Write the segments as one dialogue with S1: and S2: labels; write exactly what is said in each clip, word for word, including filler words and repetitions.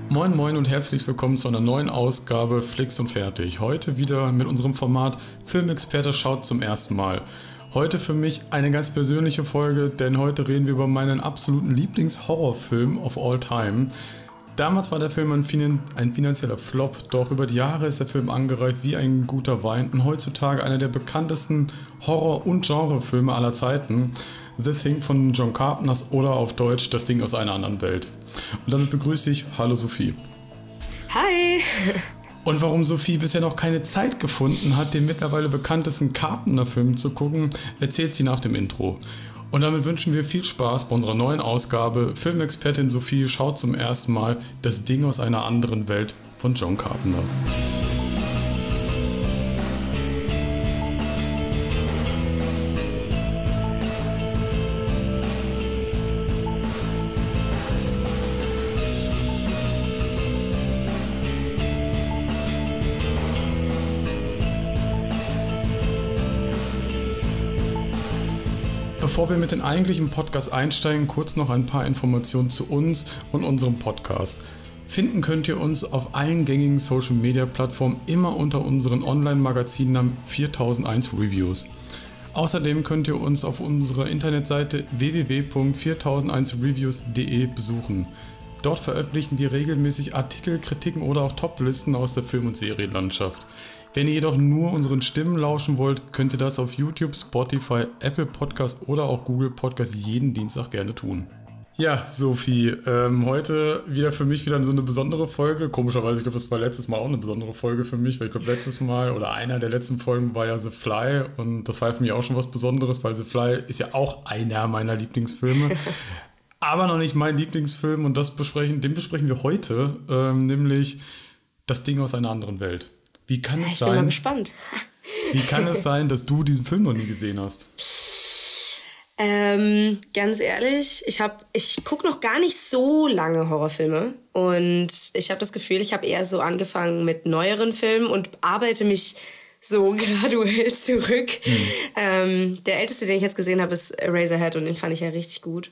S1: Moin Moin und herzlich willkommen zu einer neuen Ausgabe Flix und Fertig. Heute wieder mit unserem Format Filmexperte schaut zum ersten Mal. Heute für mich eine ganz persönliche Folge, denn heute reden wir über meinen absoluten Lieblings-Horrorfilm of all time. Damals war der Film ein, finan- ein finanzieller Flop, doch über die Jahre ist der Film angereift wie ein guter Wein und heutzutage einer der bekanntesten Horror- und Genrefilme aller Zeiten. The Thing von John Carpenter oder auf Deutsch Das Ding aus einer anderen Welt. Und damit begrüße ich, hallo Sophie.
S2: Hi!
S1: Und warum Sophie bisher noch keine Zeit gefunden hat, den mittlerweile bekanntesten Carpenter-Film zu gucken, erzählt sie nach dem Intro. Und damit wünschen wir viel Spaß bei unserer neuen Ausgabe. Filmexpertin Sophie schaut zum ersten Mal Das Ding aus einer anderen Welt von John Carpenter. Bevor wir mit dem eigentlichen Podcast einsteigen, kurz noch ein paar Informationen zu uns und unserem Podcast. Finden könnt ihr uns auf allen gängigen Social-Media-Plattformen immer unter unseren Online-Magazinnamen viertausendeins Reviews. Außerdem könnt ihr uns auf unserer Internetseite w w w punkt viertausendeins reviews punkt d e besuchen. Dort veröffentlichen wir regelmäßig Artikel, Kritiken oder auch Top-Listen aus der Film- und Serienlandschaft. Wenn ihr jedoch nur unseren Stimmen lauschen wollt, könnt ihr das auf YouTube, Spotify, Apple Podcast oder auch Google Podcast jeden Dienstag gerne tun. Ja, Sophie, ähm, heute wieder für mich wieder so eine besondere Folge. Komischerweise, ich glaube, das war letztes Mal auch eine besondere Folge für mich, weil ich glaube, letztes Mal oder einer der letzten Folgen war ja The Fly und das war für mich auch schon was Besonderes, weil The Fly ist ja auch einer meiner Lieblingsfilme. Aber noch nicht mein Lieblingsfilm und das besprechen, den besprechen wir heute, ähm, nämlich Das Ding aus einer anderen Welt. Wie kann es
S2: ich
S1: sein?
S2: bin mal gespannt.
S1: Wie kann es sein, dass du diesen Film noch nie gesehen hast?
S2: Ähm, ganz ehrlich, ich habe, ich gucke noch gar nicht so lange Horrorfilme und ich habe das Gefühl, ich habe eher so angefangen mit neueren Filmen und arbeite mich so graduell zurück. Hm. Ähm, der älteste, den ich jetzt gesehen habe, ist Eraserhead und den fand ich ja richtig gut.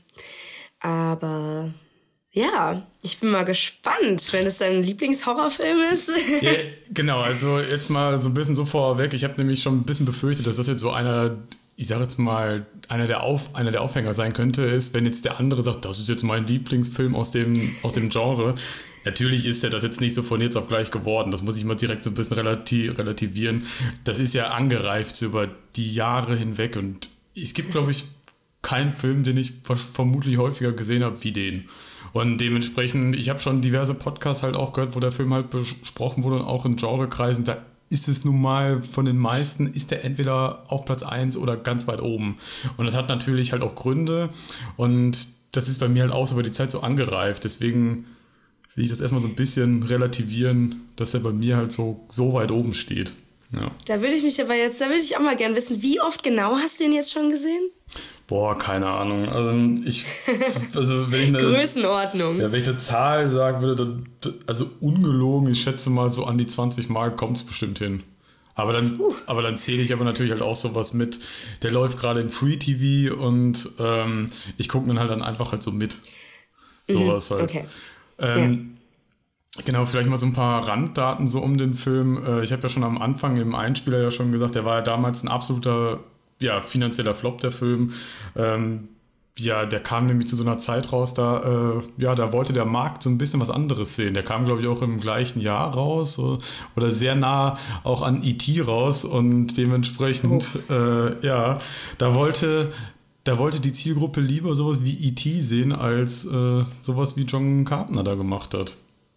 S2: Aber ja, ich bin mal gespannt, wenn es dein Lieblingshorrorfilm ist.
S1: Ja, genau, also jetzt mal so ein bisschen so vorweg. Ich habe nämlich schon ein bisschen befürchtet, dass das jetzt so einer, ich sage jetzt mal, einer der, Auf, einer der Aufhänger sein könnte, ist, wenn jetzt der andere sagt, das ist jetzt mein Lieblingsfilm aus dem, aus dem Genre. Natürlich ist ja das jetzt nicht so von jetzt auf gleich geworden. Das muss ich mal direkt so ein bisschen relativ, relativieren. Das ist ja angereift so über die Jahre hinweg und es gibt, glaube ich, keinen Film, den ich vermutlich häufiger gesehen habe wie den. Und dementsprechend, ich habe schon diverse Podcasts halt auch gehört, wo der Film halt besprochen wurde und auch in Genrekreisen, da ist es nun mal von den meisten, ist der entweder auf Platz eins oder ganz weit oben. Und das hat natürlich halt auch Gründe und das ist bei mir halt auch so über die Zeit so angereift. Deswegen will ich das erstmal so ein bisschen relativieren, dass er bei mir halt so, so weit oben steht. Ja.
S2: Da würde ich mich aber jetzt, da würde ich auch mal gern wissen, wie oft genau hast du ihn jetzt schon gesehen?
S1: Boah, keine Ahnung. Also ich, also wenn ich eine
S2: Größenordnung.
S1: Ja, wenn ich eine Zahl sagen würde, dann, also ungelogen, ich schätze mal so an die zwanzig Mal kommt es bestimmt hin. Aber dann, uh. aber dann zähle ich aber natürlich halt auch sowas mit. Der läuft gerade in Free T V und ähm, ich gucke dann halt dann einfach halt so mit. Sowas mhm. halt. Okay. Ähm, ja. Genau, vielleicht mal so ein paar Randdaten so um den Film. Ich habe ja schon am Anfang im Einspieler ja schon gesagt, der war ja damals ein absoluter ja, finanzieller Flop, der Film. Ähm, ja, der kam nämlich zu so einer Zeit raus, da, äh, ja, da wollte der Markt so ein bisschen was anderes sehen. Der kam, glaube ich, auch im gleichen Jahr raus oder, oder sehr nah auch an E T raus und dementsprechend, oh. äh, ja, da wollte... Da wollte die Zielgruppe lieber sowas wie E T sehen, als äh, sowas wie John Carpenter da gemacht hat.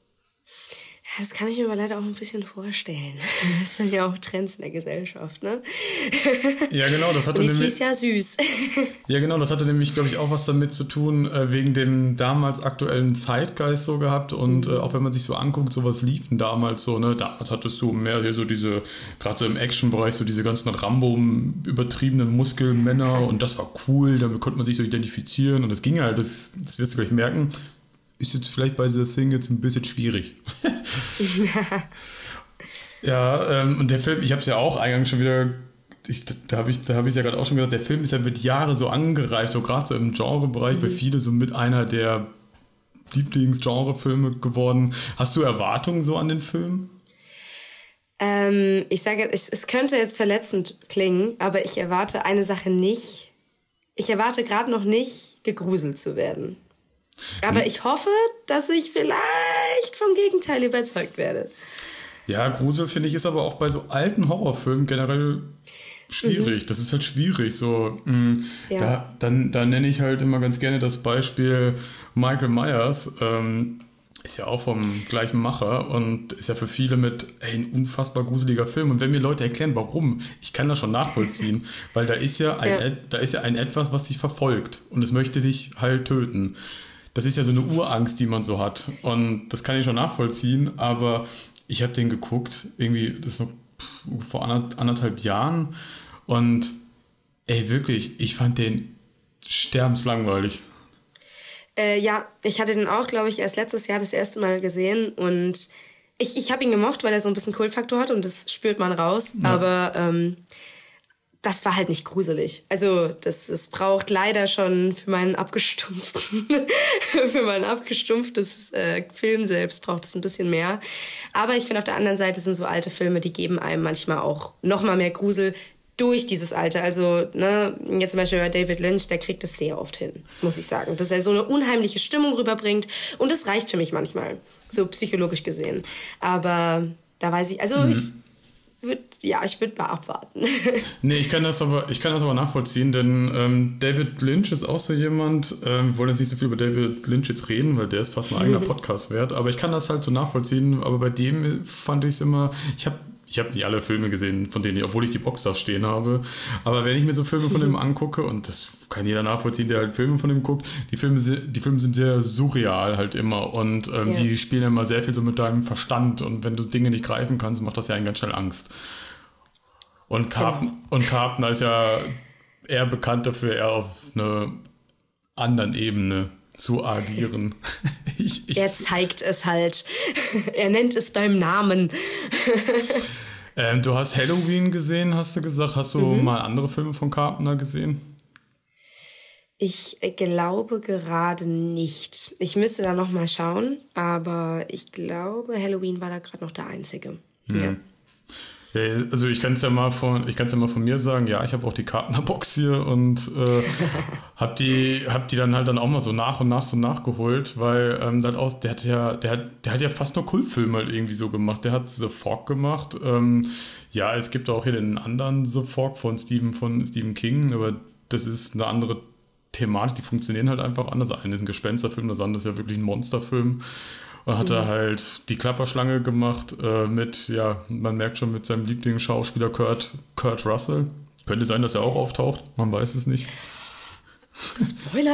S2: Ja, das kann ich mir aber leider auch ein bisschen vorstellen. Das sind ja auch Trends in der Gesellschaft, ne?
S1: Ja, genau, das hatte
S2: Und E T
S1: nämlich...
S2: ist ja süß.
S1: Ja, genau, das hatte nämlich, glaube ich, auch was damit zu tun, äh, wegen dem damals aktuellen Zeitgeist so gehabt und mhm. äh, auch wenn man sich so anguckt, sowas lief denn damals so, ne? Damals hattest du mehr hier so diese, gerade so im Action-Bereich, so diese ganzen Rambo-übertriebenen Muskelmänner und das war cool, damit konnte man sich so identifizieren und das ging halt, das, das wirst du gleich merken, ist jetzt vielleicht bei The Thing jetzt ein bisschen schwierig. Ja, ähm, und der Film, ich habe es ja auch eingangs schon wieder, ich, da habe ich da hab ich ja gerade auch schon gesagt, der Film ist ja mit Jahren so angereift, so gerade so im Genrebereich, mhm. bei viele so mit einer der Lieblingsgenrefilme geworden. Hast du Erwartungen so an den Film?
S2: Ähm, ich sage, es, es könnte jetzt verletzend klingen, aber ich erwarte eine Sache nicht. Ich erwarte gerade noch nicht, gegruselt zu werden. Aber hm. ich hoffe, dass ich vielleicht vom Gegenteil überzeugt werde.
S1: Ja, Grusel, finde ich, ist aber auch bei so alten Horrorfilmen generell schwierig. Mhm. Das ist halt schwierig. So, mh, ja. da, dann, da nenne ich halt immer ganz gerne das Beispiel Michael Myers. Ähm, ist ja auch vom gleichen Macher und ist ja für viele mit ey, ein unfassbar gruseliger Film. Und wenn mir Leute erklären, warum, ich kann das schon nachvollziehen. Weil da ist ja ein, ja. da ist ja ein etwas, was dich verfolgt. Und es möchte dich halt töten. Das ist ja so eine Urangst, die man so hat. Und das kann ich schon nachvollziehen. Aber ich habe den geguckt, irgendwie, das ist noch vor anderthalb Jahren. Und ey, wirklich, ich fand den sterbenslangweilig.
S2: Äh, ja, ich hatte den auch, glaube ich, erst letztes Jahr das erste Mal gesehen. Und ich, ich habe ihn gemocht, weil er so ein bisschen Kultfaktor hat und das spürt man raus. Ja. Aber ähm, das war halt nicht gruselig. Also das, das braucht leider schon für meinen abgestumpften, für mein abgestumpftes äh, Film selbst braucht es ein bisschen mehr. Aber ich finde, auf der anderen Seite sind so alte Filme, die geben einem manchmal auch noch mal mehr Grusel durch dieses Alter. Also ne, jetzt zum Beispiel bei David Lynch, der kriegt es sehr oft hin, muss ich sagen. Dass er so eine unheimliche Stimmung rüberbringt. Und das reicht für mich manchmal, so psychologisch gesehen. Aber da weiß ich, also mhm. ich würde, ja, ich würde mal abwarten.
S1: Nee, ich kann das aber, ich kann das aber nachvollziehen, denn ähm, David Lynch ist auch so jemand, ähm, wir wollen jetzt nicht so viel über David Lynch jetzt reden, weil der ist fast ein eigener Podcast wert, aber ich kann das halt so nachvollziehen, aber bei dem fand ich es immer, ich habe Ich habe nicht alle Filme gesehen, von denen, obwohl ich die Box da stehen habe. Aber wenn ich mir so Filme von dem angucke, und das kann jeder nachvollziehen, der halt Filme von dem guckt, die Filme, die Filme sind sehr surreal halt immer. Und ähm, ja. die spielen immer sehr viel so mit deinem Verstand. Und wenn du Dinge nicht greifen kannst, macht das ja einen ganz schnell Angst. Und, Carp- genau. und Carpenter ist ja eher bekannt dafür, eher auf einer anderen Ebene zu agieren.
S2: ich, ich, er zeigt es halt. Er nennt es beim Namen.
S1: ähm, du hast Halloween gesehen, hast du gesagt. Hast du mhm. mal andere Filme von Carpenter gesehen?
S2: Ich glaube gerade nicht. Ich müsste da noch mal schauen, aber ich glaube, Halloween war da gerade noch der einzige. Mhm. Ja.
S1: Ja, also ich kann es ja mal von, ich kann es ja mal von mir sagen, ja, ich habe auch die Kartner-Box hier und äh, habe die, hab die dann halt dann auch mal so nach und nach so nachgeholt, weil ähm, dann aus, der hat ja, der hat, der hat ja fast nur Kultfilme halt irgendwie so gemacht. Der hat The Fog gemacht. Ähm, ja, es gibt auch hier den anderen The Fog von Stephen, von Stephen King, aber das ist eine andere Thematik, die funktionieren halt einfach anders. Das eine ist ein Gespensterfilm, das andere ist ja wirklich ein Monsterfilm. Und hat mhm. er halt die Klapperschlange gemacht äh, mit, ja, man merkt schon, mit seinem Lieblingsschauspieler Kurt, Kurt Russell. Könnte sein, dass er auch auftaucht, man weiß es nicht.
S2: Spoiler!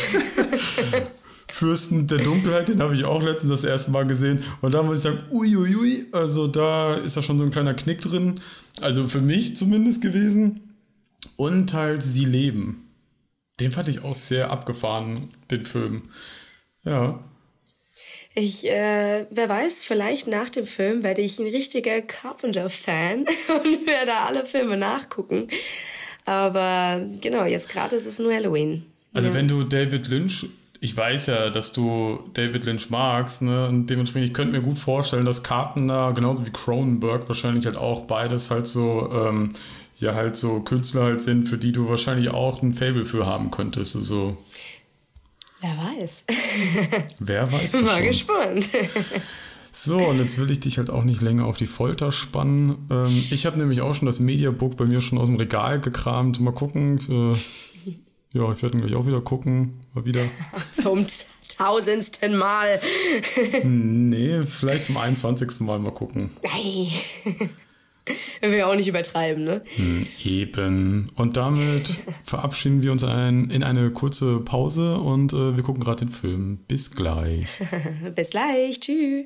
S1: Fürsten der Dunkelheit, den habe ich auch letztens das erste Mal gesehen. Und da muss ich sagen, uiuiui, also da ist da schon so ein kleiner Knick drin. Also für mich zumindest gewesen. Und halt Sie leben. Den fand ich auch sehr abgefahren, den Film. Ja.
S2: Ich, äh, wer weiß, vielleicht nach dem Film werde ich ein richtiger Carpenter-Fan und werde alle Filme nachgucken. Aber genau, jetzt gerade ist es nur Halloween.
S1: Also
S2: ja.
S1: wenn du David Lynch, ich weiß ja, dass du David Lynch magst, ne, und dementsprechend, ich könnte mir gut vorstellen, dass Carpenter, genauso wie Cronenberg, wahrscheinlich halt auch beides halt so, ähm, ja halt so Künstler halt sind, für die du wahrscheinlich auch ein Faible für haben könntest, so.
S2: Wer weiß.
S1: Wer weiß.
S2: Mal schon. Gespannt.
S1: So, und jetzt will ich dich halt auch nicht länger auf die Folter spannen. Ähm, ich habe nämlich auch schon das Mediabook bei mir schon aus dem Regal gekramt. Mal gucken. Für, ja, ich werde gleich auch wieder gucken. Mal wieder.
S2: Zum tausendsten Mal.
S1: Nee, vielleicht zum einundzwanzigsten Mal mal gucken.
S2: Nein. Wenn wir auch nicht übertreiben, ne?
S1: Hm, eben. Und damit verabschieden wir uns ein, in eine kurze Pause und äh, wir gucken gerade den Film. Bis gleich.
S2: Bis gleich. Tschüss.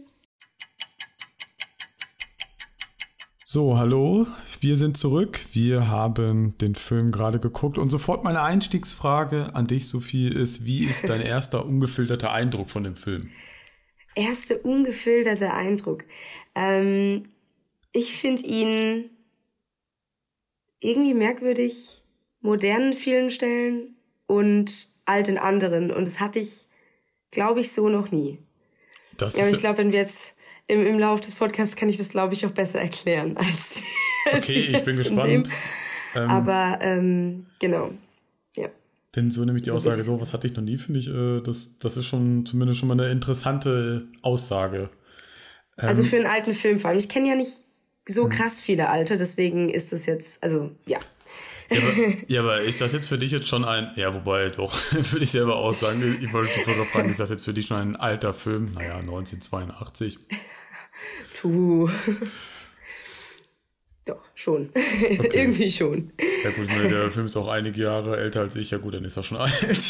S1: So, hallo. Wir sind zurück. Wir haben den Film gerade geguckt. Und sofort meine Einstiegsfrage an dich, Sophie, ist, wie ist dein erster ungefilterter Eindruck von dem Film?
S2: Erster ungefilterter Eindruck? Ähm... Ich finde ihn irgendwie merkwürdig, modern in vielen Stellen und alt in anderen. Und das hatte ich glaube ich, so noch nie.
S1: Das
S2: ja, aber
S1: ist
S2: ich glaube, wenn wir jetzt im, im Laufe des Podcasts kann ich das, glaube ich, auch besser erklären als, als
S1: okay, ich bin gespannt.
S2: Ähm, aber ähm, genau, ja.
S1: Denn so nämlich die
S2: So
S1: Aussage,
S2: wichtig.
S1: so was hatte ich noch nie, finde ich, äh, das, das ist schon zumindest schon mal eine interessante Aussage. Ähm,
S2: Also für einen alten Film vor allem. Ich kenne ja nicht so krass viele alte, deswegen ist das jetzt, also ja.
S1: Ja aber, ja, aber ist das jetzt für dich jetzt schon ein, ja, wobei doch, würde ich selber auch sagen, ich wollte dich vorher fragen, ist das jetzt für dich schon ein alter Film? Naja, neunzehnhundertzweiundachtzig.
S2: Puh. Doch, schon. Okay. Irgendwie schon.
S1: Ja gut, ich meine, der Film ist auch einige Jahre älter als ich, ja gut, dann ist er schon alt.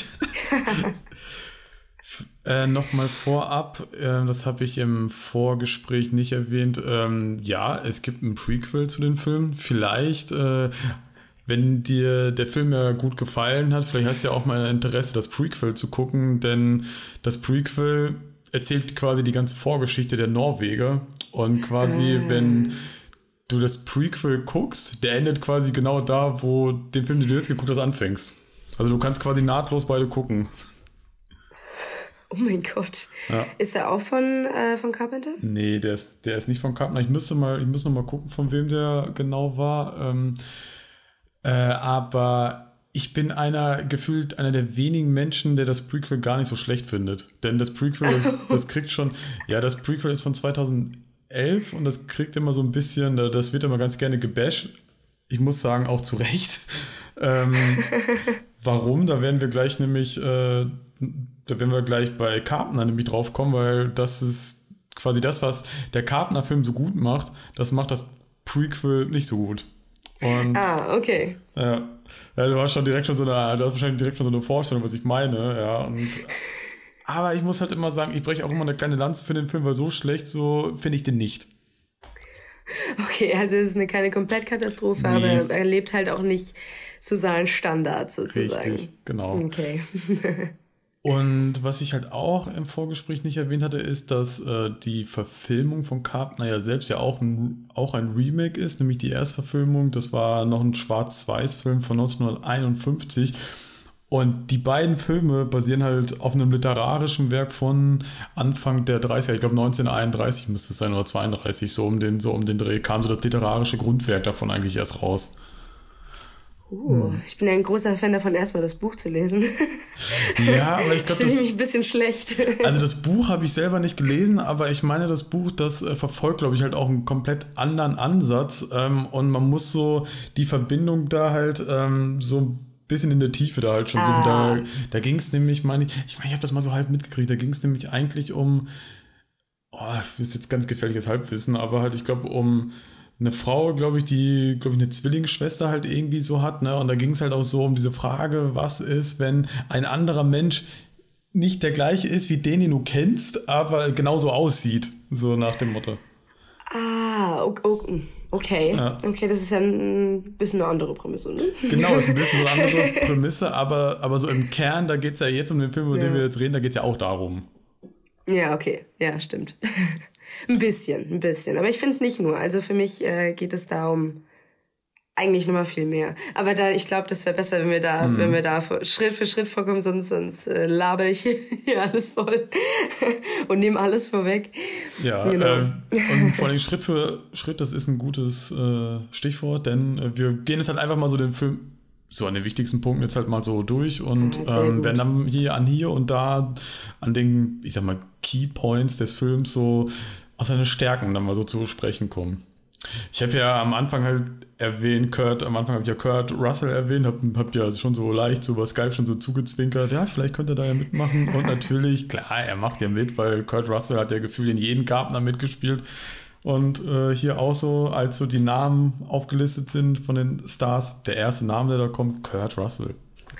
S1: äh, Nochmal vorab, äh, das habe ich im Vorgespräch nicht erwähnt, ähm, ja, es gibt ein Prequel zu den Filmen, vielleicht... Äh, Wenn dir der Film ja gut gefallen hat, vielleicht hast du ja auch mal Interesse, das Prequel zu gucken, denn das Prequel erzählt quasi die ganze Vorgeschichte der Norweger und quasi,
S2: ah.
S1: wenn du das Prequel guckst, der endet quasi genau da, wo den Film, den du jetzt geguckt hast, anfängst. Also du kannst quasi nahtlos beide gucken.
S2: Oh mein Gott.
S1: Ja.
S2: Ist der auch von, äh, von Carpenter?
S1: Nee, der ist, der ist nicht von Carpenter. Ich müsste mal, ich muss noch mal gucken, von wem der genau war. Ähm, Äh, aber ich bin einer, gefühlt einer der wenigen Menschen, der das Prequel gar nicht so schlecht findet. Denn das Prequel, das, das kriegt schon, ja, das Prequel ist von zweitausendelf und das kriegt immer so ein bisschen, das wird immer ganz gerne gebasht. Ich muss sagen, auch zu Recht. ähm, warum? Da werden wir gleich nämlich, äh, da werden wir gleich bei Carpenter nämlich drauf kommen, weil das ist quasi das, was der Carpenter-Film so gut macht, das macht das Prequel nicht so gut. Und,
S2: ah, okay.
S1: Ja. ja, du hast schon direkt schon so eine, du hast wahrscheinlich direkt schon so eine Vorstellung, was ich meine, ja. Und, aber ich muss halt immer sagen, ich breche auch immer eine kleine Lanze für den Film, weil so schlecht, so finde ich den nicht.
S2: Okay, also es ist eine keine Komplettkatastrophe, nee. Aber er lebt halt auch nicht zu seinen Standards sozusagen.
S1: Richtig, genau.
S2: Okay.
S1: Und was ich halt auch im Vorgespräch nicht erwähnt hatte, ist, dass äh, die Verfilmung von Carpenter ja selbst ja auch ein, auch ein Remake ist, nämlich die Erstverfilmung. Das war noch ein Schwarz-Weiß-Film von neunzehnhunderteinundfünfzig. Und die beiden Filme basieren halt auf einem literarischen Werk von Anfang der dreißiger, ich glaube neunzehnhunderteinunddreißig müsste es sein, oder zweiunddreißig, so um den, so um den Dreh kam so das literarische Grundwerk davon eigentlich erst raus.
S2: Uh, hm. Ich bin ja ein großer Fan davon, erstmal das Buch zu lesen.
S1: Ja, aber ich glaube,
S2: das finde ich ein bisschen schlecht.
S1: Also das Buch habe ich selber nicht gelesen, aber ich meine, das Buch, das äh, verfolgt, glaube ich, halt auch einen komplett anderen Ansatz ähm, und man muss so die Verbindung da halt ähm, so ein bisschen in der Tiefe da halt schon ah. so. Da, da ging es nämlich, meine ich, ich meine, ich habe das mal so halb mitgekriegt, da ging es nämlich eigentlich um, oh, das ist jetzt ganz gefährliches Halbwissen, aber halt, ich glaube, um eine Frau, glaube ich, die, glaube ich, eine Zwillingsschwester halt irgendwie so hat, ne? Und da ging es halt auch so um diese Frage, was ist, wenn ein anderer Mensch nicht der gleiche ist wie den, den du kennst, aber genauso aussieht, so nach dem Motto.
S2: Ah, okay. Okay, ja. okay, das ist ja ein bisschen eine andere Prämisse, ne?
S1: Genau, das ist ein bisschen so eine andere Prämisse, aber, aber so im Kern, da geht es ja jetzt um den Film, über ja. den wir jetzt reden, da geht es ja auch darum.
S2: Ja, okay, ja, stimmt. Ein bisschen, ein bisschen. Aber ich finde nicht nur. Also für mich äh, geht es da um eigentlich nochmal viel mehr. Aber da, ich glaube, das wäre besser, wenn wir da, mhm. wenn wir da Schritt für Schritt vorkommen, sonst, sonst äh, laber ich hier alles voll und nehme alles vorweg.
S1: Ja, genau. äh, und vor allem Schritt für Schritt, das ist ein gutes äh, Stichwort, denn äh, wir gehen jetzt halt einfach mal so den Film so an den wichtigsten Punkten jetzt halt mal so durch und ja, ähm, werden dann hier an hier und da an den, ich sag mal, Key Points des Films so auf seine Stärken dann mal so zu sprechen kommen. Ich habe ja am Anfang halt erwähnt, Kurt, am Anfang habe ich ja Kurt Russell erwähnt, habe hab ja schon so leicht so über Skype schon so zugezwinkert, ja, vielleicht könnte er da ja mitmachen und natürlich, klar, er macht ja mit, weil Kurt Russell hat ja gefühlt in jedem Carpenter mitgespielt. Und äh, hier auch so, als so die Namen aufgelistet sind von den Stars, der erste Name, der da kommt, Kurt Russell.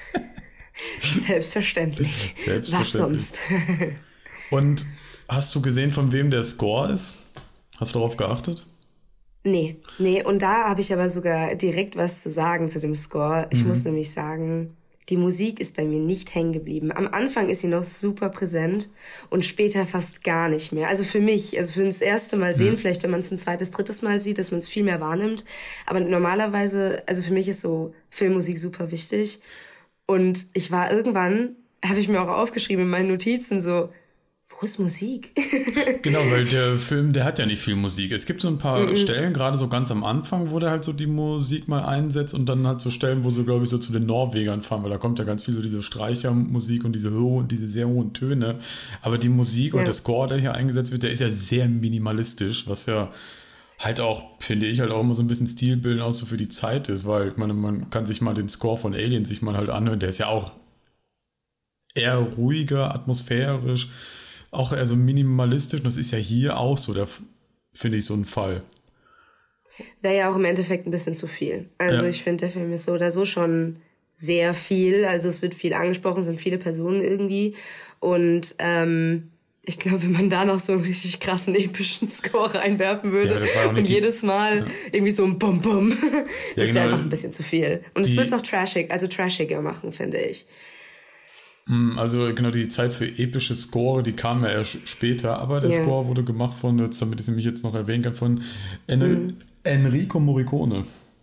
S2: Selbstverständlich.
S1: Selbstverständlich.
S2: Was sonst?
S1: Und hast du gesehen, von wem der Score ist? Hast du darauf geachtet?
S2: Nee, nee. Und da habe ich aber sogar direkt was zu sagen zu dem Score. Ich mhm. muss nämlich sagen, die Musik ist bei mir nicht hängen geblieben. Am Anfang ist sie noch super präsent und später fast gar nicht mehr. Also für mich, also für das erste Mal sehen, mhm. vielleicht wenn man es ein zweites, drittes Mal sieht, dass man es viel mehr wahrnimmt. Aber normalerweise, also für mich ist so Filmmusik super wichtig. Und ich war irgendwann, habe ich mir auch aufgeschrieben in meinen Notizen so, wo ist Musik?
S1: Genau, weil der Film, der hat ja nicht viel Musik. Es gibt so ein paar mm-mm. Stellen, gerade so ganz am Anfang, wo der halt so die Musik mal einsetzt und dann halt so Stellen, wo sie, glaube ich, so zu den Norwegern fahren, weil da kommt ja ganz viel so diese Streichermusik und diese hohen, diese sehr hohen Töne. Aber die Musik ja. und der Score, der hier eingesetzt wird, der ist ja sehr minimalistisch, was ja halt auch, finde ich, halt auch immer so ein bisschen stilbildend auch so für die Zeit ist, weil ich meine, man kann sich mal den Score von Alien sich mal halt anhören, der ist ja auch eher ruhiger, atmosphärisch, auch eher so minimalistisch. Und das ist ja hier auch so, da finde ich so ein Fall.
S2: Wäre ja auch im Endeffekt ein bisschen zu viel. Also ja. ich finde, der Film ist so oder so schon sehr viel. Also es wird viel angesprochen, sind viele Personen irgendwie. Und ähm, ich glaube, wenn man da noch so einen richtig krassen, epischen Score reinwerfen würde ja, das war auch nicht und die... jedes Mal ja. irgendwie so ein Bum-Bum, das ja, wäre genau. einfach ein bisschen zu viel. Und es würde es auch trashig, also trashiger machen, finde ich.
S1: Also genau, die Zeit für epische Score, die kam ja erst später, aber der yeah. Score wurde gemacht von, jetzt, damit ich es nämlich jetzt noch erwähnen kann, von en- mm. Enrico Morricone.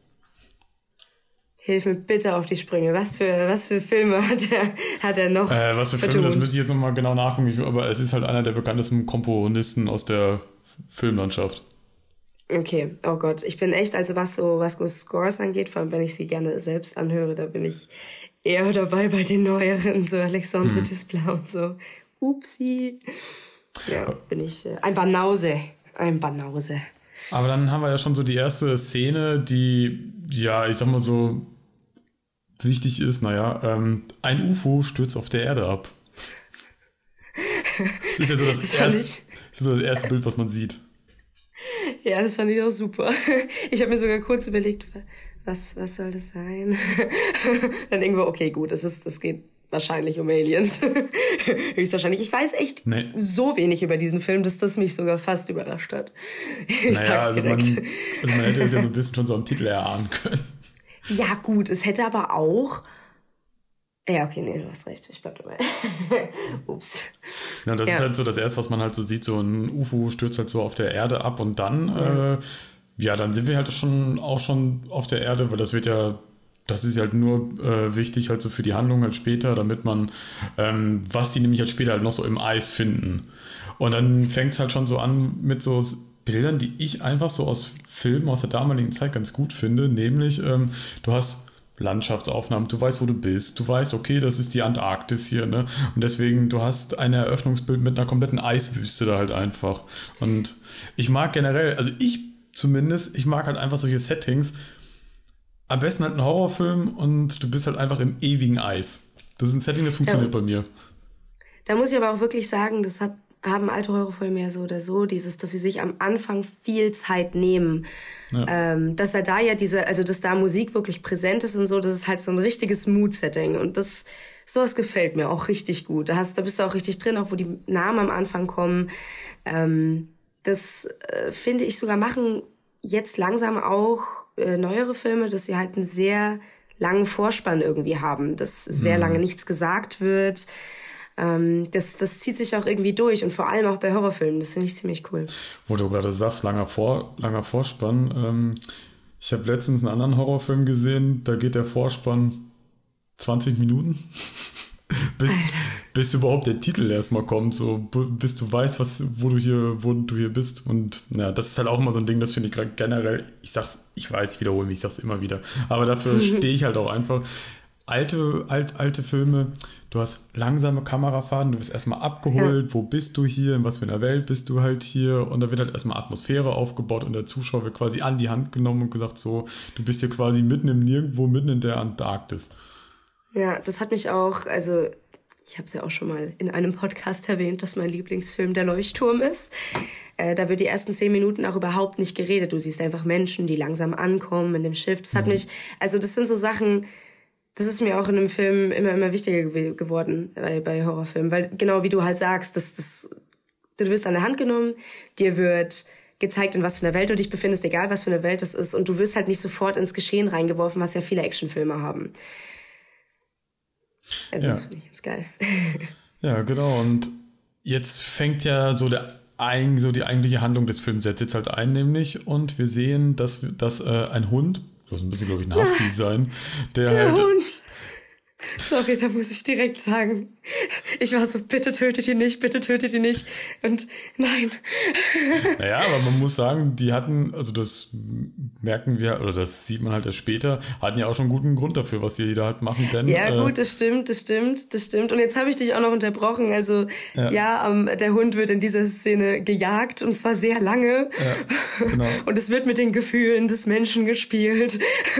S2: Hilf mir bitte auf die Sprünge. Was für, was für Filme hat er, hat er noch
S1: äh, Was für vertont? Filme, das müsste ich jetzt nochmal genau nachgucken, aber es ist halt einer der bekanntesten Komponisten aus der Filmlandschaft.
S2: Okay, oh Gott, ich bin echt, also was so, was so Scores angeht, vor allem wenn ich sie gerne selbst anhöre, da bin ich eher dabei bei den neueren, so Alexandre mhm. Desplat und so. Upsi. Ja, bin ich äh, ein Banause. Ein Banause.
S1: Aber dann haben wir ja schon so die erste Szene, die, ja, ich sag mal so, wichtig ist, naja, ähm, ein U F O stürzt auf der Erde ab. Das ist ja so das, das, erste, das, ist so das erste Bild, was man sieht.
S2: Ja, das fand ich auch super. Ich habe mir sogar kurz überlegt, was, was soll das sein? Dann irgendwo, okay, gut, das ist, das geht wahrscheinlich um Aliens. Höchstwahrscheinlich. Ich weiß echt nee. so wenig über diesen Film, dass das mich sogar fast überrascht hat. Ich naja, sag's
S1: also
S2: direkt.
S1: Man, also man hätte es ja so ein bisschen schon so am Titel erahnen können.
S2: Ja, gut, es hätte aber auch... Ja, okay, nee, du hast recht, ich bleib dabei. Ups.
S1: Ja, das ja. ist halt so das Erste, was man halt so sieht, so ein U F O stürzt halt so auf der Erde ab und dann, ja, äh, ja dann sind wir halt schon auch schon auf der Erde, weil das wird ja, das ist halt nur äh, wichtig halt so für die Handlung halt später, damit man, ähm, was die nämlich halt später halt noch so im Eis finden. Und dann fängt es halt schon so an mit so Bildern, die ich einfach so aus Filmen aus der damaligen Zeit ganz gut finde, nämlich ähm, du hast Landschaftsaufnahmen, du weißt, wo du bist, du weißt, okay, das ist die Antarktis hier, ne? Und deswegen, du hast ein Eröffnungsbild mit einer kompletten Eiswüste da halt einfach. Und ich mag generell, also ich zumindest, ich mag halt einfach solche Settings. Am besten halt ein Horrorfilm und du bist halt einfach im ewigen Eis. Das ist ein Setting, das funktioniert ja. bei mir.
S2: Da muss ich aber auch wirklich sagen, das hat haben alte Horrorfilme ja so oder so, dieses, dass sie sich am Anfang viel Zeit nehmen. Ja. Ähm, dass er da ja diese, also dass da Musik wirklich präsent ist und so, das ist halt so ein richtiges Mood-Setting. Und das, sowas gefällt mir auch richtig gut. Da hast, da bist du auch richtig drin, auch wo die Namen am Anfang kommen. Ähm, das äh, finde ich sogar machen jetzt langsam auch äh, neuere Filme, dass sie halt einen sehr langen Vorspann irgendwie haben, dass sehr mhm. lange nichts gesagt wird. Ähm, das, das zieht sich auch irgendwie durch und vor allem auch bei Horrorfilmen. Das finde ich ziemlich cool.
S1: Wo du gerade sagst, langer, Vor, langer Vorspann. Ähm, ich habe letztens einen anderen Horrorfilm gesehen, da geht der Vorspann zwanzig Minuten. bis, bis überhaupt der Titel erstmal kommt, so bis du weißt, was, wo du hier, wo du hier bist. Und ja, das ist halt auch immer so ein Ding, das finde ich gerade generell, ich sag's, ich weiß, ich wiederhole mich, ich sag's immer wieder. Aber dafür stehe ich halt auch einfach. Alte, alt, alte Filme, du hast langsame Kamerafahrten, du wirst erstmal abgeholt, ja. Wo bist du hier, in was für einer Welt bist du halt hier, und da wird halt erstmal Atmosphäre aufgebaut und der Zuschauer wird quasi an die Hand genommen und gesagt, so, du bist hier quasi mitten im Nirgendwo, mitten in der Antarktis.
S2: Ja, das hat mich auch, also ich habe es ja auch schon mal in einem Podcast erwähnt, dass mein Lieblingsfilm Der Leuchtturm ist. Äh, da wird die ersten zehn Minuten auch überhaupt nicht geredet, du siehst einfach Menschen, die langsam ankommen in dem Schiff, das hat mhm. mich, also das sind so Sachen... Das ist mir auch in einem Film immer, immer wichtiger gew- geworden, bei, bei Horrorfilmen. Weil genau wie du halt sagst, das, das, du wirst an der Hand genommen, dir wird gezeigt, in was für einer Welt du dich befindest, egal was für eine Welt das ist. Und du wirst halt nicht sofort ins Geschehen reingeworfen, was ja viele Actionfilme haben. Also ja. Das finde ich ganz geil.
S1: Ja, genau. Und jetzt fängt ja so, der, so die eigentliche Handlung des Films setzt jetzt halt ein, nämlich. Und wir sehen, dass, dass äh, ein Hund... Das muss ein bisschen, glaube ich, ein Husky sein. Der,
S2: der
S1: halt,
S2: Hund. Sorry, da muss ich direkt sagen. Ich war so, bitte tötet ihn nicht, bitte tötet ihn nicht. Und nein.
S1: Naja, aber man muss sagen, die hatten, also das merken wir, oder das sieht man halt erst später, hatten ja auch schon einen guten Grund dafür, was sie da halt machen. Denn,
S2: ja
S1: äh,
S2: gut, das stimmt, das stimmt, das stimmt. Und jetzt habe ich dich auch noch unterbrochen. Also ja, ja um, der Hund wird in dieser Szene gejagt und zwar sehr lange. Ja, genau. Und es wird mit den Gefühlen des Menschen gespielt.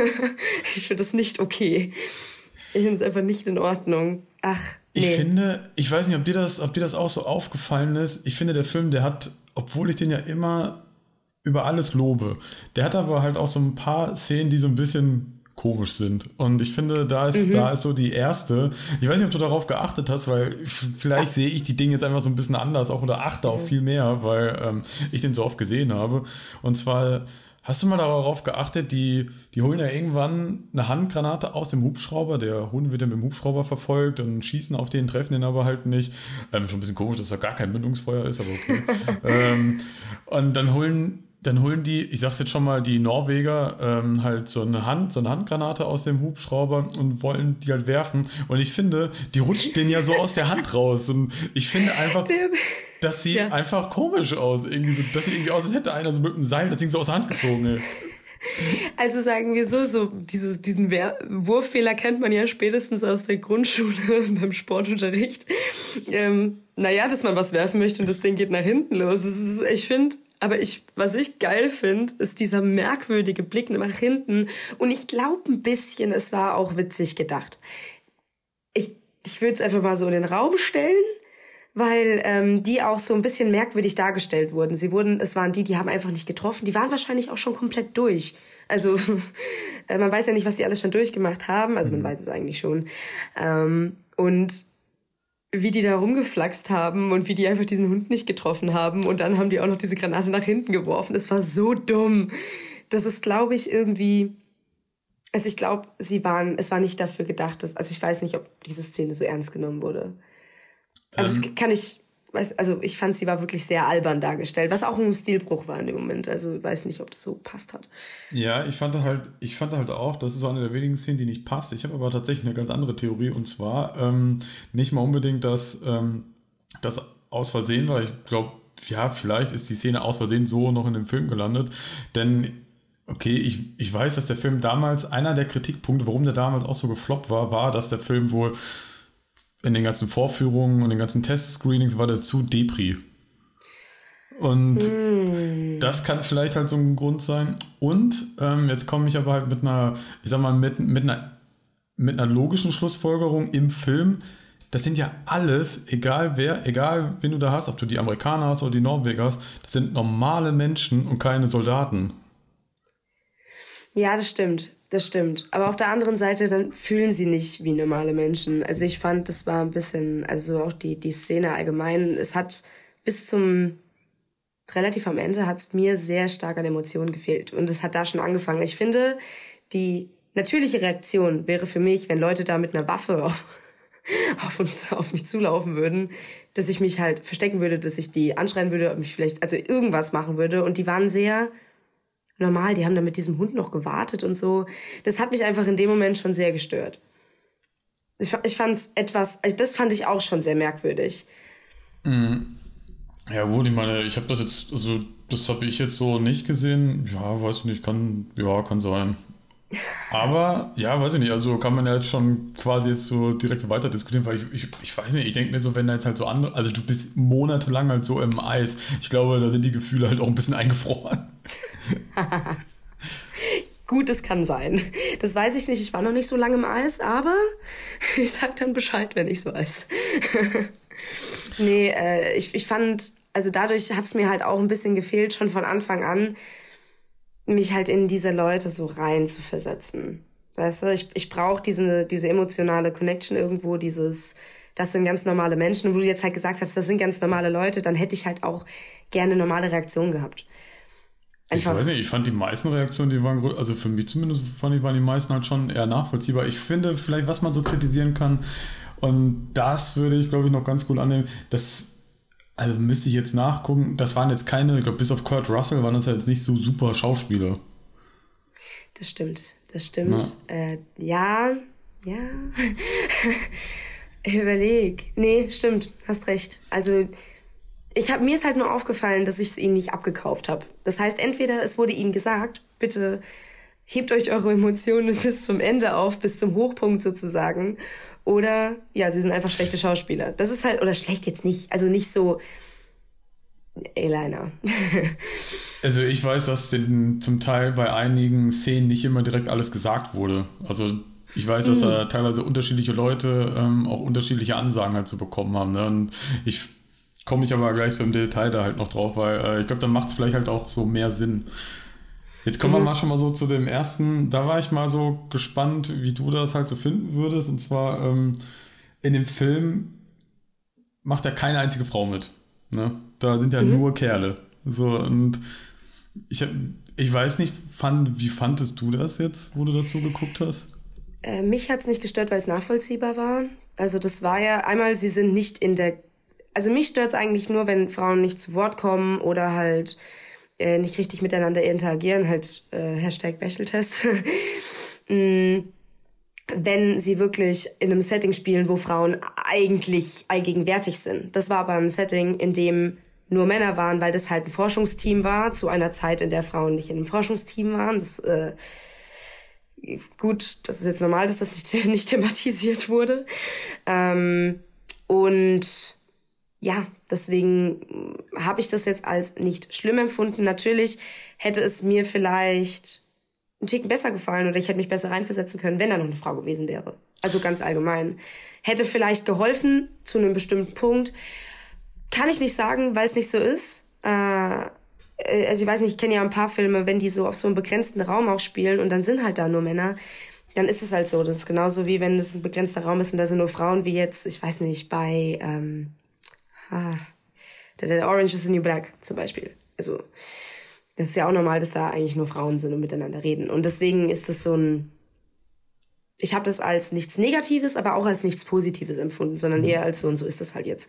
S2: Ich finde das nicht okay. Ich finde es einfach nicht in Ordnung. Ach, nee.
S1: Ich finde, ich weiß nicht, ob dir das, ob dir das auch so aufgefallen ist. Ich finde, der Film, der hat, obwohl ich den ja immer über alles lobe, der hat aber halt auch so ein paar Szenen, die so ein bisschen komisch sind. Und ich finde, da ist, mhm. da ist so die erste. Ich weiß nicht, ob du darauf geachtet hast, weil vielleicht sehe ich die Dinge jetzt einfach so ein bisschen anders, auch oder achte auch viel mehr, weil ähm, ich den so oft gesehen habe. Und zwar, hast du mal darauf geachtet, die, die holen ja irgendwann eine Handgranate aus dem Hubschrauber, der Hund wird ja mit dem Hubschrauber verfolgt und schießen auf den, treffen den aber halt nicht. Ähm, schon ein bisschen komisch, dass da gar kein Mündungsfeuer ist, aber okay. ähm, und dann holen Dann holen die, ich sag's jetzt schon mal, die Norweger ähm, halt so eine Hand, so eine Handgranate aus dem Hubschrauber und wollen die halt werfen. Und ich finde, die rutscht denen ja so aus der Hand raus. Und ich finde einfach, das sieht ja. einfach komisch aus. Irgendwie so, das sieht irgendwie aus, als hätte einer so mit einem Seil das Ding so aus der Hand gezogen. Ey.
S2: Also sagen wir so, so dieses, diesen Wehr- Wurffehler kennt man ja spätestens aus der Grundschule beim Sportunterricht. Ähm, naja, dass man was werfen möchte und das Ding geht nach hinten los. Das ist, ich finde, aber ich, was ich geil finde, ist dieser merkwürdige Blick nach hinten. Und ich glaube ein bisschen, es war auch witzig gedacht. Ich, ich würde es einfach mal so in den Raum stellen, weil ähm, die auch so ein bisschen merkwürdig dargestellt wurden. Sie wurden, es waren die, die haben einfach nicht getroffen. Die waren wahrscheinlich auch schon komplett durch. Also äh, man weiß ja nicht, was die alles schon durchgemacht haben. Also man weiß es eigentlich schon. Ähm, und wie die da rumgeflaxt haben und wie die einfach diesen Hund nicht getroffen haben. Und dann haben die auch noch diese Granate nach hinten geworfen. Es war so dumm. Das ist, glaube ich, irgendwie... Also ich glaube, sie waren, es war nicht dafür gedacht, dass... Also ich weiß nicht, ob diese Szene so ernst genommen wurde. Aber ähm. das kann ich... Weiß, also ich fand, sie war wirklich sehr albern dargestellt, was auch ein Stilbruch war in dem Moment. Also ich weiß nicht, ob das so passt hat.
S1: Ja, ich fand halt, ich fand halt auch, das ist so eine der wenigen Szenen, die nicht passt. Ich habe aber tatsächlich eine ganz andere Theorie, und zwar ähm, nicht mal unbedingt, dass ähm, das aus Versehen war. Ich glaube, ja, vielleicht ist die Szene aus Versehen so noch in dem Film gelandet, denn okay, ich, ich weiß, dass der Film damals, einer der Kritikpunkte, warum der damals auch so gefloppt war, war, dass der Film wohl in den ganzen Vorführungen und den ganzen Test-Screenings war der zu Depri. Und mm. das kann vielleicht halt so ein Grund sein. Und ähm, jetzt komme ich aber halt mit einer, ich sag mal, mit, mit, einer, mit einer logischen Schlussfolgerung im Film. Das sind ja alles, egal wer, egal wen du da hast, ob du die Amerikaner hast oder die Norweger hast, das sind normale Menschen und keine Soldaten.
S2: Ja, das stimmt. Das stimmt. Aber auf der anderen Seite, dann fühlen sie nicht wie normale Menschen. Also ich fand, das war ein bisschen, also auch die, die Szene allgemein, es hat bis zum, relativ am Ende hat es mir sehr stark an Emotionen gefehlt. Und es hat da schon angefangen. Ich finde, die natürliche Reaktion wäre für mich, wenn Leute da mit einer Waffe auf, auf uns, auf mich zulaufen würden, dass ich mich halt verstecken würde, dass ich die anschreien würde, mich vielleicht, also irgendwas machen würde. Und die waren sehr normal, die haben dann mit diesem Hund noch gewartet und so. Das hat mich einfach in dem Moment schon sehr gestört. Ich, ich fand es etwas, das fand ich auch schon sehr merkwürdig.
S1: Ja gut, ich meine, ich habe das jetzt, also das habe ich jetzt so nicht gesehen. Ja, weiß ich nicht, kann, ja, kann sein. Aber, ja, weiß ich nicht, also kann man ja jetzt schon quasi jetzt so direkt so weiter diskutieren, weil ich, ich, ich weiß nicht, ich denke mir so, wenn da jetzt halt so andere, also du bist monatelang halt so im Eis, ich glaube, da sind die Gefühle halt auch ein bisschen eingefroren.
S2: Gut, das kann sein. Das weiß ich nicht, ich war noch nicht so lange im Eis, aber ich sag dann Bescheid, wenn ich's weiß. Nee, äh, ich, ich fand, also dadurch hat's mir halt auch ein bisschen gefehlt, schon von Anfang an, mich halt in diese Leute so rein zu versetzen. Weißt du, ich, ich brauche diese, diese emotionale Connection irgendwo, dieses, das sind ganz normale Menschen. Und wo du jetzt halt gesagt hast, das sind ganz normale Leute, dann hätte ich halt auch gerne normale Reaktionen gehabt.
S1: Einfach. Ich weiß nicht, ich fand die meisten Reaktionen, die waren, also für mich zumindest fand ich, waren die meisten halt schon eher nachvollziehbar. Ich finde vielleicht, was man so kritisieren kann, und das würde ich, glaube ich, noch ganz gut annehmen, das, also müsste ich jetzt nachgucken, das waren jetzt keine, ich glaube, bis auf Kurt Russell waren das ja jetzt nicht so super Schauspieler.
S2: Das stimmt, das stimmt. Äh, ja, ja. Ich überleg. Nee, stimmt, hast recht. Also ich hab, mir ist halt nur aufgefallen, dass ich es ihnen nicht abgekauft habe. Das heißt, entweder es wurde ihnen gesagt, bitte hebt euch eure Emotionen bis zum Ende auf, bis zum Hochpunkt sozusagen. Oder, ja, sie sind einfach schlechte Schauspieler. Das ist halt, oder schlecht jetzt nicht, also nicht so Eyeliner.
S1: Also ich weiß, dass den, zum Teil bei einigen Szenen nicht immer direkt alles gesagt wurde. Also ich weiß, dass da teilweise unterschiedliche Leute ähm, auch unterschiedliche Ansagen halt zu bekommen haben. Ne? Und ich komme ich aber gleich so im Detail da halt noch drauf, weil äh, ich glaube, dann macht es vielleicht halt auch so mehr Sinn. Jetzt kommen mhm. wir mal schon mal so zu dem ersten. Da war ich mal so gespannt, wie du das halt so finden würdest. Und zwar ähm, in dem Film macht ja keine einzige Frau mit. Ne? Da sind ja mhm. nur Kerle. So, und ich, hab, ich weiß nicht, fand, wie fandest du das jetzt, wo du das so geguckt hast?
S2: Äh, mich hat es nicht gestört, weil es nachvollziehbar war. Also das war ja, einmal, sie sind nicht in der... Also mich stört es eigentlich nur, wenn Frauen nicht zu Wort kommen oder halt äh, nicht richtig miteinander interagieren, halt äh, Hashtag Bechteltest. mm, wenn sie wirklich in einem Setting spielen, wo Frauen eigentlich allgegenwärtig sind. Das war aber ein Setting, in dem nur Männer waren, weil das halt ein Forschungsteam war, zu einer Zeit, in der Frauen nicht in einem Forschungsteam waren. Das äh, gut, das ist jetzt normal, dass das nicht, nicht thematisiert wurde. Ähm, und ja, deswegen habe ich das jetzt als nicht schlimm empfunden. Natürlich hätte es mir vielleicht einen Ticken besser gefallen oder ich hätte mich besser reinversetzen können, wenn da noch eine Frau gewesen wäre. Also ganz allgemein. Hätte vielleicht geholfen zu einem bestimmten Punkt. Kann ich nicht sagen, weil es nicht so ist. Äh, also ich weiß nicht, ich kenne ja ein paar Filme, wenn die so auf so einem begrenzten Raum auch spielen und dann sind halt da nur Männer, dann ist es halt so. Das ist genauso wie wenn es ein begrenzter Raum ist und da sind nur Frauen, wie jetzt, ich weiß nicht, bei ähm, ah, der, der Orange is the New Black zum Beispiel. Also das ist ja auch normal, dass da eigentlich nur Frauen sind und miteinander reden. Und deswegen ist das so ein... Ich habe das als nichts Negatives, aber auch als nichts Positives empfunden, sondern eher als so und so ist das halt jetzt.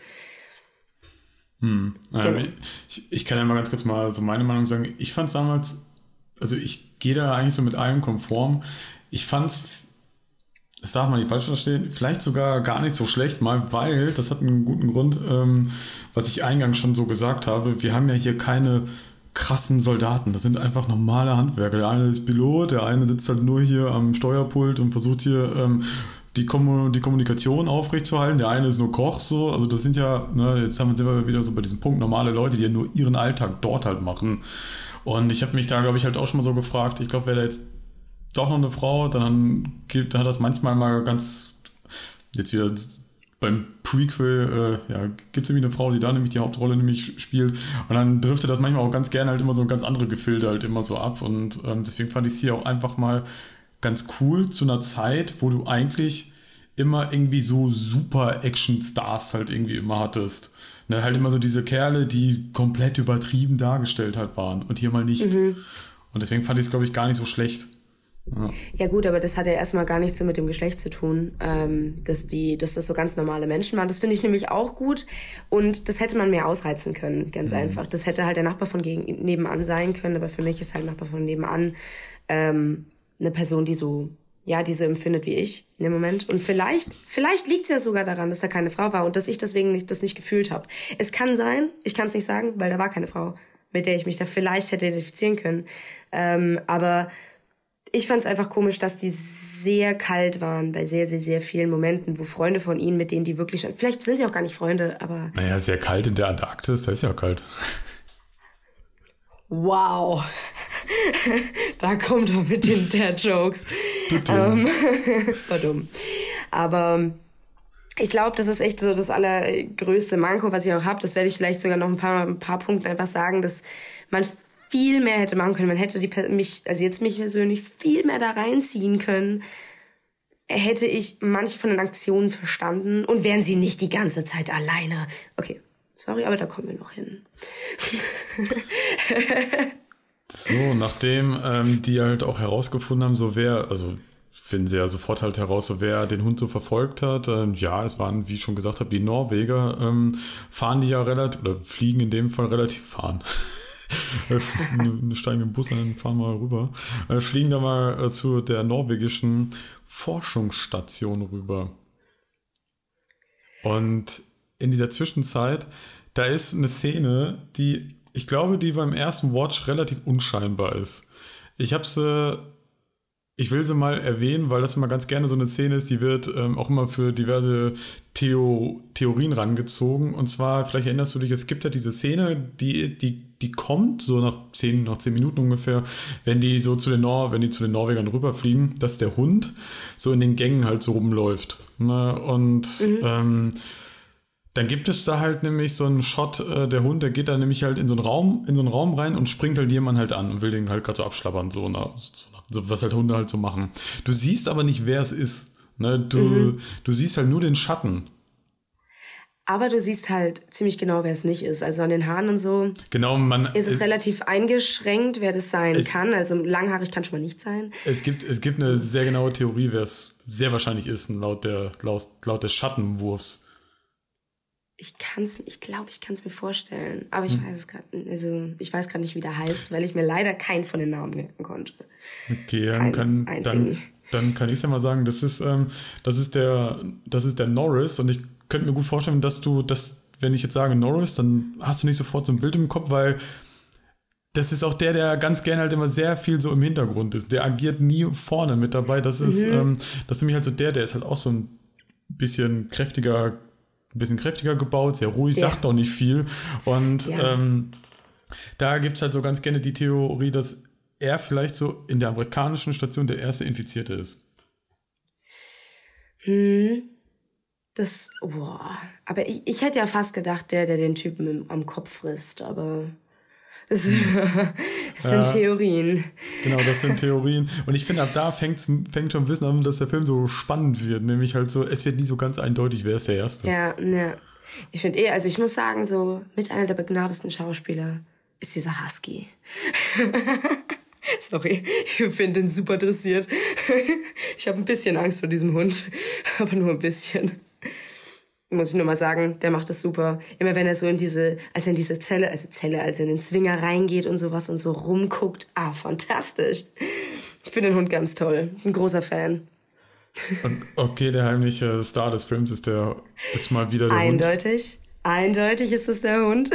S1: Hm.
S2: Genau.
S1: Ähm, ich, ich kann ja mal ganz kurz mal so meine Meinung sagen. Ich fand es damals, also ich gehe da eigentlich so mit allem konform. Ich fand es, das darf man nicht falsch verstehen, vielleicht sogar gar nicht so schlecht mal, weil, das hat einen guten Grund, ähm, was ich eingangs schon so gesagt habe, wir haben ja hier keine krassen Soldaten, das sind einfach normale Handwerker. Der eine ist Pilot, der eine sitzt halt nur hier am Steuerpult und versucht hier ähm, die, Kom- die Kommunikation aufrechtzuerhalten. Der eine ist nur Koch, so. Also das sind ja, ne, jetzt haben wir sind wir wieder so bei diesem Punkt, normale Leute, die ja nur ihren Alltag dort halt machen. Und ich habe mich da, glaube ich, halt auch schon mal so gefragt, ich glaube, wäre da jetzt doch noch eine Frau, dann gibt, dann hat das manchmal mal ganz, jetzt wieder beim Prequel, äh, ja, gibt es irgendwie eine Frau, die da nämlich die Hauptrolle nämlich spielt und dann driftet das manchmal auch ganz gerne halt immer so ganz andere Gefilde halt immer so ab und ähm, deswegen fand ich es hier auch einfach mal ganz cool zu einer Zeit, wo du eigentlich immer irgendwie so super Action-Stars halt irgendwie immer hattest. Ne, halt immer so diese Kerle, die komplett übertrieben dargestellt halt waren und hier mal nicht. Mhm. Und deswegen fand ich es, glaube ich, gar nicht so schlecht.
S2: Ja. ja gut, aber das hat ja erstmal gar nichts so mit dem Geschlecht zu tun, ähm, dass die, dass das so ganz normale Menschen waren. Das finde ich nämlich auch gut und das hätte man mehr ausreizen können, ganz mhm. einfach. Das hätte halt der Nachbar von gegen, nebenan sein können, aber für mich ist halt Nachbar von nebenan ähm, eine Person, die so, ja, die so empfindet wie ich in dem Moment. Und vielleicht, vielleicht liegt es ja sogar daran, dass da keine Frau war und dass ich deswegen nicht, das nicht gefühlt habe. Es kann sein, ich kann es nicht sagen, weil da war keine Frau, mit der ich mich da vielleicht hätte identifizieren können. Ähm, aber ich fand es einfach komisch, dass die sehr kalt waren bei sehr, sehr, sehr vielen Momenten, wo Freunde von ihnen, mit denen die wirklich... Vielleicht sind sie auch gar nicht Freunde, aber...
S1: Naja, sehr kalt in der Antarktis, da ist ja auch kalt.
S2: Wow. Da kommt er mit den Dad-Jokes. ähm, war dumm. Aber ich glaube, das ist echt so das allergrößte Manko, was ich auch habe. Das werde ich vielleicht sogar noch ein paar, ein paar Punkten einfach sagen, dass man viel mehr hätte machen können. Man hätte die, mich, also jetzt mich persönlich, viel mehr da reinziehen können. Hätte ich manche von den Aktionen verstanden und wären sie nicht die ganze Zeit alleine. Okay, sorry, aber da kommen wir noch hin.
S1: So, nachdem ähm, die halt auch herausgefunden haben, so wer, also finden sie ja sofort halt heraus, so wer den Hund so verfolgt hat. Ähm, ja, es waren, wie ich schon gesagt habe, die Norweger, ähm, fahren die ja relativ, oder fliegen in dem Fall relativ, fahren. Steigen im Bus ein, fahren mal rüber. Äh, fliegen da mal äh, zu der norwegischen Forschungsstation rüber. Und in dieser Zwischenzeit, da ist eine Szene, die, ich glaube, die beim ersten Watch relativ unscheinbar ist. Ich habe sie, ich will sie mal erwähnen, weil das immer ganz gerne so eine Szene ist, die wird ähm, auch immer für diverse Theo- Theorien rangezogen. Und zwar, vielleicht erinnerst du dich, es gibt ja diese Szene, die, die, die kommt so nach zehn, nach zehn Minuten ungefähr, wenn die so zu den Nor- wenn die zu den Norwegern rüberfliegen, dass der Hund so in den Gängen halt so rumläuft. Ne? Und mhm. ähm, dann gibt es da halt nämlich so einen Shot, äh, der Hund, der geht da nämlich halt in so einen Raum, in so einen Raum rein und springt halt jemand halt an und will den halt gerade so abschlabbern, so, na, so, so, was halt Hunde halt so machen. Du siehst aber nicht, wer es ist. Ne? Du, mhm. du siehst halt nur den Schatten.
S2: Aber du siehst halt ziemlich genau, wer es nicht ist. Also an den Haaren und so
S1: genau, man,
S2: ist es, es relativ eingeschränkt, wer das sein es, kann. Also langhaarig kann schon mal nicht sein.
S1: Es gibt, es gibt eine so. sehr genaue Theorie, wer es sehr wahrscheinlich ist, laut, der, laut, laut des Schattenwurfs.
S2: Ich kann's, ich glaube, ich kann es mir vorstellen, aber ich hm. weiß es gerade, also ich weiß gerade nicht, wie der heißt, weil ich mir leider keinen von den Namen merken konnte.
S1: Okay, dann kann, dann, dann kann ich ja mal sagen, das ist, ähm, das ist der, das ist der Norris und ich könnte mir gut vorstellen, dass du, dass, wenn ich jetzt sage Norris, dann hast du nicht sofort so ein Bild im Kopf, weil das ist auch der, der ganz gerne halt immer sehr viel so im Hintergrund ist. Der agiert nie vorne mit dabei. Das ist, mhm. ähm, das ist nämlich halt so der, der ist halt auch so ein bisschen kräftiger. Ein bisschen kräftiger gebaut, sehr ruhig, ja. sagt auch nicht viel. Und ja. ähm, da gibt es halt so ganz gerne die Theorie, dass er vielleicht so in der amerikanischen Station der erste Infizierte ist.
S2: Hm. Das, boah. Aber ich, ich hätte ja fast gedacht, der, der den Typen im, am Kopf frisst, aber das, das sind ja, Theorien.
S1: Genau, das sind Theorien. Und ich finde, ab da fängt's, fängt schon Wissen an, dass der Film so spannend wird. Nämlich halt so, es wird nie so ganz eindeutig, wer ist der Erste.
S2: Ja, ja. Ich finde eh, also ich muss sagen, so mit einer der begnadesten Schauspieler ist dieser Husky. Sorry, ich finde den super dressiert. Ich habe ein bisschen Angst vor diesem Hund, aber nur ein bisschen. Muss ich nur mal sagen, der macht das super. Immer wenn er so in diese, als er in diese Zelle, also Zelle, als er in den Zwinger reingeht und sowas und so rumguckt, ah, fantastisch. Ich finde den Hund ganz toll. Ein großer Fan.
S1: Okay, der heimliche Star des Films ist der, ist mal wieder der
S2: Eindeutig.
S1: Hund.
S2: Eindeutig ist es der Hund.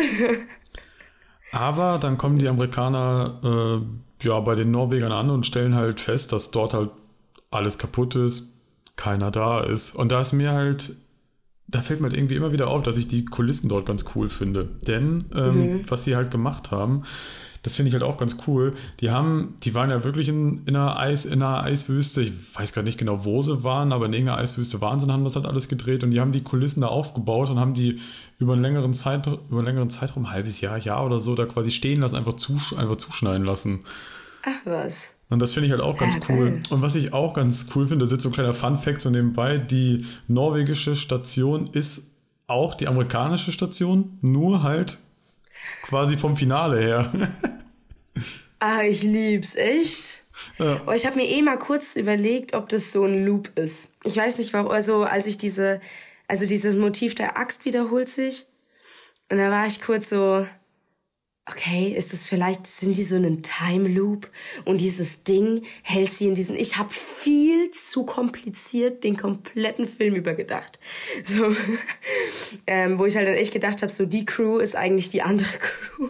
S1: Aber dann kommen die Amerikaner äh, ja bei den Norwegern an und stellen halt fest, dass dort halt alles kaputt ist, keiner da ist. Und da ist mir halt Da fällt mir halt irgendwie immer wieder auf, dass ich die Kulissen dort ganz cool finde. Denn ähm, mhm. was sie halt gemacht haben, das finde ich halt auch ganz cool. Die haben, die waren ja wirklich in, in, einer Eis, in einer Eiswüste. Ich weiß gar nicht genau, wo sie waren, aber in irgendeiner Eiswüste waren sie und haben das halt alles gedreht. Und die haben die Kulissen da aufgebaut und haben die über einen längeren, Zeit, über einen längeren Zeitraum, ein halbes Jahr, Jahr oder so, da quasi stehen lassen, einfach, zusch- einfach zuschneiden lassen.
S2: Ach was.
S1: Und das finde ich halt auch ganz ja, cool. Geil. Und was ich auch ganz cool finde, da sitzt so ein kleiner Fun-Fact so nebenbei, die norwegische Station ist auch die amerikanische Station, nur halt quasi vom Finale her.
S2: Ah, ich lieb's, echt? Ja. Oh, ich habe mir eh mal kurz überlegt, ob das so ein Loop ist. Ich weiß nicht, warum, also als ich diese, also dieses Motiv der Axt wiederholt sich und da war ich kurz so, okay, ist das vielleicht, sind die so in einem Time Loop und dieses Ding hält sie in diesen, ich habe viel zu kompliziert den kompletten Film übergedacht. So, ähm, wo ich halt dann echt gedacht habe, so die Crew ist eigentlich die andere Crew.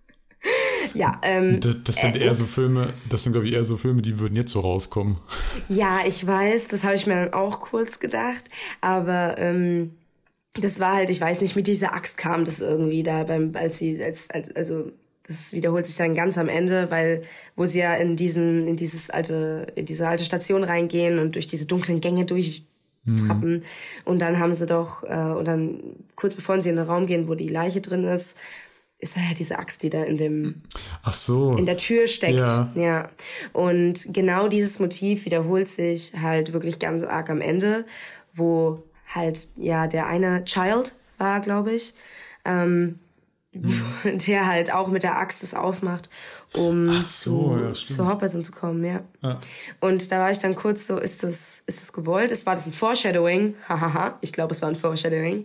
S2: Ja, ähm,
S1: das, das sind äh, eher so Filme, das sind glaube ich eher so Filme, die würden jetzt so rauskommen.
S2: Ja, ich weiß, das habe ich mir dann auch kurz gedacht, aber ähm, das war halt, ich weiß nicht, mit dieser Axt kam das irgendwie da beim, als sie, als, als, also, das wiederholt sich dann ganz am Ende, weil, wo sie ja in diesen, in dieses alte, in diese alte Station reingehen und durch diese dunklen Gänge durchtrappen. Mhm. Und dann haben sie doch, äh, und dann, kurz bevor sie in den Raum gehen, wo die Leiche drin ist, ist da ja diese Axt, die da in dem,
S1: Ach so.
S2: in der Tür steckt.
S1: Ja.
S2: Ja. Und genau dieses Motiv wiederholt sich halt wirklich ganz arg am Ende, wo halt, ja, der eine Child war, glaube ich, ähm, mhm. der halt auch mit der Axt es aufmacht, um
S1: so,
S2: zu,
S1: ja,
S2: zu Hauptperson zu kommen, ja.
S1: ja.
S2: Und da war ich dann kurz so, ist das, ist das gewollt? Ist, war das ein Foreshadowing? Hahaha, ich glaube, es war ein Foreshadowing.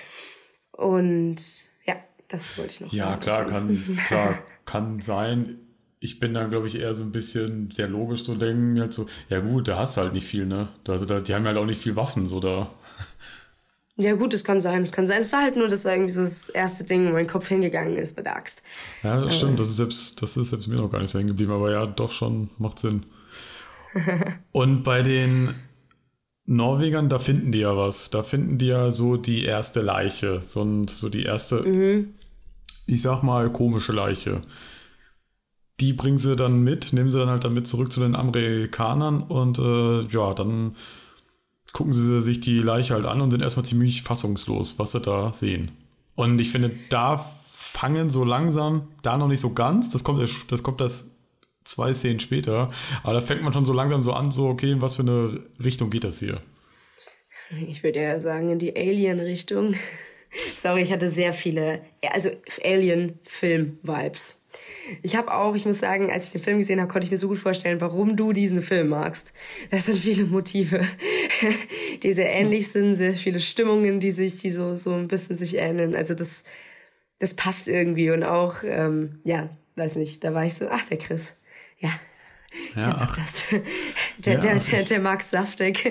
S2: Und ja, das wollte ich noch
S1: Ja,
S2: sagen.
S1: klar, kann, klar, kann sein. Ich bin dann, glaube ich, eher so ein bisschen sehr logisch so denken, mir halt so, ja gut, da hast du halt nicht viel, ne? Also da, die haben halt auch nicht viel Waffen, so da.
S2: Ja gut, das kann sein, das kann sein. Es war halt nur, das war irgendwie so das erste Ding, wo mein Kopf hingegangen ist bei der Axt.
S1: Ja, das stimmt, das ist, selbst, das ist selbst mir noch gar nicht so hängen geblieben, aber ja, doch schon, macht Sinn. Und bei den Norwegern, da finden die ja was. Da finden die ja so die erste Leiche, so, und so die erste, mhm. ich sag mal, komische Leiche. Die bringen sie dann mit, nehmen sie dann halt damit zurück zu den Amerikanern und äh, ja, dann gucken sie sich die Leiche halt an und sind erstmal ziemlich fassungslos, was sie da sehen. Und ich finde, da fangen so langsam, da noch nicht so ganz, das kommt, das kommt das zwei Szenen später, aber da fängt man schon so langsam so an, so okay, in was für eine Richtung geht das hier?
S2: Ich würde ja sagen, in die Alien-Richtung. Sorry, ich hatte sehr viele, also Alien-Film-Vibes. Ich habe auch, ich muss sagen, als ich den Film gesehen habe, konnte ich mir so gut vorstellen, warum du diesen Film magst. Das sind viele Motive, die sehr ähnlich sind, sehr viele Stimmungen, die sich, die so, so ein bisschen sich ähneln. Also das, das passt irgendwie und auch, ähm, ja, weiß nicht, da war ich so, ach, der Chris, ja,
S1: ja
S2: der
S1: ach,
S2: das. Der, ja, der, der, der mag saftig.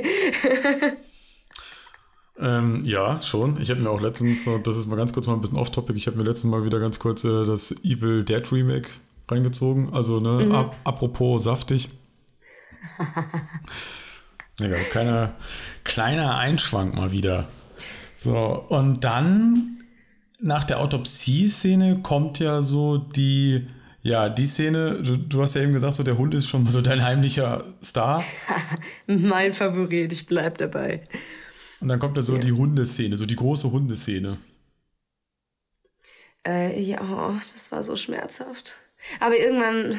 S1: Ähm, ja, schon. Ich habe mir auch letztens, das ist mal ganz kurz mal ein bisschen off-topic, ich habe mir letztens mal wieder ganz kurz äh, das Evil Dead Remake reingezogen. Also, ne, mhm. ap- apropos saftig. Egal, kleiner, kleiner Einschwank mal wieder. So, und dann nach der Autopsie-Szene kommt ja so die, ja, die Szene, du, du hast ja eben gesagt, so der Hund ist schon so dein heimlicher Star.
S2: Mein Favorit, ich bleib dabei.
S1: Und dann kommt da so ja. die Hundeszene, so die große Hundeszene.
S2: Äh, ja, oh, das war so schmerzhaft. Aber irgendwann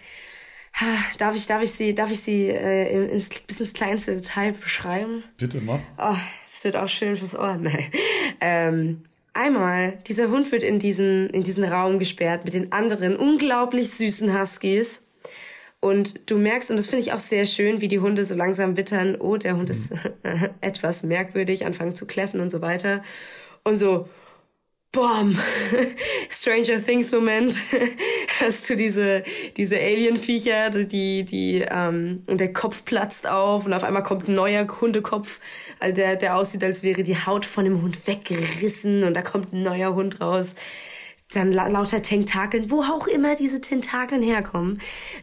S2: darf ich, darf ich sie, darf ich sie äh, ins, bis ins kleinste Detail beschreiben.
S1: Bitte, mach.
S2: Oh, das wird auch schön fürs Ohr. Nein. Ähm, einmal, dieser Hund wird in diesen, in diesen Raum gesperrt mit den anderen unglaublich süßen Huskies. Und du merkst, und das finde ich auch sehr schön, wie die Hunde so langsam wittern, oh, der Hund ist etwas merkwürdig, anfangen zu kläffen und so weiter. Und so, boom, Stranger Things Moment, hast du diese, diese Alien-Viecher, die, die, ähm, und der Kopf platzt auf und auf einmal kommt ein neuer Hundekopf, der, der aussieht, als wäre die Haut von dem Hund weggerissen und da kommt ein neuer Hund raus. Dann la- lauter Tentakeln, wo auch immer diese Tentakeln herkommen,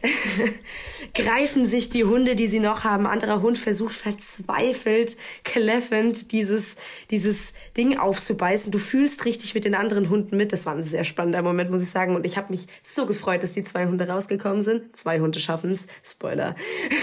S2: greifen sich die Hunde, die sie noch haben. Anderer Hund versucht verzweifelt, kläffend dieses, dieses Ding aufzubeißen. Du fühlst richtig mit den anderen Hunden mit. Das war ein sehr spannender Moment, muss ich sagen. Und ich habe mich so gefreut, dass die zwei Hunde rausgekommen sind. Zwei Hunde schaffen's. Spoiler.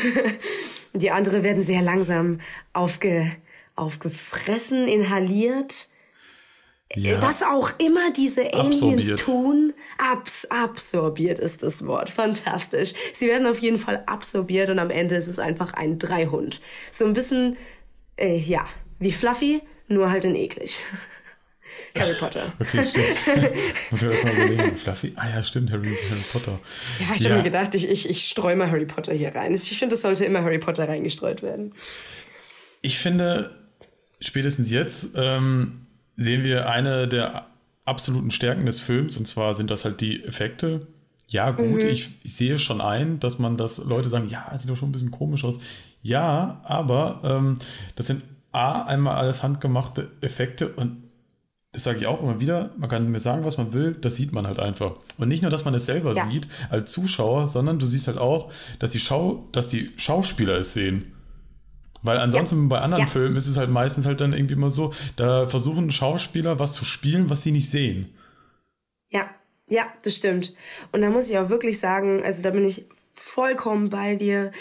S2: Die andere werden sehr langsam aufge, aufgefressen, inhaliert. Ja. Was auch immer diese Aliens absorbiert. tun, abs- absorbiert ist das Wort. Fantastisch. Sie werden auf jeden Fall absorbiert und am Ende ist es einfach ein Dreihund. So ein bisschen, äh, ja, wie Fluffy, nur halt in eklig. Harry Potter.
S1: Okay, stimmt. Muss ich erst mal überlegen. Fluffy? Ah ja, stimmt, Harry, Harry Potter.
S2: Ja, ich ja. habe mir gedacht, ich, ich, ich streue mal Harry Potter hier rein. Ich finde, es sollte immer Harry Potter reingestreut werden.
S1: Ich finde, spätestens jetzt, ähm, sehen wir eine der absoluten Stärken des Films, und zwar sind das halt die Effekte. Ja, gut, mhm. ich, ich sehe schon ein, dass man das, Leute sagen, ja, sieht doch schon ein bisschen komisch aus. Ja, aber ähm, das sind A, einmal alles handgemachte Effekte und das sage ich auch immer wieder, man kann mir sagen, was man will, das sieht man halt einfach. Und nicht nur, dass man es selber ja. sieht als Zuschauer, sondern du siehst halt auch, dass die, Schau, dass die Schauspieler es sehen. Weil ansonsten ja. bei anderen ja. Filmen ist es halt meistens halt dann irgendwie immer so, da versuchen Schauspieler was zu spielen, was sie nicht sehen.
S2: Ja, ja, das stimmt. Und da muss ich auch wirklich sagen, also da bin ich vollkommen bei dir.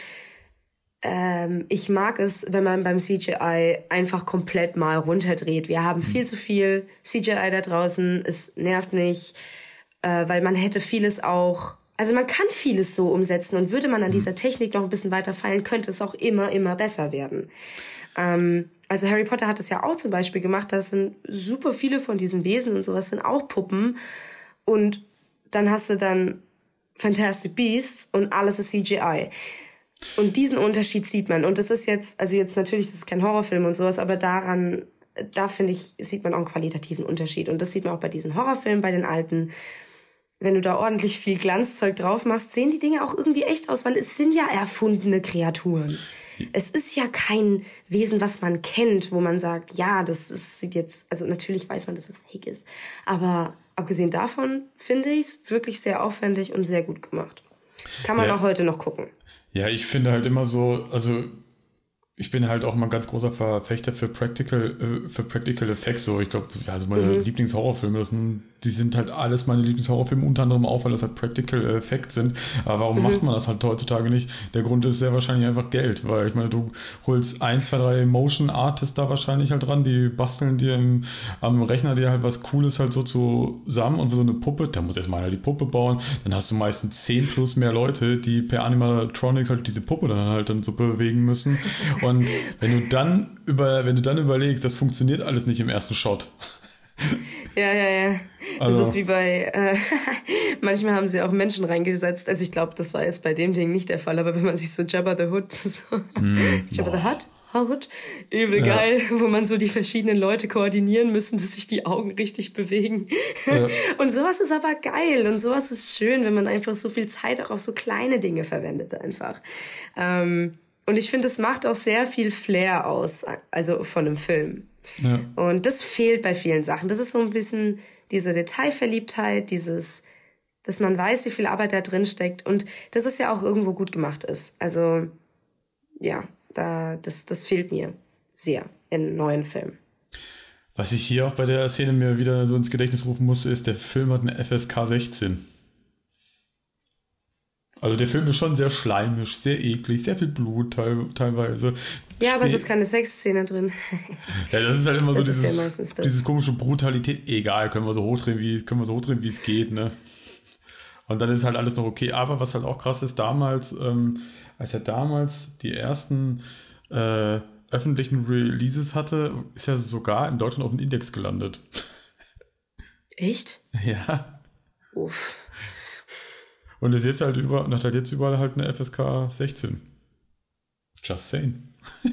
S2: Ähm, ich mag es, wenn man beim C G I einfach komplett mal runterdreht. Wir haben mhm. viel zu viel C G I da draußen, es nervt mich, äh, weil man hätte vieles auch... Also man kann vieles so umsetzen und würde man an dieser Technik noch ein bisschen weiter feilen, könnte es auch immer, immer besser werden. Ähm, also Harry Potter hat es ja auch zum Beispiel gemacht, das sind super viele von diesen Wesen und sowas sind auch Puppen und dann hast du dann Fantastic Beasts und alles ist C G I. Und diesen Unterschied sieht man und das ist jetzt, also jetzt natürlich, das ist kein Horrorfilm und sowas, aber daran, da finde ich, sieht man auch einen qualitativen Unterschied und das sieht man auch bei diesen Horrorfilmen, bei den alten. Wenn du da ordentlich viel Glanzzeug drauf machst, sehen die Dinge auch irgendwie echt aus, weil es sind ja erfundene Kreaturen. es ist ja kein Wesen, was man kennt, wo man sagt, ja, das ist, sieht jetzt, also natürlich weiß man, dass es fake ist. Aber abgesehen davon finde ich es wirklich sehr aufwendig und sehr gut gemacht. Kann man ja auch heute noch gucken.
S1: Ja, ich finde halt immer so, also ich bin halt auch mal ein ganz großer Verfechter für Practical, äh, für Practical Effects. So, ich glaube, also meine mhm. Lieblingshorrorfilme, das sind, die sind halt alles meine Lieblingshorrorfilme, unter anderem auch, weil das halt Practical Effects sind. Aber warum mhm. macht man das halt heutzutage nicht? Der Grund ist sehr wahrscheinlich einfach Geld, weil ich meine, du holst ein, zwei, drei Motion Artists da wahrscheinlich halt dran, die basteln dir im, am Rechner dir halt was Cooles halt so zusammen und für so eine Puppe, da muss erstmal einer die Puppe bauen, dann hast du meistens zehn plus mehr Leute, die per Animatronics halt diese Puppe dann halt dann so bewegen müssen. Und wenn du dann über, wenn du dann überlegst, das funktioniert alles nicht im ersten Shot.
S2: Ja, ja, ja. Also. Das ist wie bei, äh, manchmal haben sie auch Menschen reingesetzt. Also ich glaube, das war jetzt bei dem Ding nicht der Fall, aber wenn man sich so Jabba the Hutt, so, mm, Jabba the Hutt, Hutt, übel ja. geil, wo man so die verschiedenen Leute koordinieren müssen, dass sich die Augen richtig bewegen. Ja. Und sowas ist aber geil und sowas ist schön, wenn man einfach so viel Zeit auch auf so kleine Dinge verwendet einfach. Ähm, Und ich finde, es macht auch sehr viel Flair aus, also von einem Film. Ja. Und das fehlt bei vielen Sachen. Das ist so ein bisschen diese Detailverliebtheit, dieses, dass man weiß, wie viel Arbeit da drin steckt und dass es ja auch irgendwo gut gemacht ist. Also ja, da, das, das fehlt mir sehr in neuen Filmen.
S1: Was ich hier auch bei der Szene mir wieder so ins Gedächtnis rufen musste, ist, der Film hat eine F S K sechzehn. Also der Film ist schon sehr schleimisch, sehr eklig, sehr viel Blut teil- teilweise.
S2: Ja, aber es ist keine Sexszene drin.
S1: Ja, das ist halt immer
S2: das
S1: so dieses,
S2: ja
S1: dieses komische Brutalität. Egal, können wir so hochdrehen, wie, können wir so hochdrehen, wie es geht, ne? Und dann ist halt alles noch okay. Aber was halt auch krass ist, damals, ähm, als er damals die ersten äh, öffentlichen Releases hatte, ist er sogar in Deutschland auf dem Index gelandet.
S2: Echt?
S1: Ja.
S2: Uff.
S1: Und ist jetzt halt über, und hat halt jetzt überall halt eine F S K sechzehn. Just saying.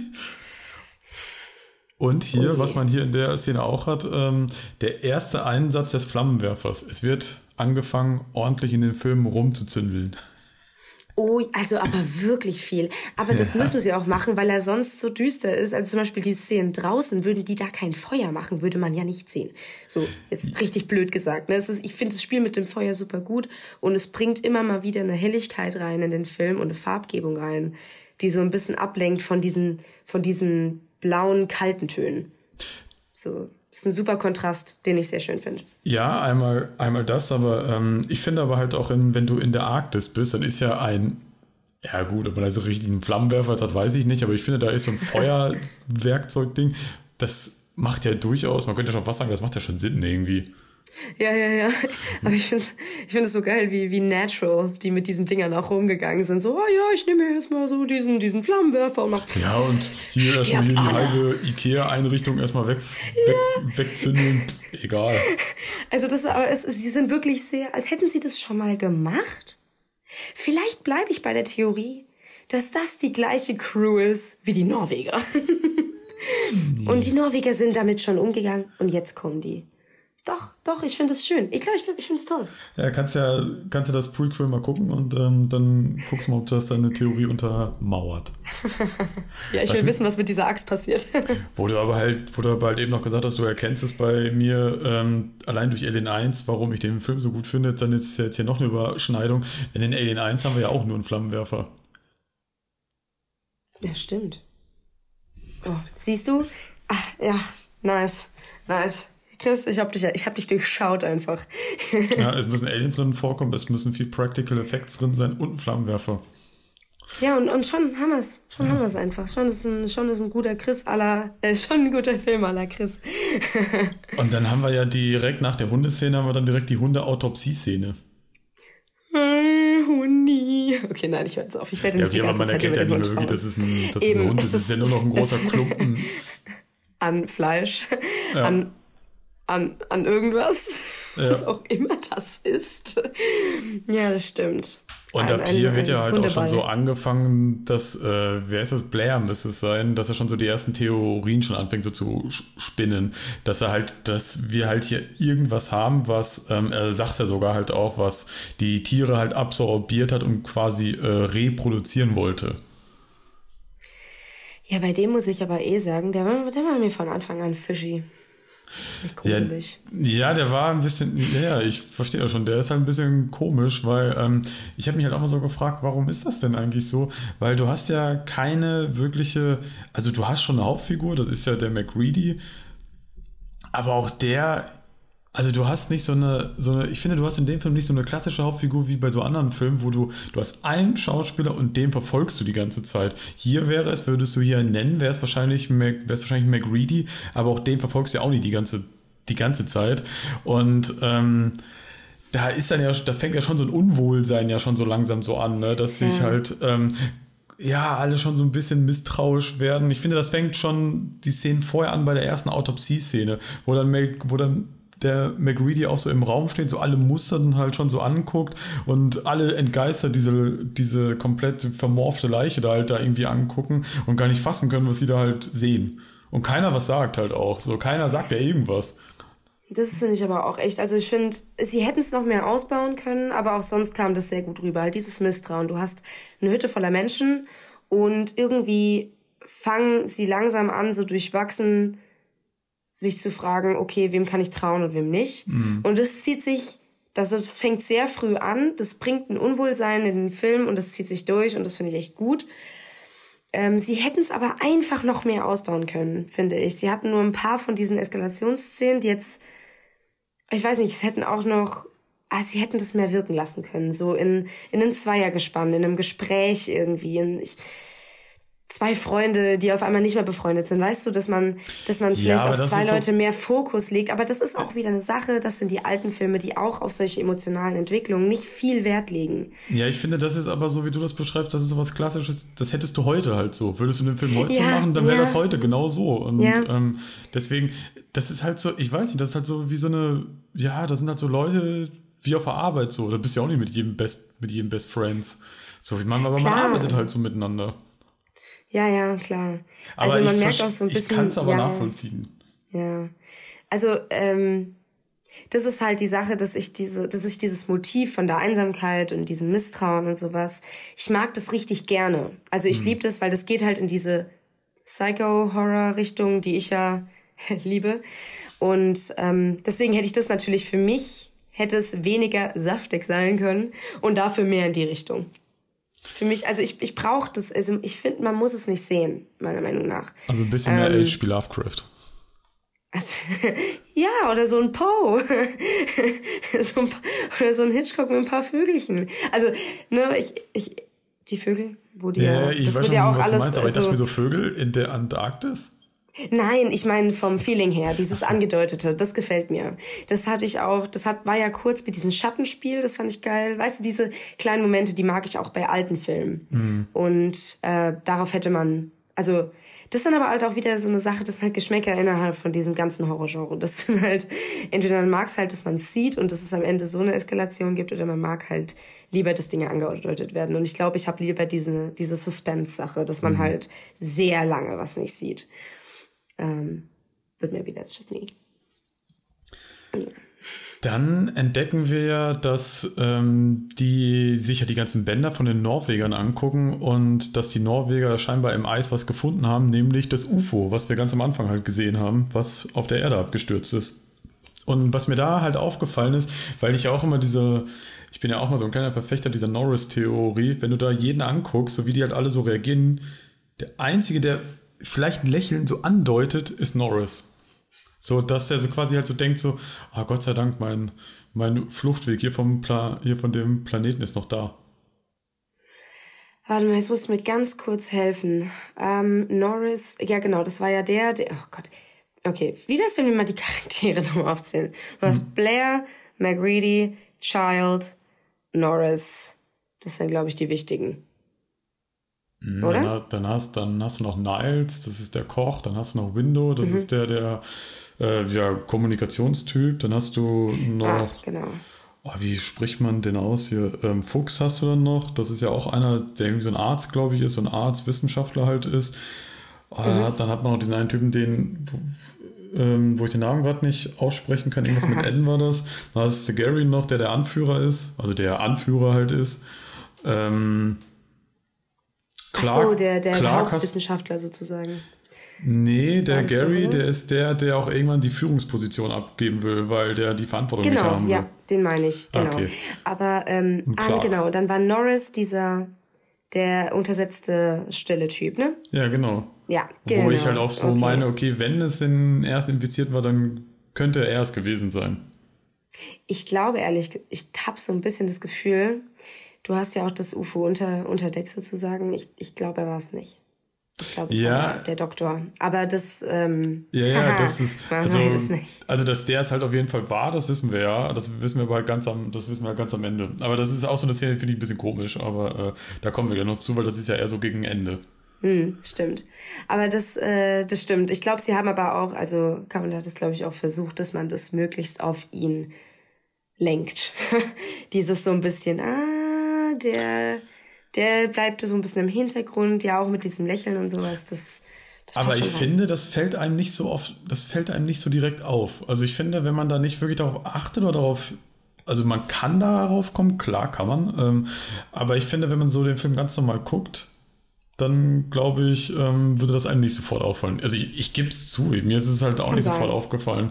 S1: Und hier, okay. was man hier in der Szene auch hat, ähm, der erste Einsatz des Flammenwerfers. Es wird angefangen, ordentlich in den Filmen rumzuzündeln.
S2: Oh, also aber wirklich viel. Aber das ja. müssen sie auch machen, weil er sonst so düster ist. Also zum Beispiel die Szenen draußen, würden die da kein Feuer machen, würde man ja nicht sehen. So, jetzt richtig blöd gesagt. Ne? Es ist, ich finde das Spiel mit dem Feuer super gut und es bringt immer mal wieder eine Helligkeit rein in den Film und eine Farbgebung rein, die so ein bisschen ablenkt von diesen, von diesen blauen, kalten Tönen. So. Das ist ein super Kontrast, den ich sehr schön finde.
S1: Ja, einmal, einmal das, aber ähm, ich finde aber halt auch, in, wenn du in der Arktis bist, dann ist ja ein, ja gut, ob man da so richtig einen Flammenwerfer hat, weiß ich nicht, aber ich finde, da ist so ein Feuerwerkzeugding, das macht ja durchaus, man könnte schon was sagen, das macht ja schon Sinn irgendwie.
S2: Ja, ja, ja. Aber ich finde es ich find so geil, wie, wie natural die mit diesen Dingern auch rumgegangen sind. So, oh ja, ich nehme jetzt mal so diesen, diesen Flammenwerfer und mach.
S1: Ja, und hier erstmal hier die halbe Ikea-Einrichtung erstmal weg, ja. weg, wegzünden. Egal.
S2: Also das war, aber es, sie sind wirklich sehr, als hätten sie das schon mal gemacht. Vielleicht bleibe ich bei der Theorie, dass das die gleiche Crew ist wie die Norweger. Nee. Und die Norweger sind damit schon umgegangen und jetzt kommen die. Doch, doch, ich finde es schön. Ich glaube, ich, ich finde es toll.
S1: Ja, kannst ja kannst ja das Prequel mal gucken und ähm, dann guckst du mal, ob das deine Theorie untermauert.
S2: Ja, ich was will mit, wissen, was mit dieser Axt passiert.
S1: Wo du aber halt, wo du aber halt eben noch gesagt hast, du erkennst es bei mir ähm, allein durch Alien eins, warum ich den Film so gut finde, dann ist es jetzt hier noch eine Überschneidung. Denn in Alien eins haben wir ja auch nur einen Flammenwerfer.
S2: Ja, stimmt. Oh, siehst du? Ach, ja, nice, nice. Chris, ich hab dich, ich hab dich durchschaut einfach.
S1: Ja, es müssen Aliens drin vorkommen, es müssen viel Practical Effects drin sein und ein Flammenwerfer.
S2: Ja, und, und schon haben wir es. Schon ja. haben wir es einfach. Schon ist ein, schon ist ein guter Chris à la, äh, schon ein guter Film à la Chris.
S1: Und dann haben wir ja direkt nach der Hundeszene haben wir dann direkt die Hunde-Autopsie-Szene.
S2: Hundi. Okay, nein, ich höre jetzt auf. Ich werde
S1: ja,
S2: nicht
S1: okay,
S2: die ganze
S1: aber man
S2: Zeit
S1: erkennt ja
S2: über den
S1: nicht
S2: Hund
S1: mehr, das ist ein, das ist ein Hund, das ist, ist ja nur noch ein großer Klumpen.
S2: An Fleisch,
S1: ja.
S2: an An, an irgendwas, ja. was auch immer das ist. Ja, das stimmt.
S1: Und ab hier wird ja halt Hundeball. Auch schon so angefangen, dass, äh, wer ist das, Blair müsste es sein, dass er schon so die ersten Theorien schon anfängt so zu spinnen, dass er halt, dass wir halt hier irgendwas haben, was, ähm, er sagt ja sogar halt auch, was die Tiere halt absorbiert hat und quasi äh, reproduzieren wollte.
S2: Ja, bei dem muss ich aber eh sagen, der war, der war mir von Anfang an fishy. Nicht gruselig.
S1: Ja, ja, der war ein bisschen, ja, ich verstehe das schon, der ist halt ein bisschen komisch, weil ähm, ich habe mich halt auch mal so gefragt, warum ist das denn eigentlich so? Weil du hast ja keine wirkliche, also du hast schon eine Hauptfigur, das ist ja der MacReady, aber auch der, also du hast nicht so eine, so eine, ich finde, du hast in dem Film nicht so eine klassische Hauptfigur wie bei so anderen Filmen, wo du, du hast einen Schauspieler und den verfolgst du die ganze Zeit. Hier wäre es, würdest du hier nennen, wäre es wahrscheinlich, Mac, wäre es wahrscheinlich MacReady, aber auch den verfolgst du ja auch nicht die ganze, die ganze Zeit. Und ähm, da ist dann ja, da fängt ja schon so ein Unwohlsein ja schon so langsam so an, ne, dass sich
S2: Ja.
S1: halt ähm, ja, alle schon so ein bisschen misstrauisch werden. Ich finde, das fängt schon die Szenen vorher an bei der ersten Autopsie-Szene, wo dann, Mac, wo dann der MacReady auch so im Raum steht, so alle Muster dann halt schon so anguckt und alle entgeistert diese, diese komplett vermorfte Leiche da halt da irgendwie angucken und gar nicht fassen können, was sie da halt sehen. Und keiner was sagt halt auch. So, keiner sagt ja irgendwas.
S2: Das finde ich aber auch echt, also ich finde, sie hätten es noch mehr ausbauen können, aber auch sonst kam das sehr gut rüber. Halt dieses Misstrauen. Du hast eine Hütte voller Menschen und irgendwie fangen sie langsam an, so durchwachsen, sich zu fragen, okay, wem kann ich trauen und wem nicht. Mhm. Und das zieht sich, das, das fängt sehr früh an, das bringt ein Unwohlsein in den Film und das zieht sich durch und das finde ich echt gut. Ähm, sie hätten es aber einfach noch mehr ausbauen können, finde ich. Sie hatten nur ein paar von diesen Eskalationsszenen, die jetzt, ich weiß nicht, es hätten auch noch, ah, sie hätten das mehr wirken lassen können, so in, in einem Zweiergespann, in einem Gespräch irgendwie, in, ich, zwei Freunde, die auf einmal nicht mehr befreundet sind, weißt du, dass man, dass man vielleicht
S1: Ja,
S2: auf zwei Leute
S1: so
S2: mehr Fokus legt, aber das ist auch wieder eine Sache, das sind die alten Filme, die auch auf solche emotionalen Entwicklungen nicht viel Wert legen.
S1: Ja, ich finde, das ist aber so, wie du das beschreibst, das ist so was Klassisches, das hättest du heute halt so. Würdest du den Film heute so
S2: Ja,
S1: machen, dann wäre
S2: ja.
S1: das heute genau so. Und
S2: Ja.
S1: ähm, deswegen, das ist halt so, ich weiß nicht, das ist halt so wie so eine, ja, das sind halt so Leute wie auf der Arbeit so. Da bist du ja auch nicht mit jedem Best, mit jedem Best Friends. So, ich meine, aber man
S2: Klar.
S1: arbeitet halt so miteinander.
S2: Ja, ja, klar.
S1: Aber
S2: Also man
S1: ich,
S2: merkt
S1: verste-
S2: auch so ein
S1: ich
S2: bisschen.
S1: kann es aber
S2: ja,
S1: nachvollziehen.
S2: Ja. Also, ähm, das ist halt die Sache, dass ich diese, dass ich dieses Motiv von der Einsamkeit und diesem Misstrauen und sowas, ich mag das richtig gerne. Also ich liebe das, weil das geht halt in diese Psycho-Horror-Richtung, die ich ja liebe. Und ähm, deswegen hätte ich das natürlich für mich, hätte es weniger saftig sein können und dafür mehr in die Richtung. Für mich, also ich, ich brauche das, also ich finde, man muss es nicht sehen, meiner Meinung nach.
S1: Also ein bisschen mehr
S2: Ähm,
S1: H P Lovecraft.
S2: Also, ja, oder so ein Poe. so ein, oder so ein Hitchcock mit ein paar Vögelchen. Also, ne, ich, ich, die Vögel, wo die
S1: Ja,
S2: ja,
S1: ich
S2: das
S1: weiß
S2: wird
S1: schon,
S2: ja auch
S1: was du
S2: alles.
S1: meinst, aber ich dachte
S2: so,
S1: mir so Vögel in der Antarktis.
S2: Nein, ich meine vom Feeling her, dieses Angedeutete, das gefällt mir. Das hatte ich auch, das hat, war ja kurz mit diesem Schattenspiel, das fand ich geil. Weißt du, diese kleinen Momente, die mag ich auch bei alten Filmen. Mhm. Und äh, darauf hätte man, also das ist dann aber halt auch wieder so eine Sache, das sind halt Geschmäcker innerhalb von diesem ganzen Horrorgenre. Das sind halt, entweder man mag es halt, dass man es sieht und dass es am Ende so eine Eskalation gibt, oder man mag halt lieber, dass Dinge angedeutet werden. Und ich glaube, ich habe lieber diese, diese Suspense-Sache, dass man mhm. halt sehr lange was nicht sieht. Um, but maybe that's just me. Yeah.
S1: Dann entdecken wir ja, dass ähm, die sich ja die ganzen Bänder von den Norwegern angucken und dass die Norweger scheinbar im Eis was gefunden haben, nämlich das U F O, was wir ganz am Anfang halt gesehen haben, was auf der Erde abgestürzt ist. Und was mir da halt aufgefallen ist, weil ich ja auch immer diese, ich bin ja auch mal so ein kleiner Verfechter dieser Norris-Theorie, wenn du da jeden anguckst, so wie die halt alle so reagieren, der Einzige, der vielleicht ein Lächeln so andeutet, ist Norris. So, dass er so quasi halt so denkt, so, ah, Gott sei Dank, mein, mein Fluchtweg hier, vom Pla- hier von dem Planeten ist noch da.
S2: Warte mal, jetzt musst du mir ganz kurz helfen. Ähm, Norris, ja genau, das war ja der, der, oh Gott. Okay, wie wär's, wenn wir mal die Charaktere nochmal aufzählen? Du hast hm. Blair, MacReady, Child, Norris. Das sind, glaube ich, die wichtigen. Oder?
S1: Dann, dann, hast, dann hast du noch Niles, das ist der Koch, dann hast du noch Window, das mhm. ist der, der äh, ja, Kommunikationstyp, dann hast du noch,
S2: ah, genau.
S1: oh, wie spricht man den aus hier? Ähm, Fuchs hast du dann noch, das ist ja auch einer, der irgendwie so ein Arzt, glaube ich, ist, so ein Arzt, Wissenschaftler halt ist. Oh, mhm. Dann hat man noch diesen einen Typen, den, wo, ähm, wo ich den Namen gerade nicht aussprechen kann, irgendwas mit N war das. Dann hast du Gary noch, der der Anführer ist, also der Anführer halt ist. Ähm, Clark,
S2: Ach so, der, der
S1: Clark
S2: Hauptwissenschaftler sozusagen.
S1: Nee, der
S2: Weißt
S1: Gary,
S2: du,
S1: der ist der, der auch irgendwann die Führungsposition abgeben will, weil der die Verantwortung
S2: genau,
S1: nicht haben will.
S2: Ja, den meine ich, genau.
S1: Okay.
S2: Aber, ähm, ah, genau, dann war Norris dieser, der untersetzte, stille Typ, ne?
S1: Ja, genau.
S2: Ja, genau.
S1: Wo ich halt auch so
S2: okay.
S1: meine, okay, wenn es in erst infiziert war, dann könnte er es gewesen sein.
S2: Ich glaube ehrlich, ich habe so ein bisschen das Gefühl, du hast ja auch das U F O unter, unter Deck sozusagen. Ich, ich glaube, er war es nicht. Ich glaube, es
S1: ja.
S2: war der, der Doktor. Aber das, ähm,
S1: ja, ja, das ist,
S2: man
S1: also,
S2: weiß es nicht.
S1: Also, dass der es halt auf jeden Fall war, das wissen wir ja. Das wissen wir aber halt ganz am, das wissen wir ganz am Ende. Aber das ist auch so eine Szene, finde ich ein bisschen komisch. Aber äh, da kommen wir ja noch zu, weil das ist ja eher so gegen Ende.
S2: Hm, stimmt. Aber das, äh, das stimmt. Ich glaube, sie haben aber auch, also Cameron hat es, glaube ich, auch versucht, dass man das möglichst auf ihn lenkt. Dieses so ein bisschen, ah, der, der bleibt so ein bisschen im Hintergrund, ja auch mit diesem Lächeln und sowas. Das, das
S1: Aber
S2: passt
S1: ich
S2: schon
S1: finde,
S2: rein.
S1: das fällt einem nicht so oft, das fällt einem nicht so direkt auf. Also ich finde, wenn man da nicht wirklich darauf achtet oder darauf, also man kann darauf kommen, klar kann man, ähm, aber ich finde, wenn man so den Film ganz normal guckt, dann glaube ich, ähm, würde das einem nicht sofort auffallen. Also ich, ich gebe es zu, mir ist es halt auch
S2: Kann
S1: nicht
S2: sein.
S1: sofort aufgefallen.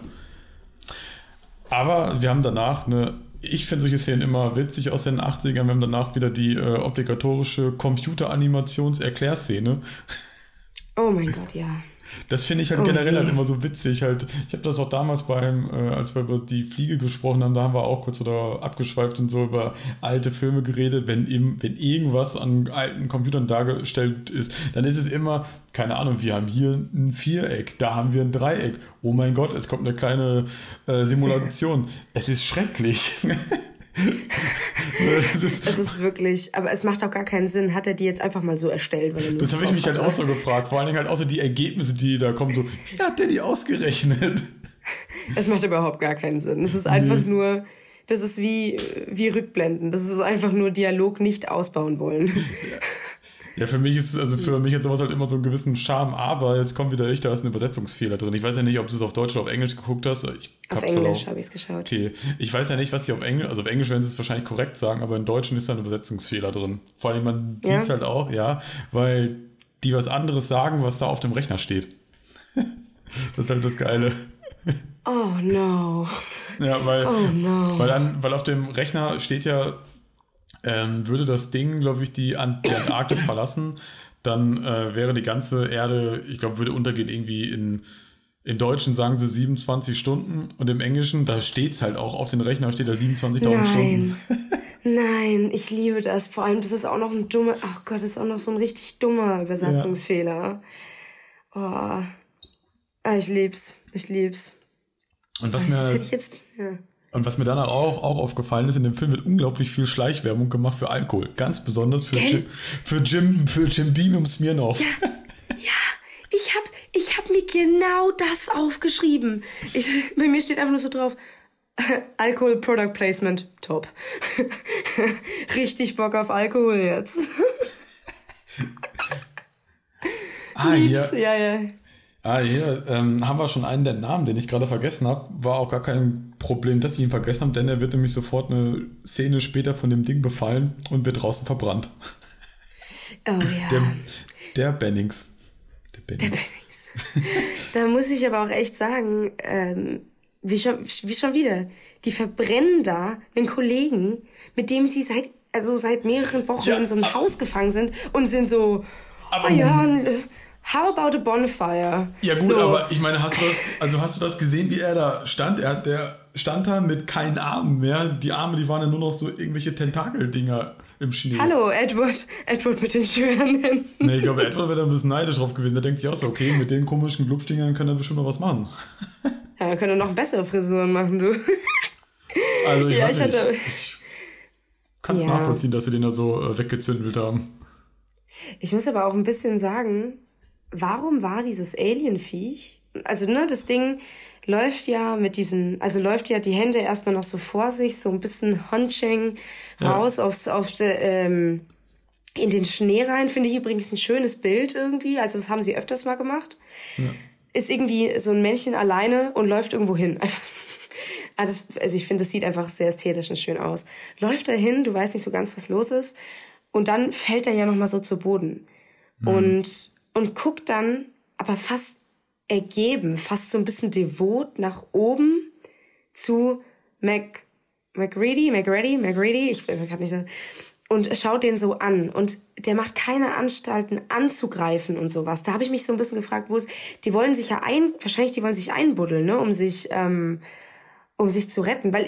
S1: Aber wir haben danach eine, ich finde solche Szenen immer witzig aus den achtzigern, wir haben danach wieder die äh, obligatorische Computeranimations-Erklärszene.
S2: Oh mein Gott, ja.
S1: Das finde ich halt
S2: Oh
S1: generell
S2: je.
S1: halt immer so witzig. Halt, ich habe das auch damals beim, äh, als wir über die Fliege gesprochen haben, da haben wir auch kurz oder abgeschweift und so über alte Filme geredet. Wenn eben, wenn irgendwas an alten Computern dargestellt ist, dann ist es immer, keine Ahnung, wir haben hier ein Viereck, da haben wir ein Dreieck. Oh mein Gott, es kommt eine kleine äh, Simulation. Es ist schrecklich. Das ist,
S2: Es ist wirklich, aber es macht auch gar keinen Sinn. Hat er die jetzt einfach mal so erstellt? Weil er Lust
S1: das habe ich
S2: drauf
S1: mich halt
S2: hatte?
S1: auch so gefragt. Vor allen Dingen halt auch so die Ergebnisse, die da kommen, so, wie hat der die ausgerechnet?
S2: Es macht überhaupt gar keinen Sinn. Es ist einfach nee. nur, das ist wie, wie Rückblenden. Das ist einfach nur Dialog nicht ausbauen wollen.
S1: Ja. Ja, für mich ist, also für mich hat sowas halt immer so einen gewissen Charme, aber jetzt kommt wieder ich, da ist ein Übersetzungsfehler drin. Ich weiß ja nicht, ob du es auf Deutsch oder auf Englisch geguckt hast. Ich
S2: auf Englisch habe ich es geschaut.
S1: Okay, ich weiß ja nicht, was sie auf Englisch, also auf Englisch werden sie es wahrscheinlich korrekt sagen, aber in Deutschen ist da ein Übersetzungsfehler drin. Vor allem, man
S2: Ja?
S1: sieht es halt auch, ja, weil die was anderes sagen, was da auf dem Rechner steht. Das ist halt das Geile.
S2: Oh no.
S1: Ja, weil,
S2: Oh no.
S1: weil, an, weil auf dem Rechner steht ja, Ähm, würde das Ding, glaube ich, die, An- die Antarktis verlassen, dann äh, wäre die ganze Erde, ich glaube, würde untergehen irgendwie in, im Deutschen sagen sie siebenundzwanzig Stunden und im Englischen, da steht es halt auch, auf den Rechner steht da siebenundzwanzigtausend Stunden.
S2: Nein, ich liebe das. Vor allem, das ist auch noch ein dummer, ach Gott, das ist auch noch so ein richtig dummer Übersetzungsfehler. Ja. Oh. Ich lieb's, ich lieb's.
S1: Und was,
S2: das
S1: mir,
S2: hätte ich jetzt, ja.
S1: und was mir dann auch, auch aufgefallen ist, in dem Film wird unglaublich viel Schleichwerbung gemacht für Alkohol. Ganz besonders für, Jim, für Jim, für Jim Beam und Smirnoff.
S2: Ja, ja. Ich hab, ich hab mir genau das aufgeschrieben. Ich, bei mir steht einfach nur so drauf, Alkohol Product Placement, top. Richtig Bock auf Alkohol jetzt.
S1: Ah,
S2: Lieb's,
S1: hier,
S2: ja, ja.
S1: ah, hier ähm, haben wir schon einen der Namen, den ich gerade vergessen habe. War auch gar kein Problem, dass ich ihn vergessen habe, denn er wird nämlich sofort eine Szene später von dem Ding befallen und wird draußen verbrannt.
S2: Oh ja.
S1: Der, der Bennings. Der Bennings.
S2: Der Bennings. Da muss ich aber auch echt sagen, ähm, wie schon, wie schon wieder, die verbrennen da einen Kollegen, mit dem sie seit, also seit mehreren Wochen
S1: Ja,
S2: in so einem
S1: aber-
S2: Haus gefangen sind und sind so,
S1: Aber-
S2: oh ja, äh, how about a bonfire?
S1: Ja gut,
S2: so,
S1: aber ich meine, hast du das, also hast du das gesehen, wie er da stand? Er hat, der stand da mit keinen Armen mehr. Die Arme, die waren ja nur noch so irgendwelche Tentakeldinger im Schnee.
S2: Hallo, Edward, Edward mit den schweren Händen.
S1: Nee, ich glaube, Edward wäre da ein bisschen neidisch drauf gewesen. Der denkt sich auch so, okay, mit den komischen Glubschdingern kann er bestimmt noch was machen.
S2: Ja, wir können noch bessere Frisuren machen, du.
S1: Also ich
S2: Ja,
S1: weiß
S2: ich
S1: nicht.
S2: hatte-
S1: Ich kann es
S2: Ja.
S1: nachvollziehen, dass sie den da so äh, weggezündelt haben.
S2: Ich muss aber auch ein bisschen sagen, warum war dieses Alien-Viech? Also, ne, das Ding läuft ja mit diesen, also läuft ja die Hände erstmal noch so vor sich, so ein bisschen Hunching
S1: Ja.
S2: raus aufs, auf de, ähm, in den Schnee rein. Finde ich übrigens ein schönes Bild irgendwie. Also, das haben sie öfters mal gemacht.
S1: Ja.
S2: Ist irgendwie so ein Männchen alleine und läuft irgendwo hin. Also, also ich finde, das sieht einfach sehr ästhetisch und schön aus. Läuft da hin, du weißt nicht so ganz, was los ist. Und dann fällt er ja nochmal so zu Boden. Mhm. Und, und guckt dann aber fast ergeben, fast so ein bisschen devot nach oben zu Mac, MacReady, MacReady, MacReady, ich weiß gerade nicht so, und schaut den so an. Und der macht keine Anstalten anzugreifen und sowas. Da habe ich mich so ein bisschen gefragt, wo es, die wollen sich ja ein, wahrscheinlich die wollen sich einbuddeln, ne, um sich, ähm, um sich zu retten, weil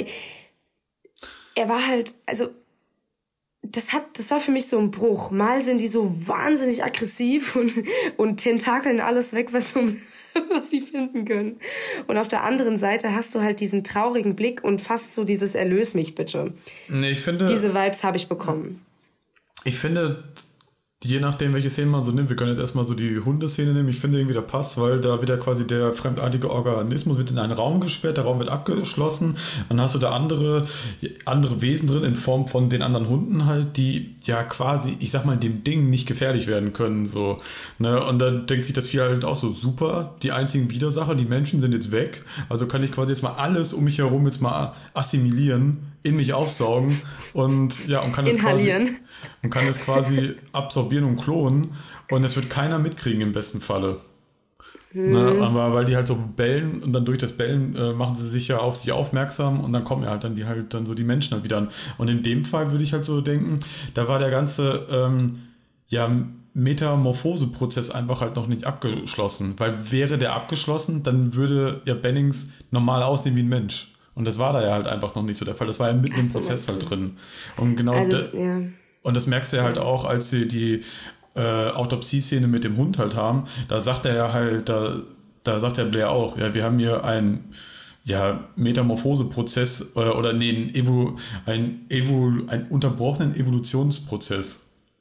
S2: er war halt, also das hat, das war für mich so ein Bruch. Mal sind die so wahnsinnig aggressiv und, und tentakeln alles weg, was, um, was sie finden können. Und auf der anderen Seite hast du halt diesen traurigen Blick und fast so dieses Erlös mich bitte.
S1: Nee, ich finde...
S2: Diese Vibes habe ich bekommen.
S1: Ich finde, je nachdem, welche Szene man so nimmt, wir können jetzt erstmal so die Hundeszene nehmen, ich finde irgendwie, der passt, weil da wird ja quasi der fremdartige Organismus wird in einen Raum gesperrt, der Raum wird abgeschlossen, dann hast du da andere, andere Wesen drin in Form von den anderen Hunden halt, die ja quasi, ich sag mal, dem Ding nicht gefährlich werden können, so, ne, und dann denkt sich das Vieh halt auch so, super, die einzigen Widersacher, die Menschen sind jetzt weg, also kann ich quasi jetzt mal alles um mich herum jetzt mal assimilieren, in mich aufsaugen und ja, und kann es quasi und kann es quasi absorbieren und klonen und es wird keiner mitkriegen im besten Falle. Hm. Ne, aber weil die halt so bellen und dann durch das Bellen äh, machen sie sich ja auf sich aufmerksam und dann kommen ja halt dann die halt dann so die Menschen halt wieder an. Und in dem Fall würde ich halt so denken, da war der ganze ähm, ja Metamorphose-Prozess einfach halt noch nicht abgeschlossen. Weil wäre der abgeschlossen, dann würde ja Bennings normal aussehen wie ein Mensch. Und das war da ja halt einfach noch nicht so der Fall. Das war ja mitten im Prozess halt drin. Und genau
S2: also,
S1: de-
S2: ja.
S1: Und das merkst du ja halt auch, als sie die äh, Autopsie-Szene mit dem Hund halt haben. Da sagt er ja halt, da, da sagt der Blair auch, ja, wir haben hier einen ja, Metamorphose-Prozess äh, oder nee, einen, Evo, ein Evo, einen unterbrochenen Evolutionsprozess.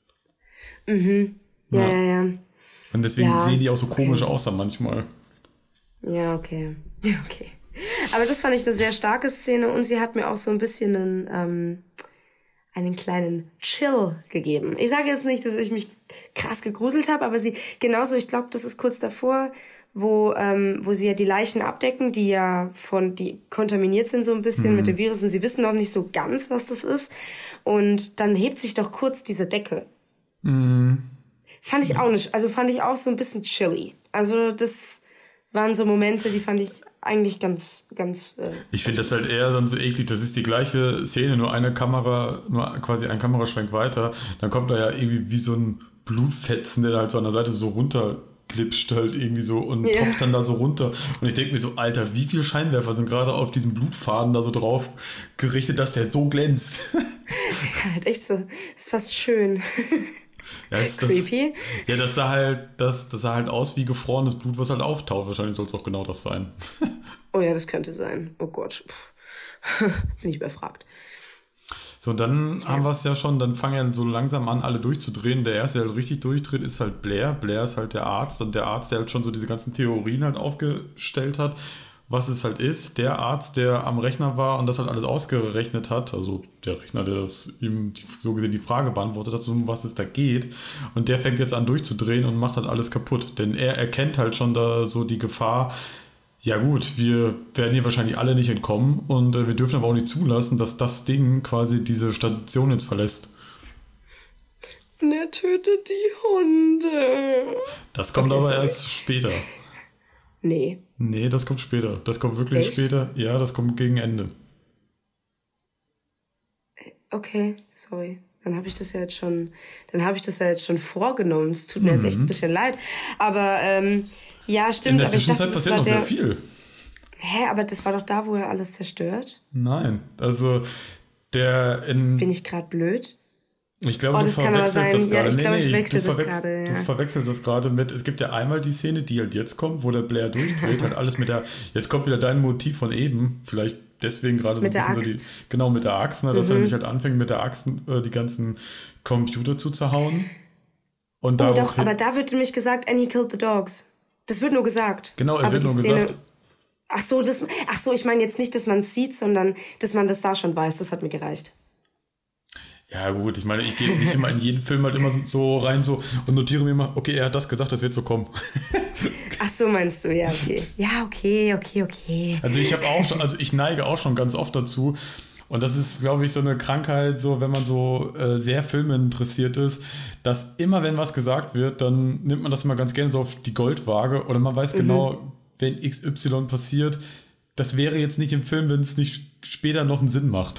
S2: Mhm. Ja, ja, ja. ja.
S1: Und deswegen
S2: ja,
S1: sehen die auch so komisch
S2: okay.
S1: aus dann manchmal.
S2: Ja, okay. Ja, okay. Aber das fand ich eine sehr starke Szene und sie hat mir auch so ein bisschen einen, ähm, einen kleinen Chill gegeben. Ich sage jetzt nicht, dass ich mich krass gegruselt habe, aber sie, genauso, ich glaube, das ist kurz davor, wo, ähm, wo sie ja die Leichen abdecken, die ja von, die kontaminiert sind so ein bisschen mhm. mit dem Virus und sie wissen noch nicht so ganz, was das ist. Und dann hebt sich doch kurz diese Decke.
S1: Mhm.
S2: Fand ich auch nicht, also fand ich auch so ein bisschen chilly. Also das waren so Momente, die fand ich eigentlich ganz, ganz... Äh,
S1: ich finde das halt eher dann so eklig. Das ist die gleiche Szene, nur eine Kamera, nur quasi ein Kameraschwenk weiter. Dann kommt da ja irgendwie wie so ein Blutfetzen, der halt so an der Seite so runterklipscht halt irgendwie so und yeah. tropft dann da so runter. Und ich denke mir so, Alter, wie viele Scheinwerfer sind gerade auf diesen Blutfaden da so drauf gerichtet, dass der so glänzt?
S2: Ja, halt echt so. Das ist fast schön.
S1: Ja, das,
S2: Creepy.
S1: Das, ja, das sah halt, das, das sah halt aus wie gefrorenes Blut, was halt auftaucht. Wahrscheinlich soll es auch genau das sein.
S2: Oh ja, das könnte sein. Oh Gott. Bin ich überfragt.
S1: So, dann ja. haben wir es ja schon, dann fangen ja so langsam an, alle durchzudrehen. Der erste, der halt richtig durchdreht, ist halt Blair. Blair ist halt der Arzt und der Arzt, der halt schon so diese ganzen Theorien halt aufgestellt hat, was es halt ist. Der Arzt, der am Rechner war und das halt alles ausgerechnet hat, also der Rechner, der das ihm so gesehen die Frage beantwortet hat, um was es da geht. Und der fängt jetzt an durchzudrehen und macht halt alles kaputt. Denn er erkennt halt schon da so die Gefahr, ja gut, wir werden hier wahrscheinlich alle nicht entkommen und äh, wir dürfen aber auch nicht zulassen, dass das Ding quasi diese Station jetzt verlässt.
S2: Und er tötet die Hunde.
S1: Das kommt okay, aber sorry. erst später.
S2: Nee.
S1: Nee, das kommt später. Das kommt wirklich Echt? später. Ja, das kommt gegen Ende.
S2: Okay, sorry. Dann habe ich das ja jetzt schon, dann habe ich das ja jetzt schon vorgenommen. Es tut mir mhm. jetzt echt ein bisschen leid. Aber ähm, ja, stimmt.
S1: In der
S2: aber
S1: Zwischenzeit
S2: ich dachte,
S1: passiert noch
S2: der,
S1: sehr viel.
S2: Hä, aber das war doch da, wo er alles zerstört?
S1: Nein, also der in...
S2: Bin ich gerade blöd?
S1: Ich glaube,
S2: oh,
S1: du
S2: das
S1: verwechselst das gerade.
S2: Ja, ich
S1: nee,
S2: glaube,
S1: nee,
S2: ich wechsle
S1: du,
S2: das
S1: verwechsel,
S2: gerade. Ja.
S1: du verwechselst das gerade mit, es gibt ja einmal die Szene, die halt jetzt kommt, wo der Blair durchdreht, halt alles mit der, jetzt kommt wieder dein Motiv von eben, vielleicht deswegen gerade so
S2: mit
S1: ein bisschen so die, genau, mit der Axt, ne, dass mhm. er nämlich halt anfängt, mit der Axt äh, die ganzen Computer zu zerhauen. Und
S2: oh, doch, aber da wird nämlich gesagt, and he killed the dogs. Das wird nur gesagt.
S1: Genau, es
S2: aber
S1: wird nur Szene, gesagt.
S2: Ach so, das, ach so, ich meine jetzt nicht, dass man es sieht, sondern dass man das da schon weiß. Das hat mir gereicht.
S1: Ja gut, ich meine, ich gehe jetzt nicht immer in jeden Film halt immer so rein so und notiere mir mal, okay, er hat das gesagt, das wird so kommen.
S2: Ach so, meinst du, ja, okay. Ja, okay, okay, okay.
S1: Also ich habe auch schon, also ich neige auch schon ganz oft dazu, Und das ist, glaube ich, so eine Krankheit, so wenn man so äh, sehr Filme interessiert ist, dass immer, wenn was gesagt wird, dann nimmt man das immer ganz gerne so auf die Goldwaage oder man weiß mhm. genau, wenn X Y passiert, das wäre jetzt nicht im Film, wenn es nicht später noch einen Sinn macht.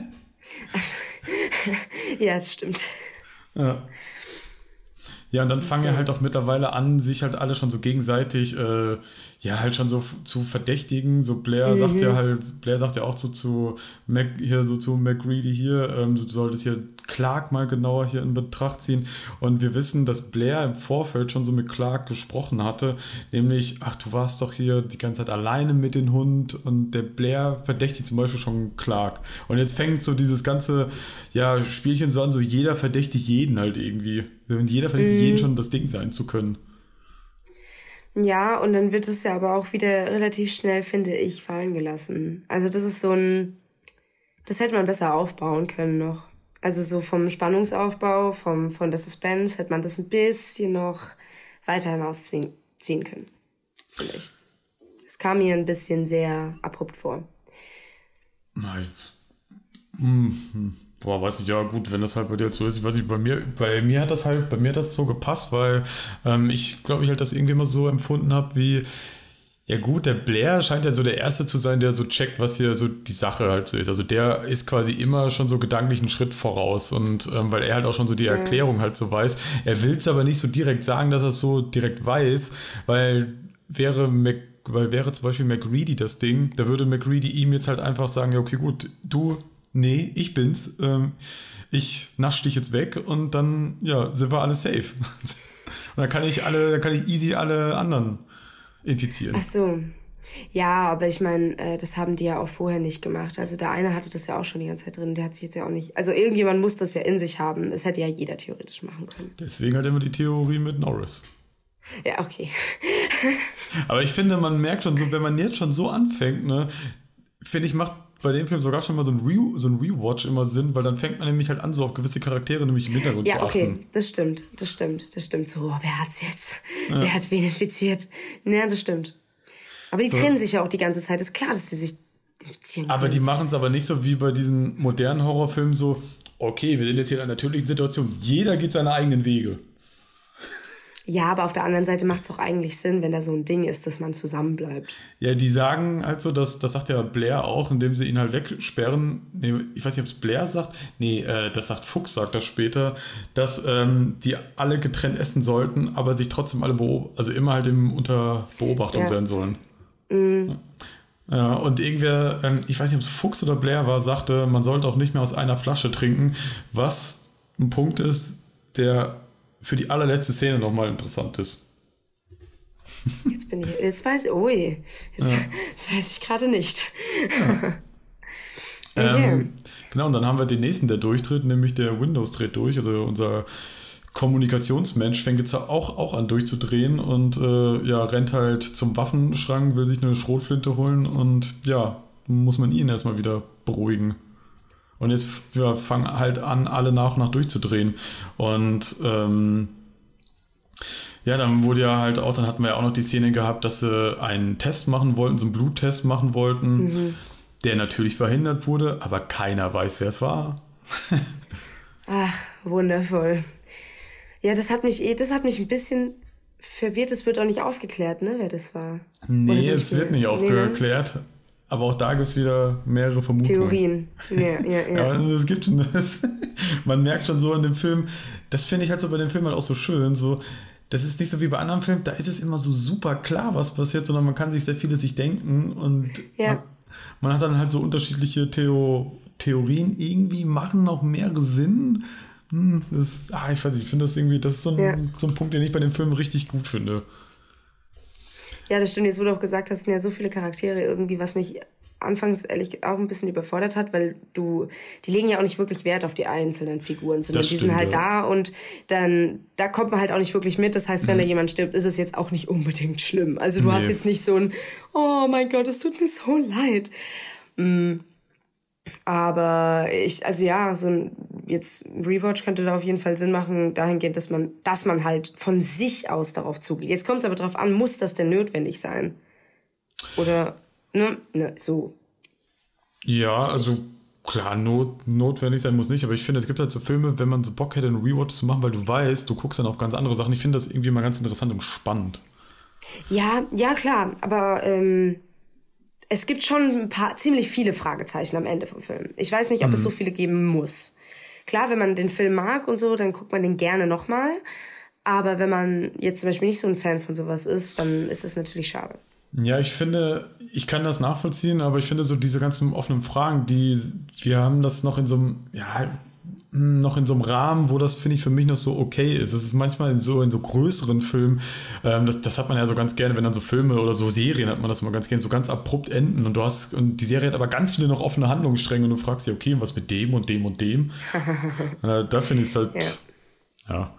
S2: Ja, das stimmt.
S1: Ja. Ja, und dann fangen ja halt auch mittlerweile an, sich halt alle schon so gegenseitig, äh, ja, halt schon so f- zu verdächtigen. So Blair mhm. sagt ja halt, Blair sagt ja auch so zu Mac, hier so zu McGreedy hier, ähm, du solltest hier Clark mal genauer hier in Betracht ziehen. Und wir wissen, dass Blair im Vorfeld schon so mit Clark gesprochen hatte, nämlich, ach, du warst doch hier die ganze Zeit alleine mit dem Hund und der Blair verdächtigt zum Beispiel schon Clark. Und jetzt fängt so dieses ganze, ja, Spielchen so an, so jeder verdächtigt jeden halt irgendwie. Und jeder verdächtigt mm. jeden schon das Ding sein zu können.
S2: Ja, und dann wird es ja aber auch wieder relativ schnell, finde ich, fallen gelassen. Also das ist so ein, das hätte man besser aufbauen können noch. Also so vom Spannungsaufbau, vom, von der Suspense hätte man das ein bisschen noch weiter hinausziehen ziehen können, finde ich. Es kam mir ein bisschen sehr abrupt vor.
S1: Nein. Hm. Boah, weiß nicht, ja gut, wenn das halt bei dir so ist, ich weiß nicht, bei mir, bei mir hat das halt, bei mir hat das so gepasst, weil ähm, ich glaube, ich halt das irgendwie immer so empfunden habe, wie, ja gut, der Blair scheint ja so der Erste zu sein, der so checkt, was hier so die Sache halt so ist. Also der ist quasi immer schon so gedanklich einen Schritt voraus und ähm, weil er halt auch schon so die Erklärung halt so weiß. Er will es aber nicht so direkt sagen, dass er es so direkt weiß, weil wäre Mac weil wäre zum Beispiel McGreedy das Ding, da würde McGreedy ihm jetzt halt einfach sagen, ja okay, gut, du nee, ich bin's. Ähm, ich nasch dich jetzt weg und dann, ja, sind wir alle safe. Und dann kann ich alle, dann kann ich easy alle anderen infizieren.
S2: Ach so. Ja, aber ich meine, äh, das haben die ja auch vorher nicht gemacht. Also der eine hatte das ja auch schon die ganze Zeit drin, der hat sich jetzt ja auch nicht... Also irgendjemand muss das ja in sich haben. Das hätte ja jeder theoretisch machen können.
S1: Deswegen hat er immer die Theorie mit Norris.
S2: Ja, okay.
S1: Aber ich finde, man merkt schon so, wenn man jetzt schon so anfängt, ne, finde ich, macht bei dem Film sogar schon mal so ein, Re- so ein Rewatch immer Sinn, weil dann fängt man nämlich halt an, so auf gewisse Charaktere nämlich im Hintergrund
S2: ja,
S1: zu achten.
S2: Ja, okay, das stimmt, das stimmt, das stimmt. So, wer hat's jetzt? Ja. Wer hat wen infiziert? Ja, das stimmt. Aber die so. trennen sich ja auch die ganze Zeit. Ist klar, dass die sich infizieren können.
S1: Aber die machen es aber nicht so wie bei diesen modernen Horrorfilmen so, okay, wir sind jetzt hier in einer natürlichen Situation, jeder geht seine eigenen Wege.
S2: Ja, aber auf der anderen Seite macht es auch eigentlich Sinn, wenn da so ein Ding ist, dass man zusammenbleibt.
S1: Ja, die sagen halt so, dass, das sagt ja Blair auch, indem sie ihn halt wegsperren. Nee, ich weiß nicht, ob es Blair sagt. Nee, äh, das sagt Fuchs, sagt das später, dass ähm, die alle getrennt essen sollten, aber sich trotzdem alle, beob- also immer halt im, unter Beobachtung ja. sein sollen. Mhm. Ja. Ja, und irgendwer, ähm, ich weiß nicht, ob es Fuchs oder Blair war, sagte, man sollte auch nicht mehr aus einer Flasche trinken, was ein Punkt ist, der für die allerletzte Szene nochmal interessant ist.
S2: Jetzt bin ich, jetzt weiß ich, ui, jetzt, ja. das weiß ich gerade nicht.
S1: Ja. okay. ähm, genau, und dann haben wir den nächsten, der durchtritt, nämlich der Windows dreht durch, also unser Kommunikationsmensch fängt jetzt auch, auch an durchzudrehen und äh, ja, rennt halt zum Waffenschrank, will sich eine Schrotflinte holen und ja, muss man ihn erstmal wieder beruhigen. Und jetzt ja, fangen halt an, alle nach und nach durchzudrehen. Und ähm, ja, dann wurde ja halt auch, dann hatten wir ja auch noch die Szene gehabt, dass sie einen Test machen wollten, so einen Bluttest machen wollten, mhm. der natürlich verhindert wurde, aber keiner weiß, wer es war.
S2: Ach, wundervoll. Ja, das hat mich eh, das hat mich ein bisschen verwirrt. Es wird auch nicht aufgeklärt, ne, wer das war.
S1: Nee, es wird nicht aufgeklärt. Nee, ne? Aber auch da gibt es wieder mehrere Vermutungen.
S2: Theorien. Ja, ja, ja.
S1: Aber es gibt schon das. Man merkt schon so in dem Film, das finde ich halt so bei dem Film halt auch so schön, so, das ist nicht so wie bei anderen Filmen, da ist es immer so super klar, was passiert, sondern man kann sich sehr viele sich denken und
S2: ja.
S1: man, man hat dann halt so unterschiedliche Theo, Theorien irgendwie, machen auch mehrere Sinn. Hm, das, ah, ich weiß nicht, ich finde das irgendwie, das ist so ein, ja. so ein Punkt, den ich bei dem Film richtig gut finde.
S2: Ja, das stimmt. Jetzt wurde auch gesagt, das sind ja so viele Charaktere irgendwie, was mich anfangs ehrlich auch ein bisschen überfordert hat, weil du, die legen ja auch nicht wirklich Wert auf die einzelnen Figuren, sondern die sind halt ja. da und dann, da kommt man halt auch nicht wirklich mit. Das heißt, wenn mhm. da jemand stirbt, ist es jetzt auch nicht unbedingt schlimm. Also du nee. hast jetzt nicht so ein, oh mein Gott, es tut mir so leid. Mhm. Aber ich, also ja, so ein jetzt ein Rewatch könnte da auf jeden Fall Sinn machen, dahingehend, dass man, dass man halt von sich aus darauf zugeht. Jetzt kommt es aber drauf an, muss das denn notwendig sein? Oder, ne, ne, so.
S1: Ja, also Klar, not, notwendig sein muss nicht, aber ich finde, es gibt halt so Filme, wenn man so Bock hätte, einen Rewatch zu machen, weil du weißt, du guckst dann auf ganz andere Sachen. Ich finde das irgendwie mal ganz interessant und spannend.
S2: Ja, ja, klar, aber ähm, es gibt schon ein paar, ziemlich viele Fragezeichen am Ende vom Film. Ich weiß nicht, ob mhm. es so viele geben muss. Klar, wenn man den Film mag und so, dann guckt man den gerne nochmal. Aber wenn man jetzt zum Beispiel nicht so ein Fan von sowas ist, dann ist das natürlich schade.
S1: Ja, ich finde, ich kann das nachvollziehen, aber ich finde so diese ganzen offenen Fragen, die, wir haben das noch in so einem, ja, noch in so einem Rahmen, wo das, finde ich, für mich noch so okay ist. Es ist manchmal in so, in so größeren Filmen, ähm, das, das hat man ja so ganz gerne, wenn dann so Filme oder so Serien hat man das immer ganz gerne, so ganz abrupt enden und du hast, und die Serie hat aber ganz viele noch offene Handlungsstränge und du fragst dich, okay, was mit dem und dem und dem? äh, da finde ich es halt, ja. ja.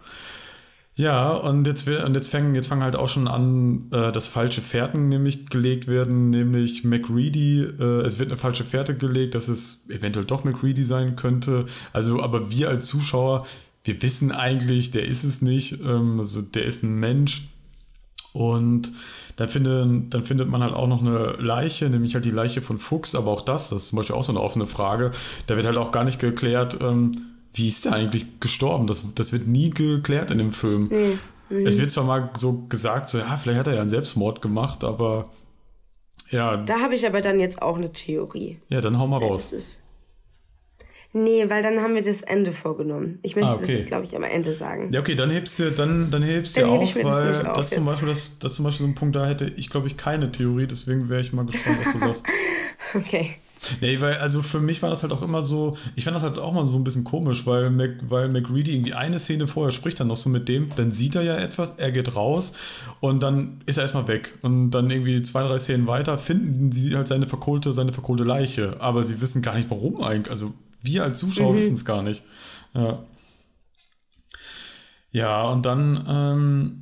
S1: Ja, und jetzt, und jetzt fangen jetzt fangen halt auch schon an, äh, dass falsche Fährten nämlich gelegt werden, nämlich MacReady, äh, es wird eine falsche Fährte gelegt, dass es eventuell doch MacReady sein könnte. Also, aber wir als Zuschauer, wir wissen eigentlich, der ist es nicht, ähm, also der ist ein Mensch. Und dann, finde, dann findet man halt auch noch eine Leiche, nämlich halt die Leiche von Fuchs, aber auch das, das ist zum Beispiel auch so eine offene Frage, da wird halt auch gar nicht geklärt, ähm, wie ist der eigentlich gestorben? Das, das wird nie geklärt in dem Film. Mhm. Mhm. Es wird zwar mal so gesagt, so, ja, vielleicht hat er ja einen Selbstmord gemacht, aber ja.
S2: Da habe ich aber dann jetzt auch eine Theorie.
S1: Ja, dann hau mal raus.
S2: Das ist nee, weil dann haben wir das Ende vorgenommen. Ich möchte ah, okay. das, glaube ich, am Ende sagen.
S1: Ja, okay, dann hebst du dann, dann hebst dann heb auf, weil das, das, zum Beispiel, das, das zum Beispiel so ein Punkt, da hätte ich, glaube ich, keine Theorie, deswegen wäre ich mal gespannt, was du sagst.
S2: Okay.
S1: Nee, weil, also für mich war das halt auch immer so, ich fand das halt auch mal so ein bisschen komisch, weil, Mac, weil MacReady irgendwie eine Szene vorher spricht dann noch so mit dem, dann sieht er ja etwas, er geht raus und dann ist er erstmal weg. Und dann irgendwie zwei, drei Szenen weiter finden sie halt seine verkohlte, seine verkohlte Leiche, aber sie wissen gar nicht, warum eigentlich. Also wir als Zuschauer mhm. wissen es gar nicht. Ja, ja und dann ähm,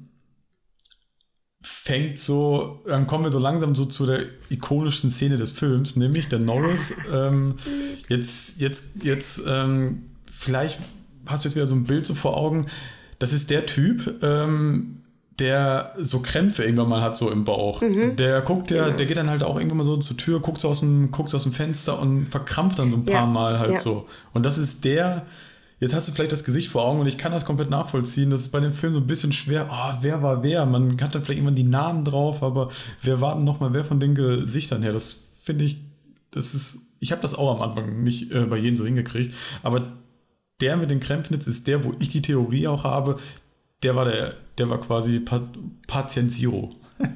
S1: fängt so, dann kommen wir so langsam so zu der ikonischsten Szene des Films, nämlich der Norris. Ähm, jetzt, jetzt, jetzt, ähm, vielleicht hast du jetzt wieder so ein Bild so vor Augen. Das ist der Typ, ähm, der so Krämpfe irgendwann mal hat, so im Bauch. Mhm. Der guckt ja, der geht dann halt auch irgendwann mal so zur Tür, guckt so aus dem, guckt so aus dem Fenster und verkrampft dann so ein paar ja. Mal halt ja. so. Und das ist der. Jetzt hast du vielleicht das Gesicht vor Augen und ich kann das komplett nachvollziehen. Das ist bei dem Film so ein bisschen schwer. Oh, wer war wer? Man hat dann vielleicht irgendwann die Namen drauf, aber wer war denn nochmal wer von den Gesichtern her? Das finde ich, das ist, ich habe das auch am Anfang nicht äh, bei jedem so hingekriegt, aber der mit den Krämpfen jetzt ist der, wo ich die Theorie auch habe, der war der, der war quasi pa- Patient Zero.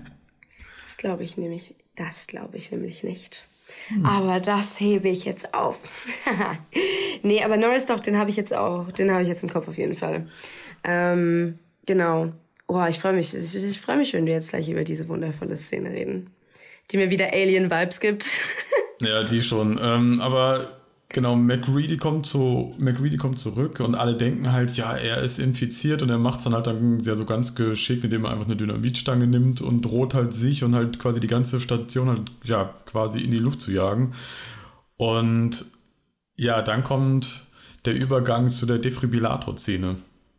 S2: Das glaube ich nämlich, das glaube ich nämlich nicht. Hm. Aber das hebe ich jetzt auf. Nee, aber Norris doch, den habe ich jetzt auch, den habe ich jetzt im Kopf auf jeden Fall. Ähm, genau. Oh, ich freue mich, ich, ich freue mich, wenn wir jetzt gleich über diese wundervolle Szene reden, die mir wieder Alien-Vibes gibt.
S1: Ja, die schon. Ähm, aber genau, MacReady kommt, zu, MacReady kommt zurück und alle denken halt, ja, er ist infiziert und er macht es dann halt dann ja so ganz geschickt, indem er einfach eine Dynamitstange nimmt und droht halt sich und halt quasi die ganze Station halt ja quasi in die Luft zu jagen. Und ja, dann kommt der Übergang zu der Defibrillator-Szene.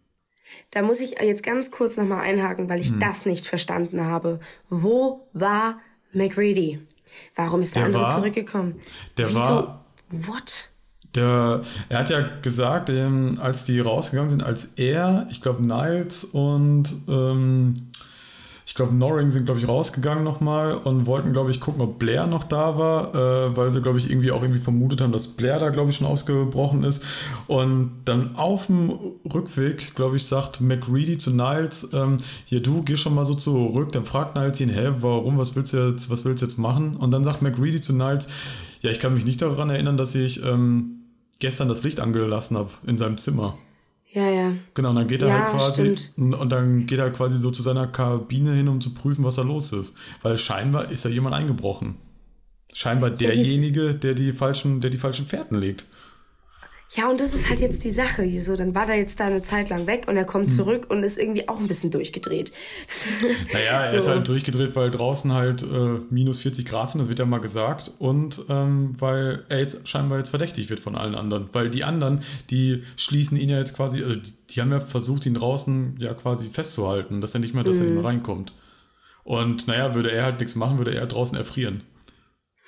S2: Da muss ich jetzt ganz kurz nochmal einhaken, weil ich hm. das nicht verstanden habe. Wo war MacReady? Warum ist der, der andere war, zurückgekommen?
S1: Der
S2: Wieso?
S1: war...
S2: What?
S1: Der, er hat ja gesagt, ähm, als die rausgegangen sind, als er, ich glaube Niles und ähm, ich glaube Noring sind, glaube ich, rausgegangen nochmal und wollten, glaube ich, gucken, ob Blair noch da war, äh, weil sie, glaube ich, irgendwie auch irgendwie vermutet haben, dass Blair da, glaube ich, schon ausgebrochen ist. Und dann auf dem Rückweg, glaube ich, sagt MacReady zu Niles, ähm, hier, du, geh schon mal so zurück. Dann fragt Niles ihn, hä, warum, was willst du jetzt, was willst du jetzt machen? Und dann sagt MacReady zu Niles, ja, ich kann mich nicht daran erinnern, dass ich ähm, gestern das Licht angelassen habe in seinem Zimmer.
S2: Ja, ja.
S1: Genau, und dann geht er
S2: ja,
S1: halt quasi
S2: stimmt.
S1: und dann geht er halt quasi so zu seiner Kabine hin, um zu prüfen, was da los ist. Weil scheinbar ist da jemand eingebrochen. Scheinbar ja, derjenige, der die falschen, der die falschen Fährten legt.
S2: Ja, und das ist halt jetzt die Sache. So, dann war der jetzt da eine Zeit lang weg und er kommt hm. zurück und ist irgendwie auch ein bisschen durchgedreht.
S1: Naja, er so. ist halt durchgedreht, weil draußen halt äh, minus vierzig Grad sind, das wird ja mal gesagt. Und ähm, weil er jetzt scheinbar jetzt verdächtig wird von allen anderen. Weil die anderen, die schließen ihn ja jetzt quasi, also die, die haben ja versucht, ihn draußen ja quasi festzuhalten, dass er nicht mehr, dass hm. er nicht mehr reinkommt. Und naja, würde er halt nichts machen, würde er draußen erfrieren.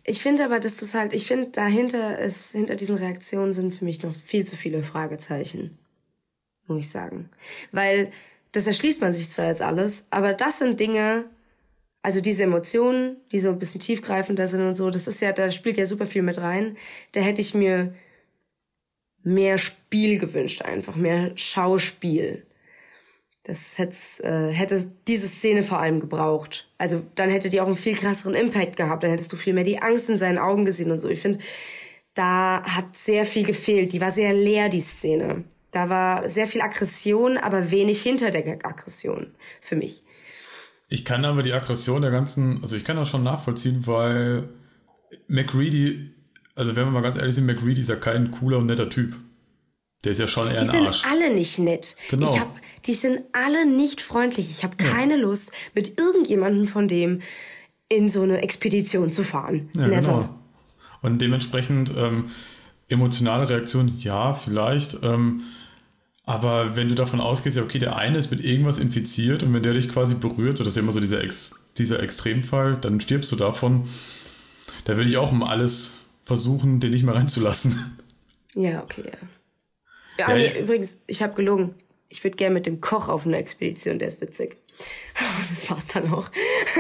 S2: Ich finde aber, dass das halt, ich finde, dahinter ist, hinter diesen Reaktionen sind für mich noch viel zu viele Fragezeichen. Muss ich sagen. Weil das erschließt man sich zwar jetzt alles, aber das sind Dinge, also diese Emotionen, die so ein bisschen tiefgreifender sind und so, das ist ja, da spielt ja super viel mit rein. Da hätte ich mir mehr Spiel gewünscht einfach, mehr Schauspiel. Das hätte, äh, hätte diese Szene vor allem gebraucht. Also dann hätte die auch einen viel krasseren Impact gehabt. Dann hättest du viel mehr die Angst in seinen Augen gesehen und so. Ich finde, da hat sehr viel gefehlt. Die war sehr leer, die Szene. Da war sehr viel Aggression, aber wenig hinter der Aggression für mich.
S1: Ich kann aber die Aggression der ganzen, also ich kann das schon nachvollziehen, weil MacReady, also wenn wir mal ganz ehrlich sind, MacReady ist ja kein cooler und netter Typ. Der ist ja schon eher ein Arsch.
S2: Die sind alle nicht nett.
S1: Genau.
S2: Ich hab, die sind alle nicht freundlich. Ich habe keine ja. Lust, mit irgendjemandem von dem in so eine Expedition zu fahren.
S1: Ja, Never. Genau. Und dementsprechend ähm, emotionale Reaktion, ja, vielleicht. Ähm, aber wenn du davon ausgehst, ja, okay, der eine ist mit irgendwas infiziert und wenn der dich quasi berührt, so das ist ja immer so dieser, Ex, dieser Extremfall, dann stirbst du davon. Da würde ich auch um alles versuchen, den nicht mehr reinzulassen.
S2: Ja, okay, ja. Ja, ja, nee, übrigens, ich habe gelogen. Ich würde gerne mit dem Koch auf eine Expedition, der ist witzig. Das war's dann auch.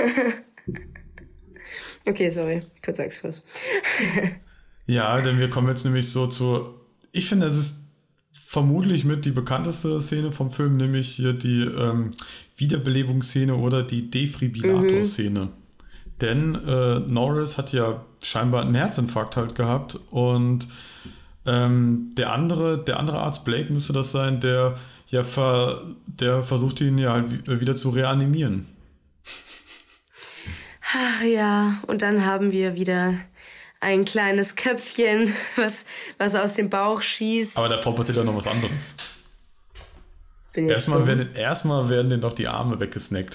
S2: Okay, sorry, kurzer Exkurs.
S1: Ja, denn wir kommen jetzt nämlich so zu, ich finde, es ist vermutlich mit die bekannteste Szene vom Film, nämlich hier die ähm, Wiederbelebungsszene oder die Defibrillator-Szene. Mhm. Denn äh, Norris hat ja scheinbar einen Herzinfarkt halt gehabt und Ähm, der andere, der andere Arzt, Blake müsste das sein, der ja ver, der versucht ihn ja halt wieder zu reanimieren.
S2: Ach ja, und dann haben wir wieder ein kleines Köpfchen, was, was aus dem Bauch schießt.
S1: Aber davor passiert ja noch was anderes. Bin jetzt erstmal, werden, erstmal werden denen doch die Arme weggesnackt.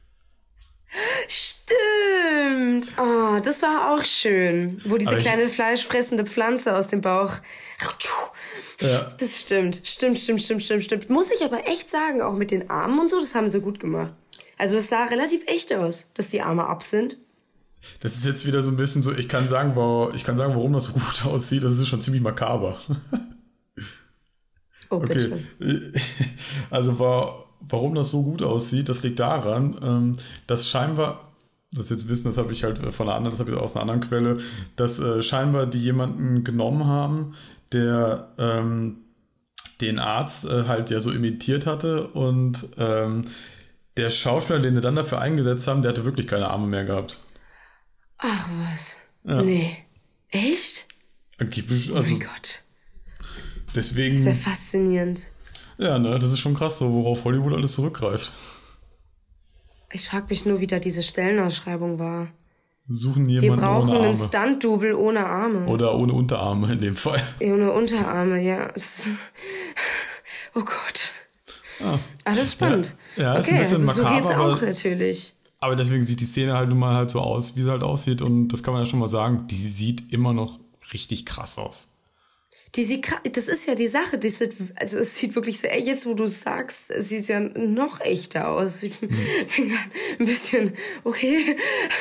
S2: Stimmt. Oh, das war auch schön. Wo diese ich, kleine fleischfressende Pflanze aus dem Bauch. Ja. Das stimmt. Stimmt, stimmt, stimmt, stimmt, stimmt. Muss ich aber echt sagen, auch mit den Armen und so, das haben sie gut gemacht. Also es sah relativ echt aus, dass die Arme ab sind.
S1: Das ist jetzt wieder so ein bisschen so, ich kann sagen, ich kann sagen, warum das so gut aussieht. Das ist schon ziemlich makaber.
S2: Oh, bitte.
S1: Okay. Also war, warum das so gut aussieht, das liegt daran, dass scheinbar, das jetzt wissen, das habe ich halt von einer anderen, das habe ich aus einer anderen Quelle, dass äh, scheinbar die jemanden genommen haben, der ähm, den Arzt äh, halt ja so imitiert hatte und ähm, der Schauspieler, den sie dann dafür eingesetzt haben, der hatte wirklich keine Arme mehr gehabt.
S2: Ach was. Ja. Nee. Echt?
S1: Angeblich,
S2: also, oh mein Gott.
S1: Deswegen.
S2: Das ist ja faszinierend.
S1: Ja, ne, das ist schon krass, so worauf Hollywood alles zurückgreift.
S2: Ich frage mich nur, wie da diese Stellenausschreibung war.
S1: Suchen jemanden ohne Arme.
S2: Wir brauchen einen Stunt-Double ohne Arme.
S1: Oder ohne Unterarme in dem Fall.
S2: Ohne Unterarme, ja. Oh Gott. Ah, ah, das ist spannend.
S1: Ja, ja,
S2: okay,
S1: ist ein bisschen
S2: also
S1: makaber,
S2: so geht's auch
S1: aber,
S2: natürlich.
S1: Aber deswegen sieht die Szene halt nun mal halt so aus, wie sie halt aussieht. Und das kann man ja schon mal sagen, die sieht immer noch richtig krass aus.
S2: Die sieht, das ist ja die Sache, die sieht, also es sieht wirklich so, jetzt wo du es sagst, es sieht ja noch echter aus. Ich bin hm. ein bisschen, okay.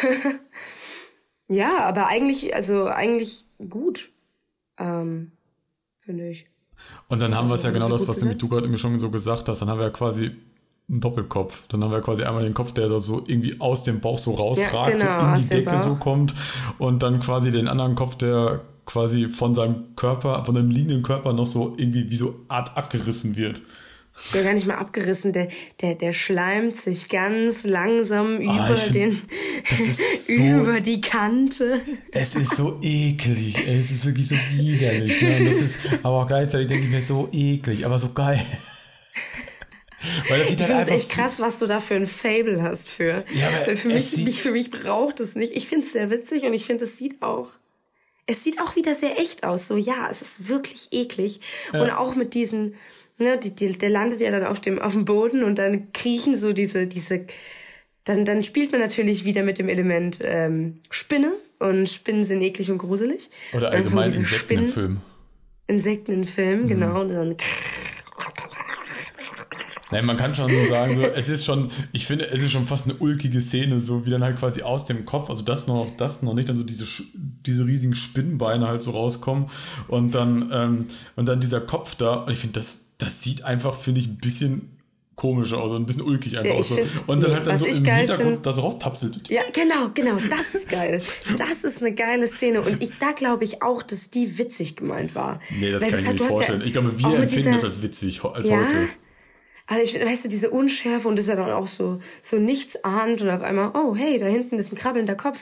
S2: Ja, aber eigentlich, also eigentlich gut, ähm, finde ich.
S1: Und dann haben also, wir es ja genau so das, was nämlich du gerade schon so gesagt hast, dann haben wir ja quasi einen Doppelkopf. Dann haben wir quasi einmal den Kopf, der da so irgendwie aus dem Bauch so rausragt, ja, genau, so in die Decke so kommt und dann quasi den anderen Kopf, der quasi von seinem Körper, von einem liegenden Körper noch so irgendwie wie so Art abgerissen wird.
S2: Der gar nicht mal abgerissen, der, der, der schleimt sich ganz langsam über
S1: ah, find,
S2: den,
S1: so,
S2: über die Kante.
S1: Es ist so eklig, es ist wirklich so widerlich. Ne? Und das ist, aber auch gleichzeitig denke ich mir so eklig, aber so geil. Weil das sieht
S2: ich
S1: halt
S2: finde es echt krass, was du da für ein Fable hast für. Ja, Weil für mich, mich, für mich braucht es nicht. Ich finde es sehr witzig und ich finde, es sieht auch, es sieht auch wieder sehr echt aus. So, ja, es ist wirklich eklig. Ja. Und auch mit diesen, ne, die, die, der landet ja dann auf dem, auf dem Boden und dann kriechen so diese, diese, dann, dann spielt man natürlich wieder mit dem Element ähm, Spinne und Spinnen sind eklig und gruselig.
S1: Oder allgemein Insekten Spinnen, im Film.
S2: Insekten im Film, mhm. genau. Und dann
S1: Nein, man kann schon sagen, so, es ist schon, ich finde, es ist schon fast eine ulkige Szene, so wie dann halt quasi aus dem Kopf, also das noch, das noch nicht, dann so diese, diese riesigen Spinnenbeine halt so rauskommen und dann, ähm, und dann dieser Kopf da, und ich finde, das, das sieht einfach, finde ich, ein bisschen komisch aus, ein bisschen ulkig einfach ja, aus. Find, und dann nee, halt dann so im Hintergrund find, das raustapselt.
S2: Ja, genau, genau, das ist geil. Das ist eine geile Szene und ich, da glaube ich auch, dass die witzig gemeint war.
S1: Nee, das Weil kann das ich mir nicht vorstellen. Ja, ich glaube, wir empfinden dieser, das als witzig, als ja, heute.
S2: Also ich, weißt du, diese Unschärfe und das ist ja dann auch so, so nichts ahnt und auf einmal, oh hey, da hinten ist ein krabbelnder Kopf.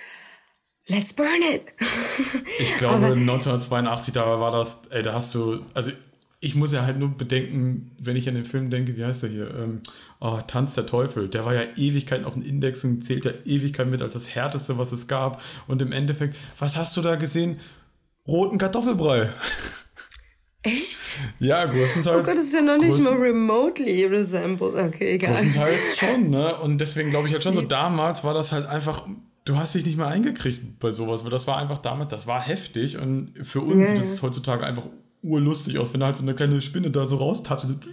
S2: Let's burn it!
S1: Ich glaube, aber neunzehnhundertzweiundachtzig, da war das, ey, da hast du, also ich muss ja halt nur bedenken, wenn ich an den Film denke, wie heißt der hier? Ähm, oh, Tanz der Teufel. Der war ja Ewigkeiten auf den Index und zählt ja Ewigkeiten mit als das Härteste, was es gab. Und im Endeffekt, was hast du da gesehen? Roten Kartoffelbrei.
S2: Echt?
S1: Ja, größtenteils.
S2: Oh Gott, das ist ja noch nicht mal remotely resembled. Okay, egal.
S1: Größtenteils schon, ne? Und deswegen glaube ich halt schon so, damals war das halt einfach, du hast dich nicht mehr eingekriegt bei sowas, weil das war einfach damals, das war heftig und für uns ja, sieht das ja. heutzutage einfach urlustig aus, wenn da halt so eine kleine Spinne da so raustappt. So.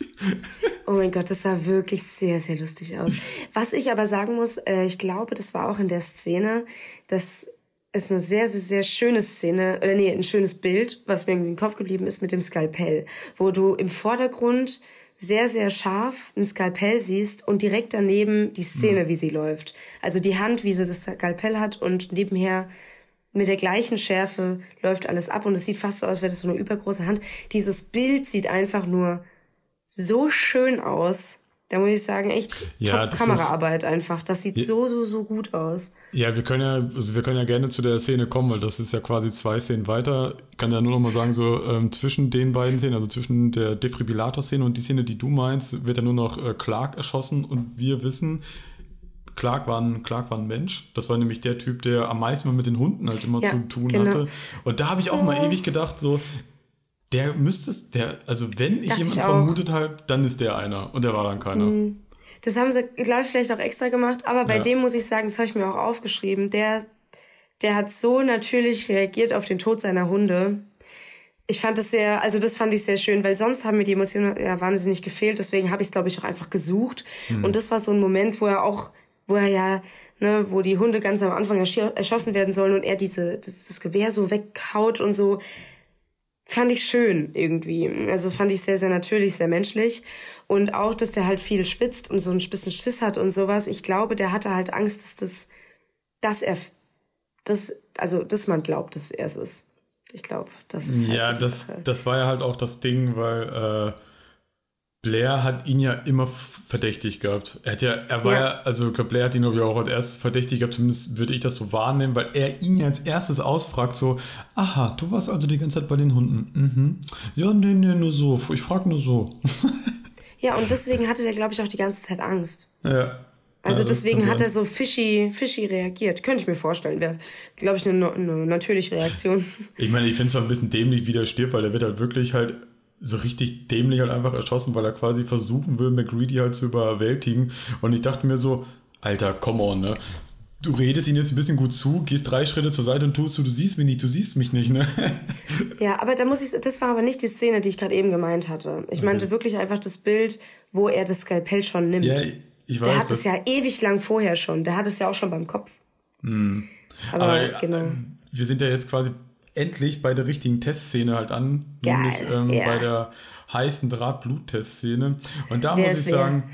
S2: Oh mein Gott, das sah wirklich sehr, sehr lustig aus. Was ich aber sagen muss, äh, ich glaube, das war auch in der Szene, dass ist eine sehr, sehr, sehr schöne Szene, oder nee, ein schönes Bild, was mir in den Kopf geblieben ist mit dem Skalpell, wo du im Vordergrund sehr, sehr scharf ein Skalpell siehst und direkt daneben die Szene, mhm. wie sie läuft. Also die Hand, wie sie das Skalpell hat und nebenher mit der gleichen Schärfe läuft alles ab und es sieht fast so aus, als wäre das so eine übergroße Hand. Dieses Bild sieht einfach nur so schön aus. Da muss ich sagen, echt
S1: ja,
S2: Top-Kameraarbeit einfach. Das sieht ja, so, so, so gut aus.
S1: Ja, wir können ja, also wir können ja gerne zu der Szene kommen, weil das ist ja quasi zwei Szenen weiter. Ich kann ja nur noch mal sagen, so ähm, zwischen den beiden Szenen, also zwischen der Defibrillator-Szene und die Szene, die du meinst, wird ja nur noch äh, Clark erschossen und wir wissen, Clark war, ein, Clark war ein Mensch. Das war nämlich der Typ, der am meisten mit den Hunden halt immer ja, zu tun genau. hatte. Und da habe ich auch ja. mal ewig gedacht, so, der müsste es, der, also wenn ich jemanden vermutet habe, dann ist der einer. Und der war dann keiner.
S2: Das haben sie, glaube ich, vielleicht auch extra gemacht. Aber bei ja. dem muss ich sagen, das habe ich mir auch aufgeschrieben, der, der hat so natürlich reagiert auf den Tod seiner Hunde. Ich fand das sehr, also das fand ich sehr schön, weil sonst haben mir die Emotionen ja wahnsinnig gefehlt. Deswegen habe ich es, glaube ich, auch einfach gesucht. Hm. Und das war so ein Moment, wo er auch, wo er ja, ne, wo die Hunde ganz am Anfang ersch- erschossen werden sollen und er diese, das, das Gewehr so weghaut und so. Fand ich schön irgendwie. Also fand ich sehr, sehr natürlich, sehr menschlich. Und auch, dass der halt viel schwitzt und so ein bisschen Schiss hat und sowas. Ich glaube, der hatte halt Angst, dass das, dass er, das, also, dass man glaubt, dass er es ist. Ich glaube, das ist halt
S1: ja,
S2: so
S1: das, das war ja halt auch das Ding, weil äh, Blair hat ihn ja immer verdächtig gehabt. Er hat ja, er war ja, ja also ich glaube, Blair hat ihn glaube ich auch als erstes verdächtig gehabt, zumindest würde ich das so wahrnehmen, weil er ihn ja als erstes ausfragt, so, aha, du warst also die ganze Zeit bei den Hunden. Mhm. Ja, nee, nee, nur so. Ich frage nur so.
S2: Ja, und deswegen hatte der, glaube ich, auch die ganze Zeit Angst.
S1: Ja.
S2: Also
S1: ja,
S2: deswegen hat er so fishy, fishy reagiert. Könnte ich mir vorstellen. Wäre, glaube ich, eine, eine natürliche Reaktion.
S1: Ich meine, ich finde es zwar ein bisschen dämlich, wie der stirbt, weil der wird halt wirklich halt so richtig dämlich halt einfach erschossen, weil er quasi versuchen will, MacReady halt zu überwältigen. Und ich dachte mir so, Alter, come on, ne? Du redest ihn jetzt ein bisschen gut zu, gehst drei Schritte zur Seite und tust du, du siehst mich nicht, du siehst mich nicht, ne?
S2: Ja, aber da muss ich, das war aber nicht die Szene, die ich gerade eben gemeint hatte. Ich okay. meinte wirklich einfach das Bild, wo er das Skalpell schon nimmt.
S1: Ja, ich weiß.
S2: Der hat es ja ewig lang vorher schon. Der hat es ja auch schon beim Kopf.
S1: Hm.
S2: Aber, aber genau.
S1: Wir sind ja jetzt quasi endlich bei der richtigen Testszene halt an,
S2: Geil,
S1: nämlich ähm,
S2: ja.
S1: bei der heißen Draht-Blut-Testszene. Und da Wer muss ich sagen,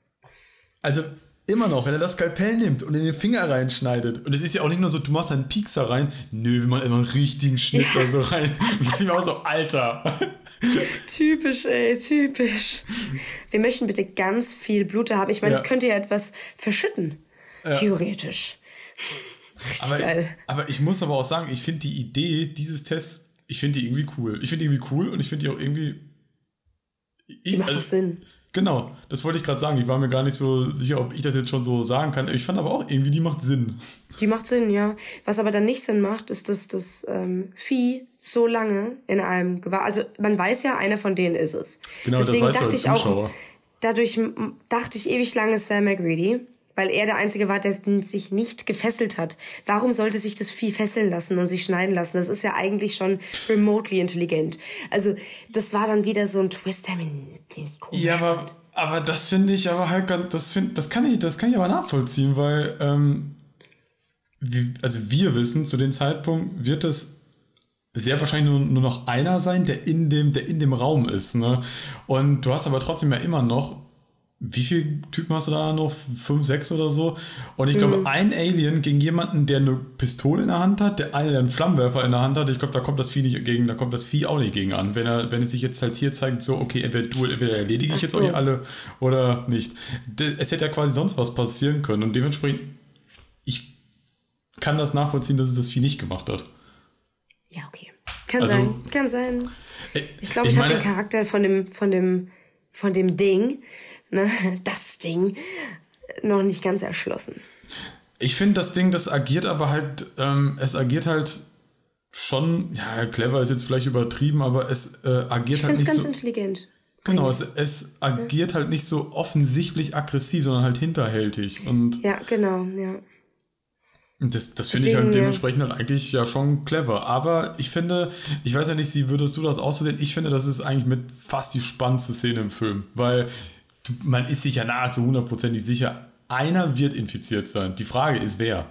S1: also immer noch, wenn er das Skalpell nimmt und in den Finger reinschneidet, und es ist ja auch nicht nur so, du machst einen Piekser rein, nö, wir machen immer einen richtigen Schnitt ja. da so rein. Und ich war auch so, Alter.
S2: Typisch, ey, typisch. Wir möchten bitte ganz viel Blut haben. Ich meine, es ja. könnte ja etwas verschütten, ja. theoretisch. Richtig
S1: aber,
S2: geil.
S1: Aber ich muss aber auch sagen, ich finde die Idee dieses Tests, ich finde die irgendwie cool. Ich finde die irgendwie cool und ich finde die auch irgendwie... Ich,
S2: die macht
S1: also,
S2: doch Sinn.
S1: Genau, das wollte ich gerade sagen. Ich war mir gar nicht so sicher, ob ich das jetzt schon so sagen kann. Ich fand aber auch irgendwie, die macht Sinn.
S2: Die macht Sinn, ja. Was aber dann nicht Sinn macht, ist, dass das ähm, Vieh so lange in einem Gewahr... Also man weiß ja, einer von denen ist es.
S1: Genau,
S2: deswegen
S1: das weißt
S2: dachte
S1: du als Zuschauer.
S2: Ich auch, dadurch dachte ich ewig lange, es wäre MacReady. Weil er der Einzige war, der sich nicht gefesselt hat. Warum sollte sich das Vieh fesseln lassen und sich schneiden lassen? Das ist ja eigentlich schon remotely intelligent. Also das war dann wieder so ein Twist, der mir nicht komisch
S1: Ja, aber aber das finde ich aber halt ganz, das, find, das, kann ich, das kann ich aber nachvollziehen, weil, ähm, wir, also wir wissen, zu dem Zeitpunkt wird es sehr wahrscheinlich nur, nur noch einer sein, der in dem, der in dem Raum ist, ne? Und du hast aber trotzdem ja immer noch, wie viele Typen hast du da noch? Fünf, sechs oder so? Und ich glaube, mhm. ein Alien gegen jemanden, der eine Pistole in der Hand hat, der eine, der einen Flammenwerfer in der Hand hat, ich glaube, da kommt das Vieh nicht gegen, da kommt das Vieh auch nicht gegen an. Wenn er, wenn es sich jetzt halt hier zeigt, so, okay, entweder du, entweder erledige ich jetzt so. euch alle oder nicht. Es hätte ja quasi sonst was passieren können und dementsprechend, ich kann das nachvollziehen, dass es das Vieh nicht gemacht hat.
S2: Ja, okay. Kann
S1: also,
S2: sein, kann sein. Ich glaube, ich,
S1: ich
S2: habe den Charakter von dem, von dem, von dem Ding, ne, das Ding, noch nicht ganz erschlossen.
S1: Ich finde, das Ding, das agiert aber halt, ähm, es agiert halt schon, ja, clever ist jetzt vielleicht übertrieben, aber es äh, agiert
S2: ich
S1: halt nicht so...
S2: Ich finde es ganz intelligent.
S1: Genau, es, es agiert ja. halt nicht so offensichtlich aggressiv, sondern halt hinterhältig. Und
S2: ja, genau, ja.
S1: Das, das finde ich halt dementsprechend halt eigentlich ja schon clever. Aber ich finde, ich weiß ja nicht, wie würdest du das auch so sehen? Ich finde, das ist eigentlich mit fast die spannendste Szene im Film. Weil du, man ist sich ja nahezu hundertprozentig sicher, einer wird infiziert sein. Die Frage ist, wer?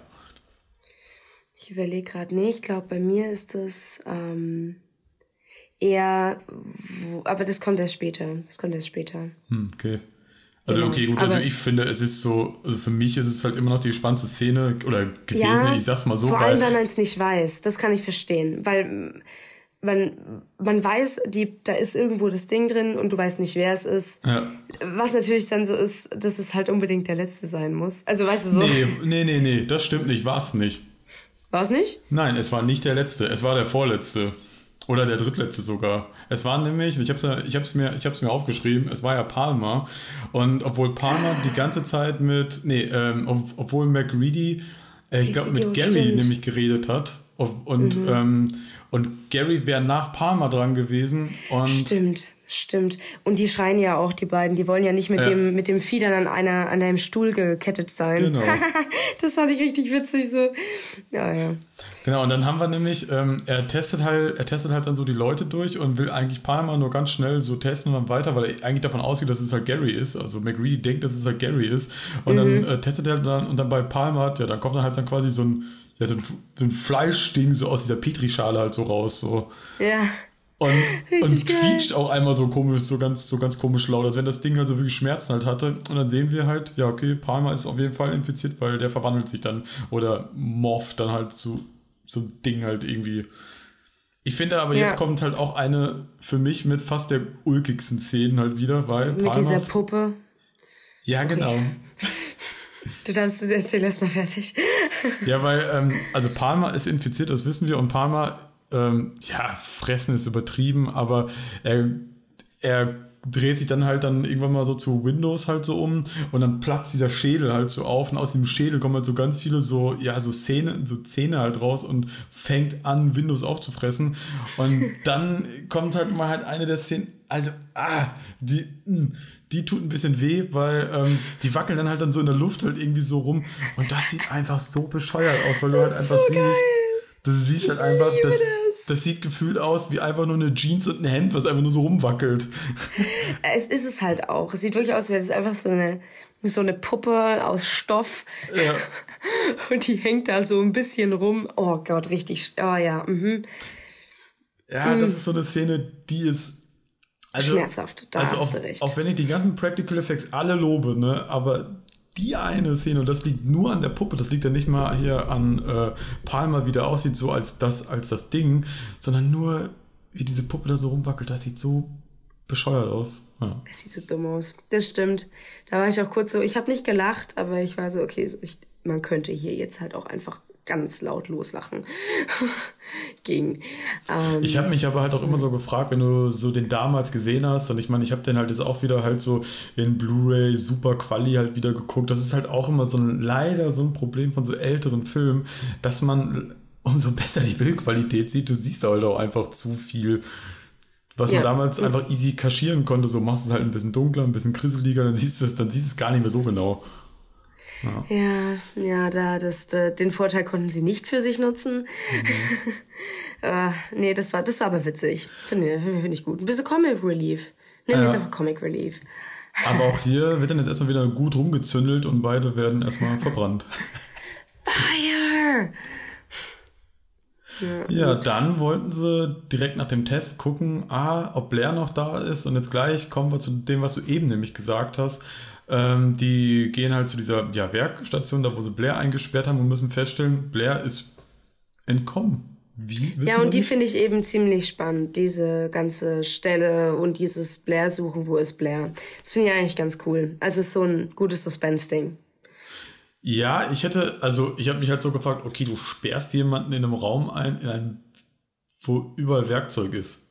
S2: Ich überlege gerade nicht. Ich glaube, bei mir ist das ähm, eher... Aber das kommt erst später. Das kommt erst später.
S1: Hm, okay. Also okay, gut, also ich finde, es ist so, also für mich ist es halt immer noch die spannendste Szene oder gewesen, ja, ich sag's mal so.
S2: Vor allem, weil man es nicht weiß, das kann ich verstehen, weil man, man weiß, die, da ist irgendwo das Ding drin und du weißt nicht, wer es ist. Ja. Was natürlich dann so ist, dass es halt unbedingt der Letzte sein muss. Also weißt du so.
S1: Nee, nee, nee, nee, das stimmt nicht, war es nicht.
S2: War es nicht?
S1: Nein, es war nicht der Letzte, es war der Vorletzte. Oder der drittletzte sogar. Es war nämlich, ich habe es ich hab's mir, ich hab's mir aufgeschrieben, es war ja Palmer. Und obwohl Palmer die ganze Zeit mit, nee, ähm, ob, obwohl MacReady, äh, ich glaube, mit Gary stimmt. nämlich geredet hat. Und, mhm. ähm, und Gary wäre nach Palmer dran gewesen. Und
S2: stimmt, stimmt. Und die schreien ja auch, die beiden. Die wollen ja nicht mit, ja. dem, mit dem Vieh dann an, einer, an einem Stuhl gekettet sein. Genau. Das fand ich richtig witzig so. Ja, ja.
S1: Genau, und dann haben wir nämlich, ähm, er testet halt, er testet halt dann so die Leute durch und will eigentlich Palmer nur ganz schnell so testen und dann weiter, weil er eigentlich davon ausgeht, dass es halt Gary ist. Also MacReady denkt, dass es halt Gary ist. Und mhm. dann äh, testet er dann und dann bei Palmer, ja, dann kommt dann halt dann quasi so ein, ja, so ein, so ein Fleischding so aus dieser Petrischale halt so raus. So.
S2: Ja.
S1: Und, und quietscht auch einmal so komisch, so ganz, so ganz komisch laut, als wenn das Ding halt so wirklich Schmerzen halt hatte. Und dann sehen wir halt, ja, okay, Palmer ist auf jeden Fall infiziert, weil der verwandelt sich dann oder morpht dann halt zu so ein Ding halt irgendwie. Ich finde aber, ja. jetzt kommt halt auch eine für mich mit fast der ulkigsten Szenen halt wieder, weil
S2: mit Palmer, dieser Puppe.
S1: Ja, Sorry. genau.
S2: Du darfst erzählen, erst mal fertig.
S1: Ja, weil, ähm, also Palmer ist infiziert, das wissen wir, und Palmer, ähm, ja, fressen ist übertrieben, aber er, er dreht sich dann halt dann irgendwann mal so zu Windows halt so um und dann platzt dieser Schädel halt so auf und aus dem Schädel kommen halt so ganz viele so, ja, so Zähne, so Zähne halt raus und fängt an, Windows aufzufressen. Und dann kommt halt mal halt eine der Szenen, also, ah, die, mh, die tut ein bisschen weh, weil ähm, die wackeln dann halt dann so in der Luft halt irgendwie so rum und das sieht einfach so bescheuert aus, weil du halt einfach so siehst, geil. Du siehst halt einfach, das, das. das sieht gefühlt aus wie einfach nur eine Jeans und ein Hemd, was einfach nur so rumwackelt.
S2: Es ist es halt auch. Es sieht wirklich aus, als wäre das einfach so eine, so eine Puppe aus Stoff. Ja. Und die hängt da so ein bisschen rum. Oh Gott, richtig. Oh ja. Mhm.
S1: Ja, mhm. Das ist so eine Szene, die ist also,
S2: schmerzhaft. Da
S1: also
S2: hast
S1: auch,
S2: du recht.
S1: auch wenn ich die ganzen Practical Effects alle lobe, ne, aber die eine Szene, und das liegt nur an der Puppe, das liegt ja nicht mal hier an äh, Palmer, wie der aussieht, so als das, als das Ding, sondern nur, wie diese Puppe da so rumwackelt, das sieht so bescheuert aus. Ja.
S2: Das sieht so dumm aus. Das stimmt. Da war ich auch kurz so, ich habe nicht gelacht, aber ich war so, okay, ich, man könnte hier jetzt halt auch einfach ganz laut loslachen. Ging. Ähm,
S1: ich habe mich aber halt auch immer so gefragt, wenn du so den damals gesehen hast, und ich meine, ich habe den halt jetzt auch wieder halt so in Blu-ray super Quali halt wieder geguckt. Das ist halt auch immer so ein, leider so ein Problem von so älteren Filmen, dass man umso besser die Bildqualität sieht, du siehst halt auch einfach zu viel, was ja. man damals ja. einfach easy kaschieren konnte. So machst du es halt ein bisschen dunkler, ein bisschen grisseliger, dann siehst du es, dann siehst du es gar nicht mehr so genau.
S2: Ja, ja, ja da, das, da, den Vorteil konnten sie nicht für sich nutzen. Mhm. äh, nee, das war, das war aber witzig. Finde find ich gut. Ein bisschen Comic Relief. Nennen wir es einfach Comic Relief.
S1: Aber auch hier wird dann jetzt erstmal wieder gut rumgezündelt und beide werden erstmal verbrannt.
S2: Fire!
S1: Ja, ja dann wollten sie direkt nach dem Test gucken, ah, ob Blair noch da ist. Und jetzt gleich kommen wir zu dem, was du eben nämlich gesagt hast. Ähm, die gehen halt zu dieser ja, Werkstation, da wo sie Blair eingesperrt haben und müssen feststellen, Blair ist entkommen. Wie?
S2: Ja, und die finde ich eben ziemlich spannend, diese ganze Stelle und dieses Blair-Suchen, wo ist Blair. Das finde ich eigentlich ganz cool. Also es ist so ein gutes Suspense-Ding.
S1: Ja, ich hätte, also ich habe mich halt so gefragt, okay, du sperrst jemanden in einem Raum ein, in einem, wo überall Werkzeug ist.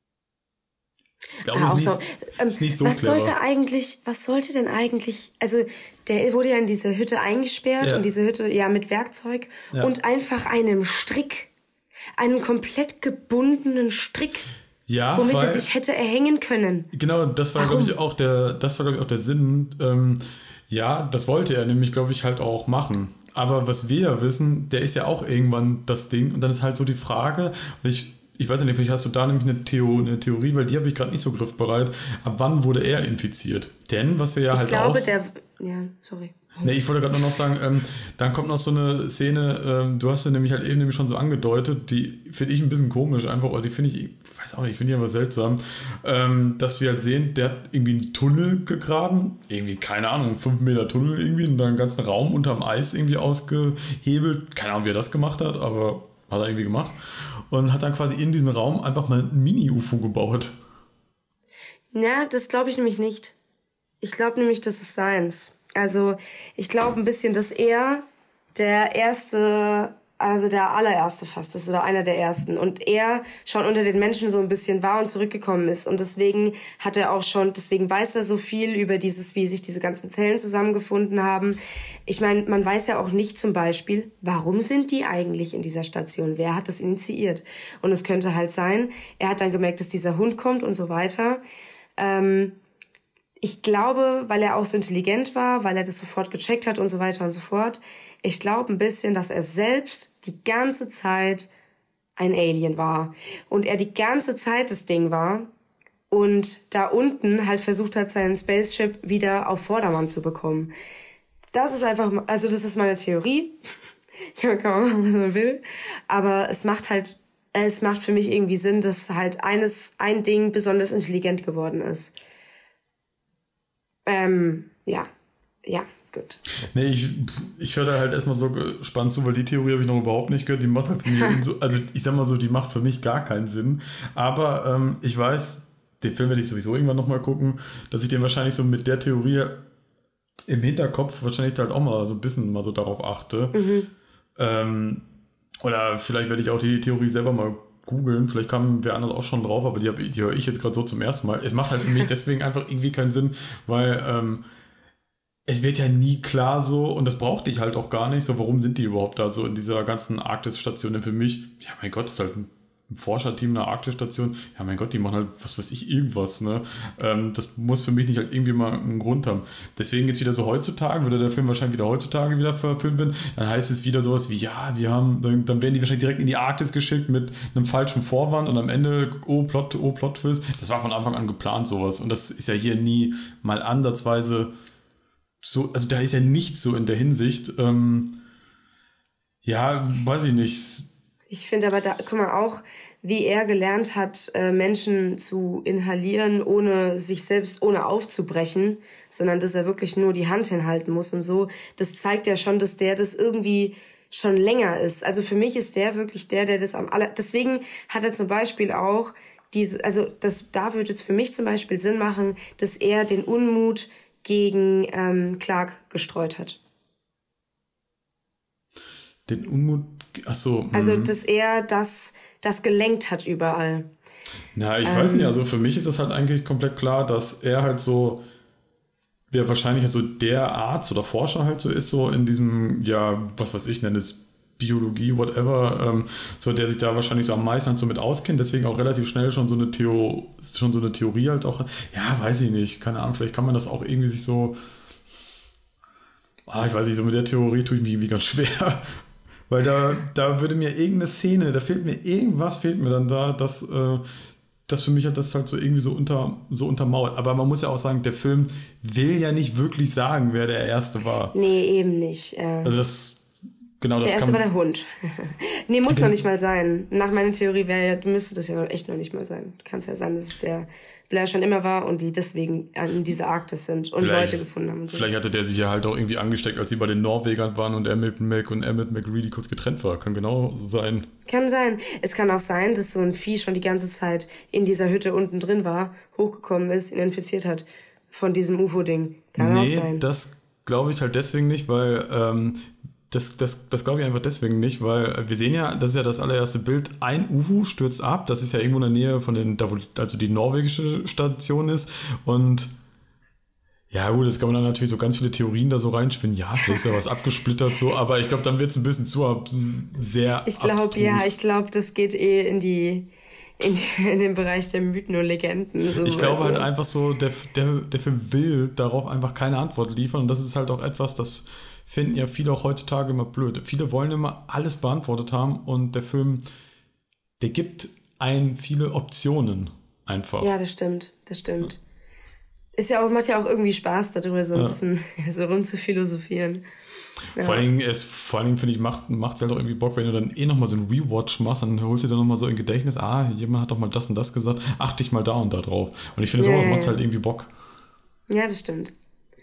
S1: Ich glaube,
S2: ah,
S1: ist,
S2: so,
S1: nicht,
S2: ähm,
S1: ist nicht so
S2: was
S1: clever.
S2: sollte eigentlich, was sollte denn eigentlich, also der wurde ja in diese Hütte eingesperrt
S1: Ja.
S2: und diese Hütte ja mit Werkzeug
S1: Ja.
S2: und einfach einem Strick, einen komplett gebundenen Strick,
S1: Ja,
S2: womit
S1: weil,
S2: er sich hätte erhängen können.
S1: Genau, das war, glaube ich, auch der, das war, glaube ich, auch der Sinn. Ähm, ja, das wollte er nämlich, glaube ich, halt auch machen. Aber was wir ja wissen, der ist ja auch irgendwann das Ding. Und dann ist halt so die Frage, und ich, ich weiß nicht, vielleicht hast du da nämlich eine, Theo, eine Theorie, weil die habe ich gerade nicht so griffbereit. Ab wann wurde er infiziert? Denn, was wir ja
S2: Ich
S1: halt
S2: glaube,
S1: aus...
S2: der, ja, sorry.
S1: Nee, ich wollte gerade noch sagen, ähm, dann kommt noch so eine Szene, ähm, du hast sie nämlich halt eben nämlich schon so angedeutet, die finde ich ein bisschen komisch einfach, oder die finde ich, ich weiß auch nicht, ich finde die einfach seltsam, ähm, dass wir halt sehen, der hat irgendwie einen Tunnel gegraben, irgendwie, keine Ahnung, fünf Meter Tunnel irgendwie, und dann einen ganzen Raum unterm Eis irgendwie ausgehebelt, keine Ahnung, wie er das gemacht hat, aber hat er irgendwie gemacht, und hat dann quasi in diesen Raum einfach mal ein Mini-U F O gebaut.
S2: Ja, das glaube ich nämlich nicht. Ich glaube nämlich, das ist seins. Also ich glaube ein bisschen, dass er der erste, also der allererste fast ist oder einer der ersten. Und er schon unter den Menschen so ein bisschen war und zurückgekommen ist. Und deswegen hat er auch schon, deswegen weiß er so viel über dieses, wie sich diese ganzen Zellen zusammengefunden haben. Ich meine, man weiß ja auch nicht zum Beispiel, warum sind die eigentlich in dieser Station? Wer hat das initiiert? Und es könnte halt sein, er hat dann gemerkt, dass dieser Hund kommt und so weiter. Ähm, Ich glaube, weil er auch so intelligent war, weil er das sofort gecheckt hat und so weiter und so fort. Ich glaube ein bisschen, dass er selbst die ganze Zeit ein Alien war. Und er die ganze Zeit das Ding war. Und da unten halt versucht hat, seinen Spaceship wieder auf Vordermann zu bekommen. Das ist einfach, also das ist meine Theorie. kann, kann man machen, was man will. Aber es macht halt, es macht für mich irgendwie Sinn, dass halt eines, ein Ding besonders intelligent geworden ist. Ähm, ja, ja, gut.
S1: Nee, ich, ich höre da halt erstmal so gespannt zu, weil die Theorie habe ich noch überhaupt nicht gehört. Die macht halt für mich, so, also ich sag mal so, die macht für mich gar keinen Sinn. Aber ähm, ich weiß, den Film werde ich sowieso irgendwann nochmal gucken, dass ich den wahrscheinlich so mit der Theorie im Hinterkopf wahrscheinlich halt auch mal so ein bisschen mal so darauf achte. Mhm. Ähm, oder vielleicht werde ich auch die Theorie selber mal googeln, vielleicht kamen wir andere auch schon drauf, aber die, die höre ich jetzt gerade so zum ersten Mal. Es macht halt für mich deswegen einfach irgendwie keinen Sinn, weil ähm, es wird ja nie klar so, und das brauchte ich halt auch gar nicht, so warum sind die überhaupt da so in dieser ganzen Arktis-Station? Denn für mich, ja mein Gott, ist halt ein Forscherteam einer Arktis-Station, ja mein Gott, die machen halt, was weiß ich, irgendwas, ne? Ähm, das muss für mich nicht halt irgendwie mal einen Grund haben. Deswegen jetzt wieder so heutzutage, würde der Film wahrscheinlich wieder heutzutage wieder verfilmt werden, dann heißt es wieder sowas wie, ja, wir haben, dann, dann werden die wahrscheinlich direkt in die Arktis geschickt mit einem falschen Vorwand und am Ende, oh, Plot, oh, Plot-Twist. Das war von Anfang an geplant, sowas. Und das ist ja hier nie mal ansatzweise so, also da ist ja nichts so in der Hinsicht. Ähm, ja, weiß ich nicht.
S2: Ich finde aber, da, guck mal, auch wie er gelernt hat, Menschen zu inhalieren, ohne sich selbst, ohne aufzubrechen, sondern dass er wirklich nur die Hand hinhalten muss und so. Das zeigt ja schon, dass der das irgendwie schon länger ist. Also für mich ist der wirklich der, der das am aller... Deswegen hat er zum Beispiel auch diese... Also das, da würde es für mich zum Beispiel Sinn machen, dass er den Unmut gegen ähm, Clark gestreut hat.
S1: Den Unmut... Achso.
S2: Also, dass er das, das gelenkt hat überall.
S1: Na, ich
S2: ähm,
S1: weiß nicht. Also für mich ist es halt eigentlich komplett klar, dass er halt so, wer wahrscheinlich so der Arzt oder Forscher halt so ist, so in diesem, ja, was weiß ich, nenne es Biologie, whatever, ähm, so der sich da wahrscheinlich so am meisten halt so mit auskennt, deswegen auch relativ schnell schon so eine Theo, schon so eine Theorie halt auch, ja, weiß ich nicht, keine Ahnung, vielleicht kann man das auch irgendwie sich so, ah, ich weiß nicht, so mit der Theorie tue ich mich irgendwie ganz schwer. Weil da, da würde mir irgendeine Szene, da fehlt mir irgendwas, fehlt mir dann da, dass, äh, das für mich hat das halt so irgendwie so, unter, so untermauert. Aber man muss ja auch sagen, der Film will ja nicht wirklich sagen, wer der Erste war.
S2: Nee, eben nicht. Äh,
S1: also das, genau das
S2: der Erste
S1: kann,
S2: war der Hund. nee, muss
S1: Gen-
S2: noch nicht mal sein. Nach meiner Theorie wäre, müsste das ja echt noch nicht mal sein. Kann es ja sein, dass es der Blair schon immer war und die deswegen in dieser Arktis sind und
S1: Vielleicht-
S2: Leute gefunden haben. Und so.
S1: Vielleicht hatte der sich ja halt auch irgendwie angesteckt, als sie bei den Norwegern waren und er mit Mac und er mit McReady kurz getrennt war. Kann genau so sein.
S2: Kann sein. Es kann auch sein, dass so ein Vieh schon die ganze Zeit in dieser Hütte unten drin war, hochgekommen ist, ihn infiziert hat von diesem U F O-Ding. Kann auch
S1: Nee,
S2: sein.
S1: das glaube ich halt deswegen nicht, weil ähm, das, das, das glaube ich einfach deswegen nicht, weil wir sehen ja, das ist ja das allererste Bild, ein U F O stürzt ab, das ist ja irgendwo in der Nähe von den, da wo also die norwegische Station ist und ja gut, das kann man dann natürlich so ganz viele Theorien da so reinspinnen, ja, vielleicht ist ja was abgesplittert so, aber ich glaube, dann wird es ein bisschen zu ab, sehr
S2: Ich glaube,
S1: abstrus.
S2: ja, ich glaube, das geht eh in die, in, die, in den Bereich der Mythen und Legenden. So,
S1: Ich glaube
S2: also.
S1: halt einfach so, der, der, der Film will darauf einfach keine Antwort liefern und das ist halt auch etwas, das finden ja viele auch heutzutage immer blöd. Viele wollen immer alles beantwortet haben und der Film, der gibt einem viele Optionen einfach.
S2: Ja, das stimmt, das stimmt. Ist ja auch, macht ja auch irgendwie Spaß, darüber so ein
S1: Ja.
S2: bisschen so rum zu philosophieren. Ja.
S1: Vor allen Dingen, es, vor allen Dingen finde ich, macht es halt auch irgendwie Bock, wenn du dann eh nochmal so einen Rewatch machst, dann holst du dir nochmal so in Gedächtnis, ah, jemand hat doch mal das und das gesagt, achte ich mal da und da drauf. Und ich finde,
S2: Ja,
S1: sowas
S2: ja,
S1: macht
S2: ja.
S1: halt irgendwie Bock.
S2: ja, das stimmt.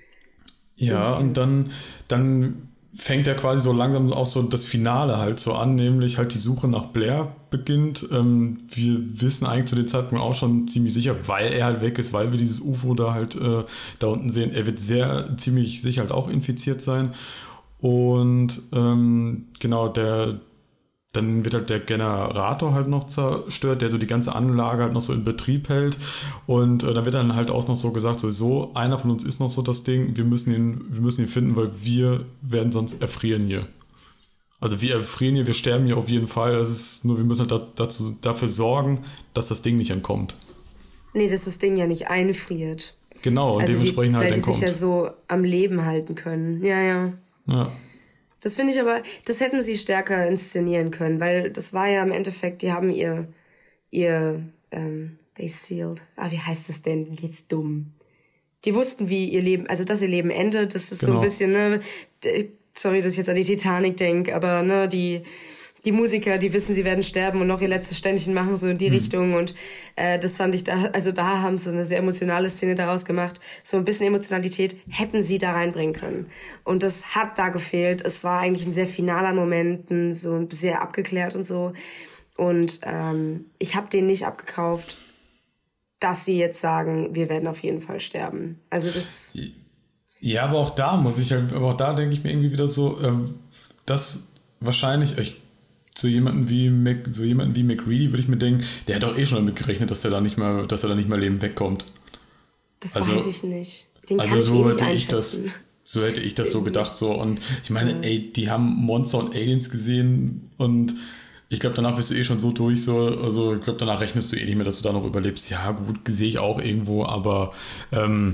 S1: Ja, und dann, dann fängt ja quasi so langsam auch so das Finale halt so an, nämlich halt die Suche nach Blair beginnt. Ähm, wir wissen eigentlich zu dem Zeitpunkt auch schon ziemlich sicher, weil er halt weg ist, weil wir dieses U F O da halt äh, da unten sehen. Er wird sehr ziemlich sicher halt auch infiziert sein. Und ähm, genau, der dann wird halt der Generator halt noch zerstört, der so die ganze Anlage halt noch so in Betrieb hält. Und äh, dann wird dann halt auch noch so gesagt, sowieso, einer von uns ist noch so das Ding, wir müssen ihn, wir müssen ihn finden, weil wir werden sonst erfrieren hier. Also wir erfrieren hier, wir sterben hier auf jeden Fall. Das ist nur, wir müssen halt da, dazu, dafür sorgen, dass das Ding nicht entkommt.
S2: Nee, dass das Ding ja nicht einfriert.
S1: Genau, und
S2: Also
S1: dementsprechend
S2: die,
S1: halt
S2: weil die sich
S1: entkommt.
S2: ja so am Leben halten können. Ja, ja.
S1: Ja.
S2: Das finde ich aber, das hätten sie stärker inszenieren können, weil das war ja im Endeffekt, die haben ihr, ihr, ähm, they sealed, ah, wie heißt das denn? Jetzt dumm. Die wussten, wie ihr Leben, also dass ihr Leben endet, das ist so
S1: Genau.
S2: ein bisschen, ne, sorry, dass ich jetzt an die Titanic denke, aber, ne, die, die Musiker, die wissen, sie werden sterben und noch ihr letztes Ständchen machen, so in die
S1: Mhm.
S2: Richtung. Und äh, das fand ich da, also da haben sie eine sehr emotionale Szene daraus gemacht. So ein bisschen Emotionalität hätten sie da reinbringen können. Und das hat da gefehlt. Es war eigentlich ein sehr finaler Moment, ein, so ein sehr abgeklärt und so. Und ähm, ich habe denen nicht abgekauft, dass sie jetzt sagen, wir werden auf jeden Fall sterben. Also das...
S1: Ja, aber auch da muss ich halt, aber auch da denke ich mir irgendwie wieder so, ähm, dass wahrscheinlich, ich, so jemanden wie Mac, so jemanden wie McReady würde ich mir denken, der hat doch eh schon damit gerechnet, dass der da nicht mehr, dass er da nicht mehr lebend wegkommt.
S2: Das
S1: Also-
S2: weiß ich nicht. Den
S1: Also
S2: kann ich
S1: so
S2: eh nicht
S1: hätte ich das,
S2: einschätzen.
S1: so hätte ich das so gedacht so und ich meine, ey, die haben Monster und Aliens gesehen und ich glaube, danach bist du eh schon so durch, so, also ich glaube, danach rechnest du eh nicht mehr, dass du da noch überlebst. Ja, gut, sehe ich auch irgendwo, aber ähm,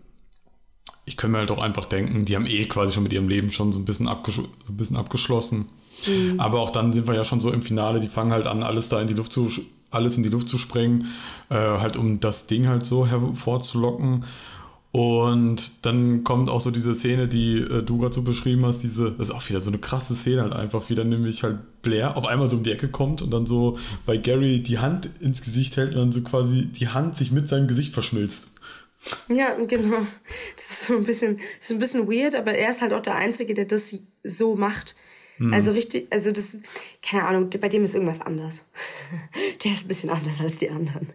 S1: ich kann mir halt auch einfach denken, die haben eh quasi schon mit ihrem Leben schon so ein bisschen, abgesch- ein bisschen abgeschlossen.
S2: Mhm.
S1: Aber auch dann sind wir ja schon so im Finale, die fangen halt an, alles da in die Luft zu, alles in die Luft zu sprengen, äh, halt um das Ding halt so hervorzulocken. Und dann kommt auch so diese Szene, die äh, du gerade so beschrieben hast, diese, das ist auch wieder so eine krasse Szene halt einfach, wie dann nämlich halt Blair auf einmal so um die Ecke kommt und dann so bei Gary die Hand ins Gesicht hält und dann so quasi die Hand sich mit seinem Gesicht verschmilzt.
S2: Ja, genau. Das ist so ein bisschen, das ist ein bisschen weird, aber er ist halt auch der Einzige, der das so macht.
S1: Mhm.
S2: Also richtig, also das, keine Ahnung, bei dem ist irgendwas anders. Der ist ein bisschen anders als die anderen.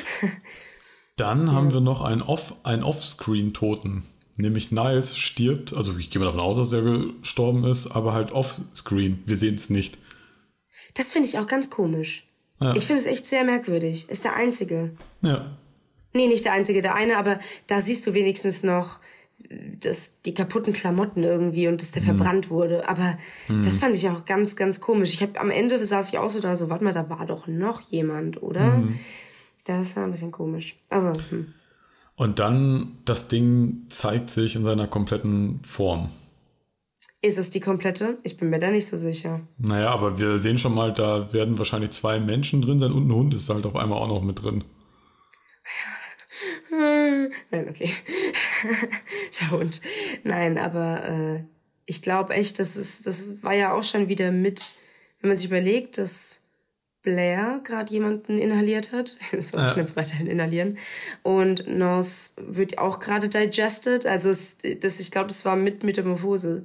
S1: Dann ja. haben wir noch einen, Off, einen Offscreen-Toten. Nämlich Niles stirbt, also ich gehe mal davon aus, dass er gestorben ist, aber halt offscreen. Wir sehen es nicht.
S2: Das finde ich auch ganz komisch. Ja. Ich finde es echt sehr merkwürdig. Ist der Einzige.
S1: Ja.
S2: Nee, nicht der Einzige, der eine, aber da siehst du wenigstens noch das, die kaputten Klamotten irgendwie und dass der hm. verbrannt wurde. Aber hm. das fand ich auch ganz, ganz komisch. Ich hab, am Ende saß ich auch so da, so, warte mal, da war doch noch jemand, oder? Hm. Das war ein bisschen komisch. Aber, hm.
S1: Und dann, das Ding zeigt sich in seiner kompletten Form.
S2: Ist es die komplette? Ich bin mir da nicht so sicher.
S1: Naja, aber wir sehen schon mal, da werden wahrscheinlich zwei Menschen drin sein und ein Hund ist halt auf einmal auch noch mit drin.
S2: Nein, okay. Der Hund. Nein, aber äh, ich glaube echt, das ist, das war ja auch schon wieder mit, wenn man sich überlegt, dass Blair gerade jemanden inhaliert hat. So, ich nenne es weiterhin inhalieren. Und Nos wird auch gerade digested. Also es, das, ich glaube, das war mit Metamorphose.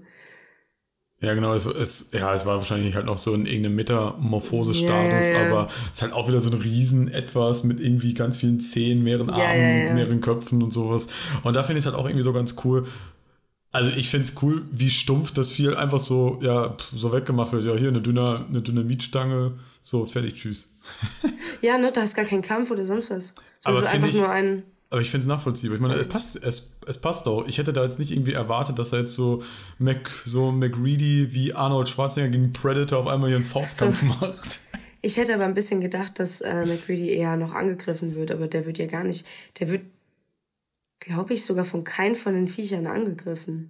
S1: Ja, genau, es, es, ja, es war wahrscheinlich halt noch so in irgendeinem Metamorphose-Status, ja, ja, ja. Aber es ist halt auch wieder so ein Riesen etwas mit irgendwie ganz vielen Zähnen, mehreren Armen, ja, ja, ja. mehreren Köpfen und sowas. Und da finde ich es halt auch irgendwie so ganz cool. Also ich finde es cool, wie stumpf das viel einfach so, ja, so weggemacht wird. Ja, hier eine, Dyna, eine Dynamitstange, so, fertig, tschüss.
S2: Ja, ne, da ist gar kein Kampf oder sonst was. Das
S1: aber
S2: ist einfach
S1: ich,
S2: nur ein...
S1: Aber ich finde es nachvollziehbar. Ich meine, es passt, es, es passt auch. Ich hätte da jetzt nicht irgendwie erwartet, dass er jetzt so Mac, so MacReady wie Arnold Schwarzenegger gegen Predator auf einmal hier einen Faustkampf so. macht.
S2: Ich hätte aber ein bisschen gedacht, dass äh, MacReady eher noch angegriffen wird, aber der wird ja gar nicht, der wird, glaube ich, sogar von keinem von den Viechern angegriffen.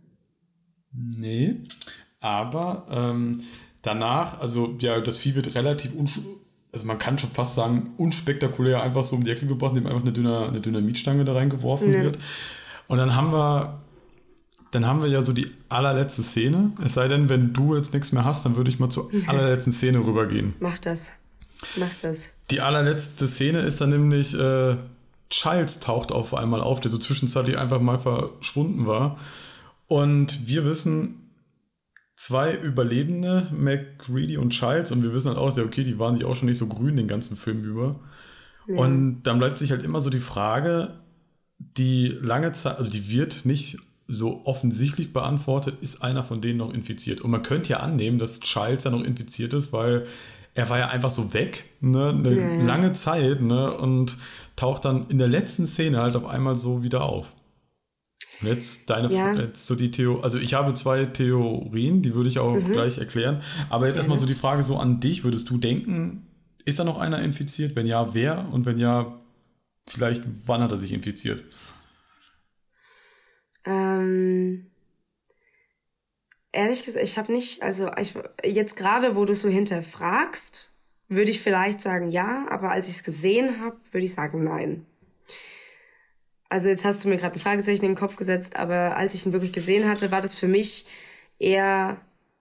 S1: Nee, aber ähm, danach, also ja, das Vieh wird relativ unsch also man kann schon fast sagen, unspektakulär einfach so um die Ecke gebracht, indem einfach eine, Dynam eine Dynamitstange da reingeworfen ja. wird. Und dann haben wir, dann haben wir ja so die allerletzte Szene. Es sei denn, wenn du jetzt nichts mehr hast, dann würde ich mal zur allerletzten Szene rübergehen.
S2: Mach das. Mach das.
S1: Die allerletzte Szene ist dann nämlich, äh, Childs taucht auf einmal auf, der so zwischenzeitlich einfach mal verschwunden war. Und wir wissen, zwei Überlebende, MacReady und Childs, und wir wissen halt auch, ja, okay, die waren sich auch schon nicht so grün den ganzen Film über. Ja. Und dann bleibt sich halt immer so die Frage, die lange Zeit, also die wird nicht so offensichtlich beantwortet, ist einer von denen noch infiziert? Und man könnte ja annehmen, dass Childs ja noch infiziert ist, weil er war ja einfach so weg, ne, eine ja, ja. lange Zeit, ne, und taucht dann in der letzten Szene halt auf einmal so wieder auf. Jetzt deine, ja. jetzt so die Theo, also ich habe zwei Theorien, die würde ich auch mhm. gleich erklären. Aber jetzt ja. erstmal so die Frage so an dich, würdest du denken, ist da noch einer infiziert? Wenn ja, wer? Und wenn ja, vielleicht wann hat er sich infiziert?
S2: Ähm, ehrlich gesagt, ich habe nicht, also ich, jetzt gerade, wo du es so hinterfragst, würde ich vielleicht sagen ja, aber als ich es gesehen habe, würde ich sagen nein. Also jetzt hast du mir gerade ein Fragezeichen in den Kopf gesetzt, aber als ich ihn wirklich gesehen hatte, war das für mich eher...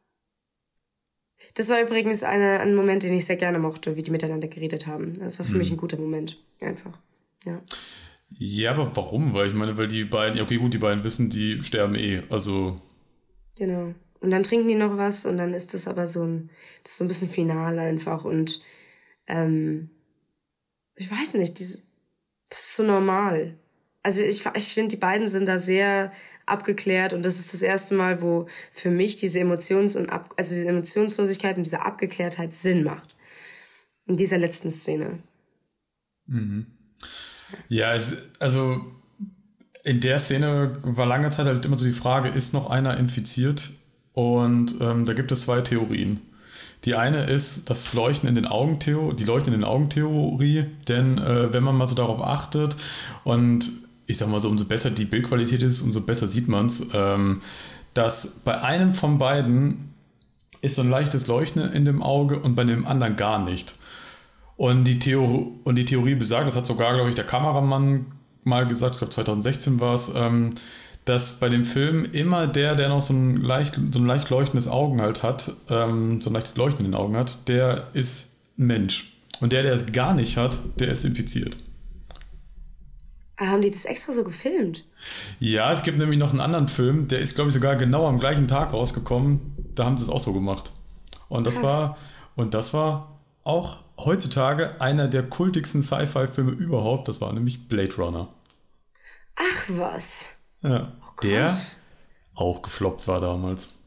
S2: Das war übrigens eine, ein Moment, den ich sehr gerne mochte, wie die miteinander geredet haben. Das war für hm. mich ein guter Moment, einfach. Ja.
S1: Ja, aber warum? Weil ich meine, weil die beiden, ja okay, gut, die beiden wissen, die sterben eh, also...
S2: Genau. Und dann trinken die noch was und dann ist das aber so ein, das ist so ein bisschen final einfach und ähm, ich weiß nicht, dieses, das ist so normal. Also ich, ich finde, die beiden sind da sehr abgeklärt und das ist das erste Mal, wo für mich diese Emotions- und Ab also diese Emotionslosigkeit und diese Abgeklärtheit Sinn macht. In dieser letzten Szene.
S1: Mhm. Ja, es, also in der Szene war lange Zeit halt immer so die Frage, ist noch einer infiziert? Und ähm, da gibt es zwei Theorien. Die eine ist das Leuchten in den Augen die Leuchten in den Augen-Theorie, denn äh, wenn man mal so darauf achtet und ich sag mal so, umso besser die Bildqualität ist, umso besser sieht man es, ähm, dass bei einem von beiden ist so ein leichtes Leuchten in dem Auge und bei dem anderen gar nicht. Und die, Theor und die Theorie besagt, das hat sogar, glaube ich, der Kameramann mal gesagt, ich glaube zwanzig sechzehn war es, ähm, dass bei dem Film immer der, der noch so ein leicht, so ein leicht leuchtendes Augen halt hat, ähm, so ein leichtes Leuchten in den Augen hat, der ist ein Mensch. Und der, der es gar nicht hat, der ist infiziert.
S2: Haben die das extra so gefilmt?
S1: Ja, es gibt nämlich noch einen anderen Film, der ist, glaube ich, sogar genau am gleichen Tag rausgekommen. Da haben sie es auch so gemacht. Und das Krass. war und das war auch heutzutage einer der kultigsten Sci-Fi-Filme überhaupt. Das war nämlich Blade Runner.
S2: Ach was.
S1: Ja, oh, der auch gefloppt war damals.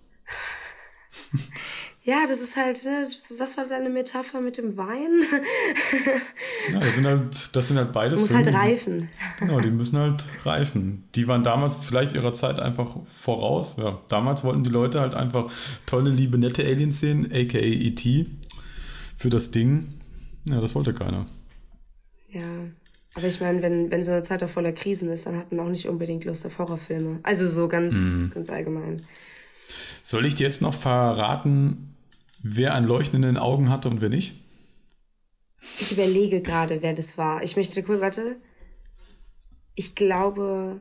S2: Ja, das ist halt, was war deine Metapher mit dem Wein?
S1: Ja, das sind halt, das sind halt beides
S2: Muss
S1: Filme.
S2: Muss halt reifen.
S1: Genau, die müssen halt reifen. Die waren damals vielleicht ihrer Zeit einfach voraus. Ja, damals wollten die Leute halt einfach tolle, liebe, nette Aliens sehen, aka E T für das Ding. Ja, das wollte keiner.
S2: Ja, aber ich meine, wenn, wenn so eine Zeit auch voller Krisen ist, dann hat man auch nicht unbedingt Lust auf Horrorfilme. Also so ganz, mhm. ganz allgemein.
S1: Soll ich dir jetzt noch verraten, wer ein Leuchten in den Augen hatte und wer nicht?
S2: Ich überlege gerade, wer das war. Ich möchte kurz, warte. ich glaube,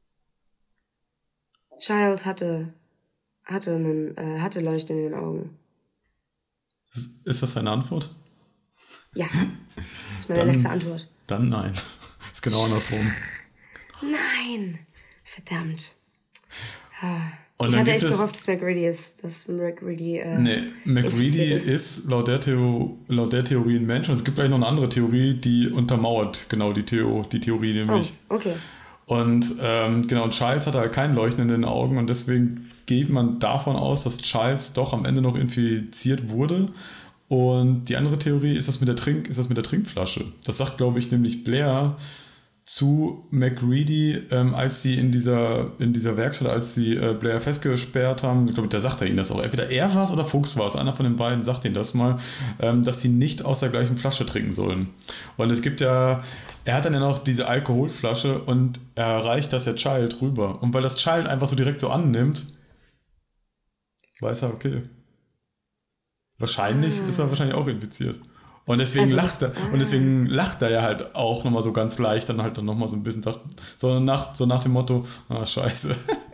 S2: Child hatte, hatte, einen, äh, hatte Leuchten in den Augen.
S1: Ist, ist das deine Antwort?
S2: Ja, das ist meine
S1: dann,
S2: letzte Antwort.
S1: Dann nein. Ist genau andersrum.
S2: Nein, verdammt.
S1: Und
S2: ich hatte echt
S1: es,
S2: gehofft, dass MacReady ist. Dass MacReady, äh,
S1: nee, MacReady ist, ist laut, der Theo, laut der Theorie ein Mensch. Und es gibt gleich noch eine andere Theorie, die untermauert genau die, Theo, die Theorie nämlich.
S2: Oh, okay.
S1: Und ähm, genau, und Childs hatte halt kein Leuchten in den Augen und deswegen geht man davon aus, dass Childs doch am Ende noch infiziert wurde. Und die andere Theorie ist das mit der Trink, ist das mit der Trinkflasche. Das sagt, glaube ich, nämlich Blair zu MacReady, ähm, als sie in dieser, in dieser Werkstatt, als sie äh, Blair festgesperrt haben, ich glaube, da sagt er ihnen das auch. Entweder er war es oder Fuchs war es. Einer von den beiden sagt ihnen das mal, ähm, dass sie nicht aus der gleichen Flasche trinken sollen. Und es gibt ja, er hat dann ja noch diese Alkoholflasche und er reicht das ja Child rüber. Und weil das Child einfach so direkt so annimmt, weiß er, okay. Wahrscheinlich ah. ist er wahrscheinlich auch infiziert. Und deswegen, also lacht er, ah. und deswegen lacht er ja halt auch nochmal so ganz leicht, dann halt dann nochmal so ein bisschen, so nach, so nach dem Motto, ah, scheiße.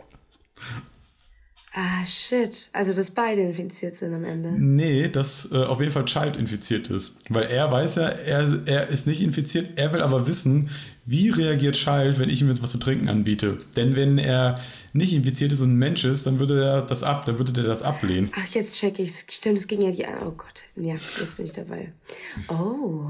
S2: Ah, shit. Also, dass beide infiziert sind am Ende.
S1: Nee, dass äh, auf jeden Fall Child infiziert ist. Weil er weiß ja, er, er ist nicht infiziert, er will aber wissen, wie reagiert Child, wenn ich ihm jetzt was zu trinken anbiete. Denn wenn er nicht infiziert ist und ein Mensch ist, dann würde er das ab, dann würde der das ablehnen.
S2: Ach, jetzt check ich's. Stimmt, es ging ja die... Oh Gott. Ja, jetzt bin ich dabei. Oh.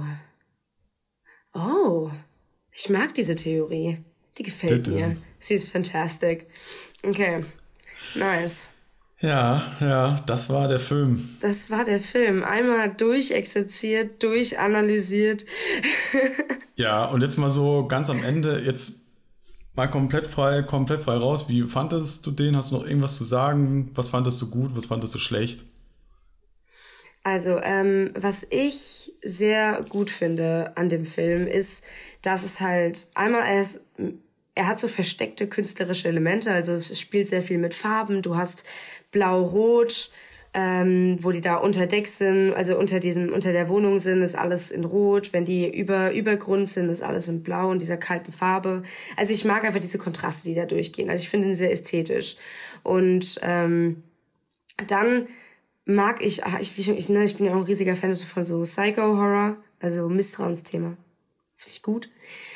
S2: Oh. Ich mag diese Theorie. Die gefällt Bitte. mir. Sie ist fantastic. Okay. Nice.
S1: Ja, ja, das war der Film.
S2: Das war der Film. Einmal durchexerziert, durchanalysiert.
S1: Ja, und jetzt mal so ganz am Ende, jetzt mal komplett frei, komplett frei raus. Wie fandest du den? Hast du noch irgendwas zu sagen? Was fandest du gut? Was fandest du schlecht?
S2: Also, ähm, was ich sehr gut finde an dem Film ist, dass es halt einmal erst... Er hat so versteckte künstlerische Elemente, also es spielt sehr viel mit Farben. Du hast Blau-Rot, ähm, wo die da unter Deck sind, also unter diesem, unter der Wohnung sind, ist alles in Rot. Wenn die über Übergrund sind, ist alles in Blau und dieser kalten Farbe. Also ich mag einfach diese Kontraste, die da durchgehen. Also ich finde ihn sehr ästhetisch. Und ähm, dann mag ich, ach, ich, ich, ne, ich bin ja auch ein riesiger Fan von so Psycho-Horror, also Misstrauensthema. Finde ich gut.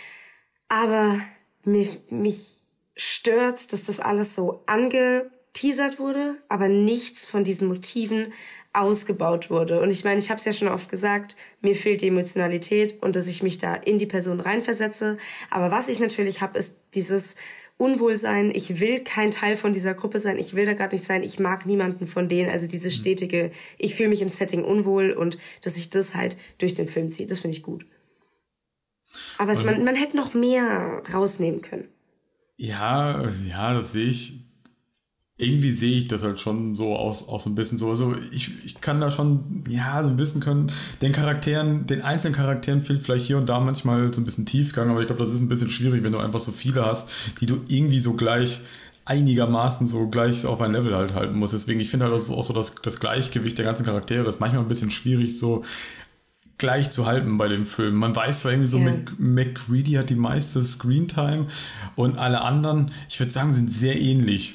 S2: Aber Mich, mich stört's, dass das alles so angeteasert wurde, aber nichts von diesen Motiven ausgebaut wurde. Und ich meine, ich habe es ja schon oft gesagt, mir fehlt die Emotionalität und dass ich mich da in die Person reinversetze. Aber was ich natürlich habe, ist dieses Unwohlsein. Ich will kein Teil von dieser Gruppe sein. Ich will da gerade nicht sein. Ich mag niemanden von denen. Also dieses stetige, ich fühle mich im Setting unwohl und dass sich das halt durch den Film zieht. Das finde ich gut. Aber es, man, man hätte noch mehr rausnehmen können.
S1: Ja, also ja, das sehe ich. Irgendwie sehe ich das halt schon so aus, aus so ein bisschen so. Also ich, ich kann da schon, ja, so ein bisschen können, den Charakteren, den einzelnen Charakteren fehlt vielleicht hier und da manchmal so ein bisschen Tiefgang, aber ich glaube, das ist ein bisschen schwierig, wenn du einfach so viele hast, die du irgendwie so gleich einigermaßen so gleich auf ein Level halt halten musst. Deswegen, ich finde halt auch so das, das Gleichgewicht der ganzen Charaktere ist manchmal ein bisschen schwierig, so gleich zu halten bei dem Film. Man weiß zwar irgendwie so, yeah. Mac, MacReady hat die meiste Screentime und alle anderen, ich würde sagen, sind sehr ähnlich.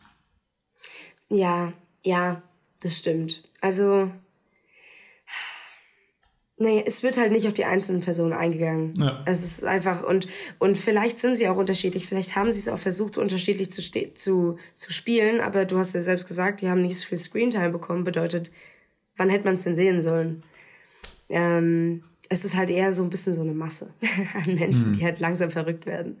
S2: Ja, ja, das stimmt. Also, naja, es wird halt nicht auf die einzelnen Personen eingegangen. Ja. Es ist einfach, und, und vielleicht sind sie auch unterschiedlich, vielleicht haben sie es auch versucht, unterschiedlich zu, ste- zu, zu spielen, aber du hast ja selbst gesagt, die haben nicht so viel Screentime bekommen, bedeutet, wann hätte man es denn sehen sollen? Ähm, es ist halt eher so ein bisschen so eine Masse an Menschen, mhm. die halt langsam verrückt werden.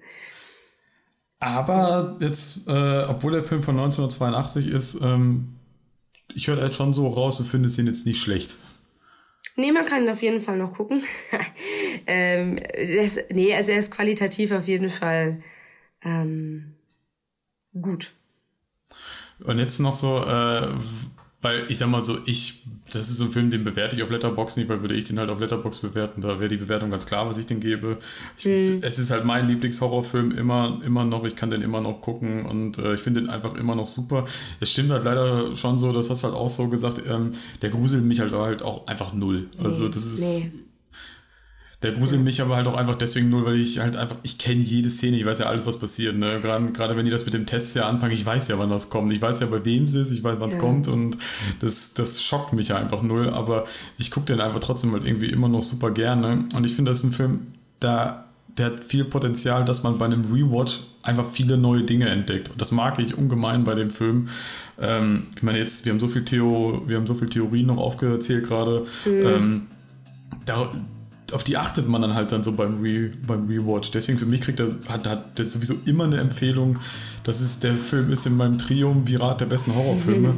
S1: Aber jetzt, äh, obwohl der Film von neunzehnhundertzweiundachtzig ist, ähm, ich höre halt schon so raus, du findest ihn jetzt nicht schlecht.
S2: Nee, man kann ihn auf jeden Fall noch gucken. ähm, das, nee, also er ist qualitativ auf jeden Fall ähm, gut.
S1: Und jetzt noch so, äh, weil ich sag mal so, ich, das ist so ein Film, den bewerte ich auf Letterboxd nicht, weil würde ich den halt auf Letterboxd bewerten, da wäre die Bewertung ganz klar, was ich den gebe. Ich, hm. Es ist halt mein Lieblingshorrorfilm immer, immer noch, ich kann den immer noch gucken und äh, ich finde den einfach immer noch super. Es stimmt halt leider schon so, das hast du halt auch so gesagt, ähm, der gruselt mich halt halt auch einfach null. Also das ist... Nee. Der gruselt mich aber halt auch einfach deswegen null, weil ich halt einfach, ich kenne jede Szene, ich weiß ja alles, was passiert. Ne? Gerade, gerade wenn die das mit dem Test ja anfangen, ich weiß ja, wann das kommt. Ich weiß ja, bei wem es ist, ich weiß, wann es ja. kommt und das, das schockt mich ja einfach null. Aber ich gucke den einfach trotzdem halt irgendwie immer noch super gerne. Und ich finde, das ist ein Film, der, der hat viel Potenzial, dass man bei einem Rewatch einfach viele neue Dinge entdeckt. Und das mag ich ungemein bei dem Film. Ähm, ich meine, jetzt, wir haben so viel Theo, wir haben so viel Theorien noch aufgezählt gerade. Mhm. Ähm, da auf die achtet man dann halt dann so beim, Re, beim Rewatch. Deswegen für mich kriegt er, hat, hat der sowieso immer eine Empfehlung, dass es der Film ist in meinem Triumvirat der besten Horrorfilme.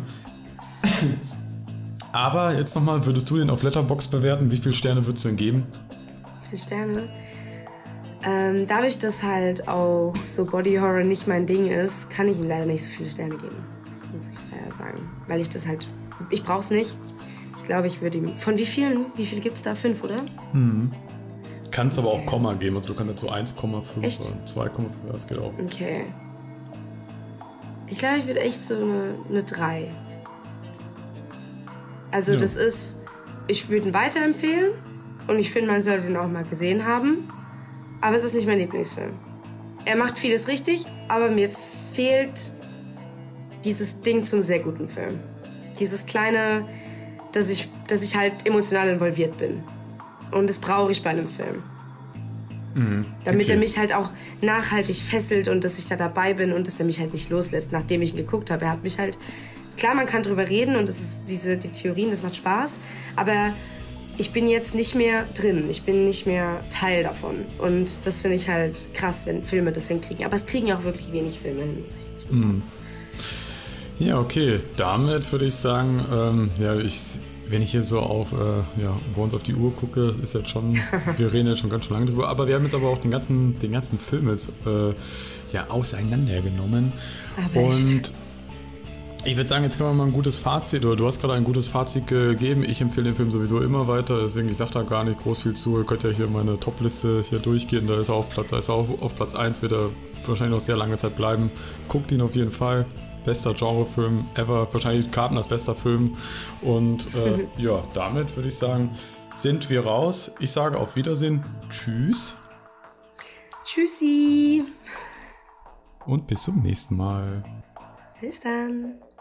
S1: Aber jetzt nochmal, würdest du den auf Letterboxd bewerten? Wie viele Sterne würdest du denn geben?
S2: Wie viele Sterne? Ähm, dadurch, dass halt auch so Body Horror nicht mein Ding ist, kann ich ihm leider nicht so viele Sterne geben. Das muss ich leider sagen. Weil ich das halt, ich brauch's nicht. Ich glaube, ich würde ihm... Von wie vielen? Wie viele gibt es da? Fünf, oder?
S1: Hm. Kannst aber auch Komma geben. Also du kannst dazu eins Komma fünf oder zwei Komma fünf. Das geht auch.
S2: Okay. Ich glaube, ich würde echt so eine, eine drei. Also ja. Das ist... Ich würde ihn weiterempfehlen. Und ich finde, man sollte ihn auch mal gesehen haben. Aber es ist nicht mein Lieblingsfilm. Er macht vieles richtig, aber mir fehlt dieses Ding zum sehr guten Film. Dieses kleine... Dass ich, dass ich halt emotional involviert bin. Und das brauche ich bei einem Film. Mhm, damit okay. er mich halt auch nachhaltig fesselt und dass ich da dabei bin und dass er mich halt nicht loslässt, nachdem ich ihn geguckt habe. Er hat mich halt... Klar, man kann drüber reden und das ist diese, die Theorien, das macht Spaß. Aber ich bin jetzt nicht mehr drin. Ich bin nicht mehr Teil davon. Und das finde ich halt krass, wenn Filme das hinkriegen. Aber es kriegen auch wirklich wenig Filme hin, muss ich dazu sagen. Mhm.
S1: Ja, okay. Damit würde ich sagen, ähm, ja, ich, wenn ich hier so auf, äh, ja, bei uns auf die Uhr gucke, ist jetzt schon, wir reden jetzt schon ganz schön lange drüber, aber wir haben jetzt aber auch den ganzen, den ganzen Film jetzt äh, ja, auseinandergenommen. Aber und echt? Ich würde sagen, jetzt können wir mal ein gutes Fazit, oder du hast gerade ein gutes Fazit gegeben. Ich empfehle den Film sowieso immer weiter, deswegen ich sage da gar nicht groß viel zu. Ihr könnt ja hier meine Top-Liste hier durchgehen, da ist er auf Platz, da ist er auf, auf Platz eins, wird er wahrscheinlich noch sehr lange Zeit bleiben. Guckt ihn auf jeden Fall. Bester Genrefilm ever, wahrscheinlich Karten als bester Film. Und äh, mhm. ja, damit würde ich sagen, sind wir raus. Ich sage auf Wiedersehen. Tschüss.
S2: Tschüssi.
S1: Und bis zum nächsten Mal.
S2: Bis dann.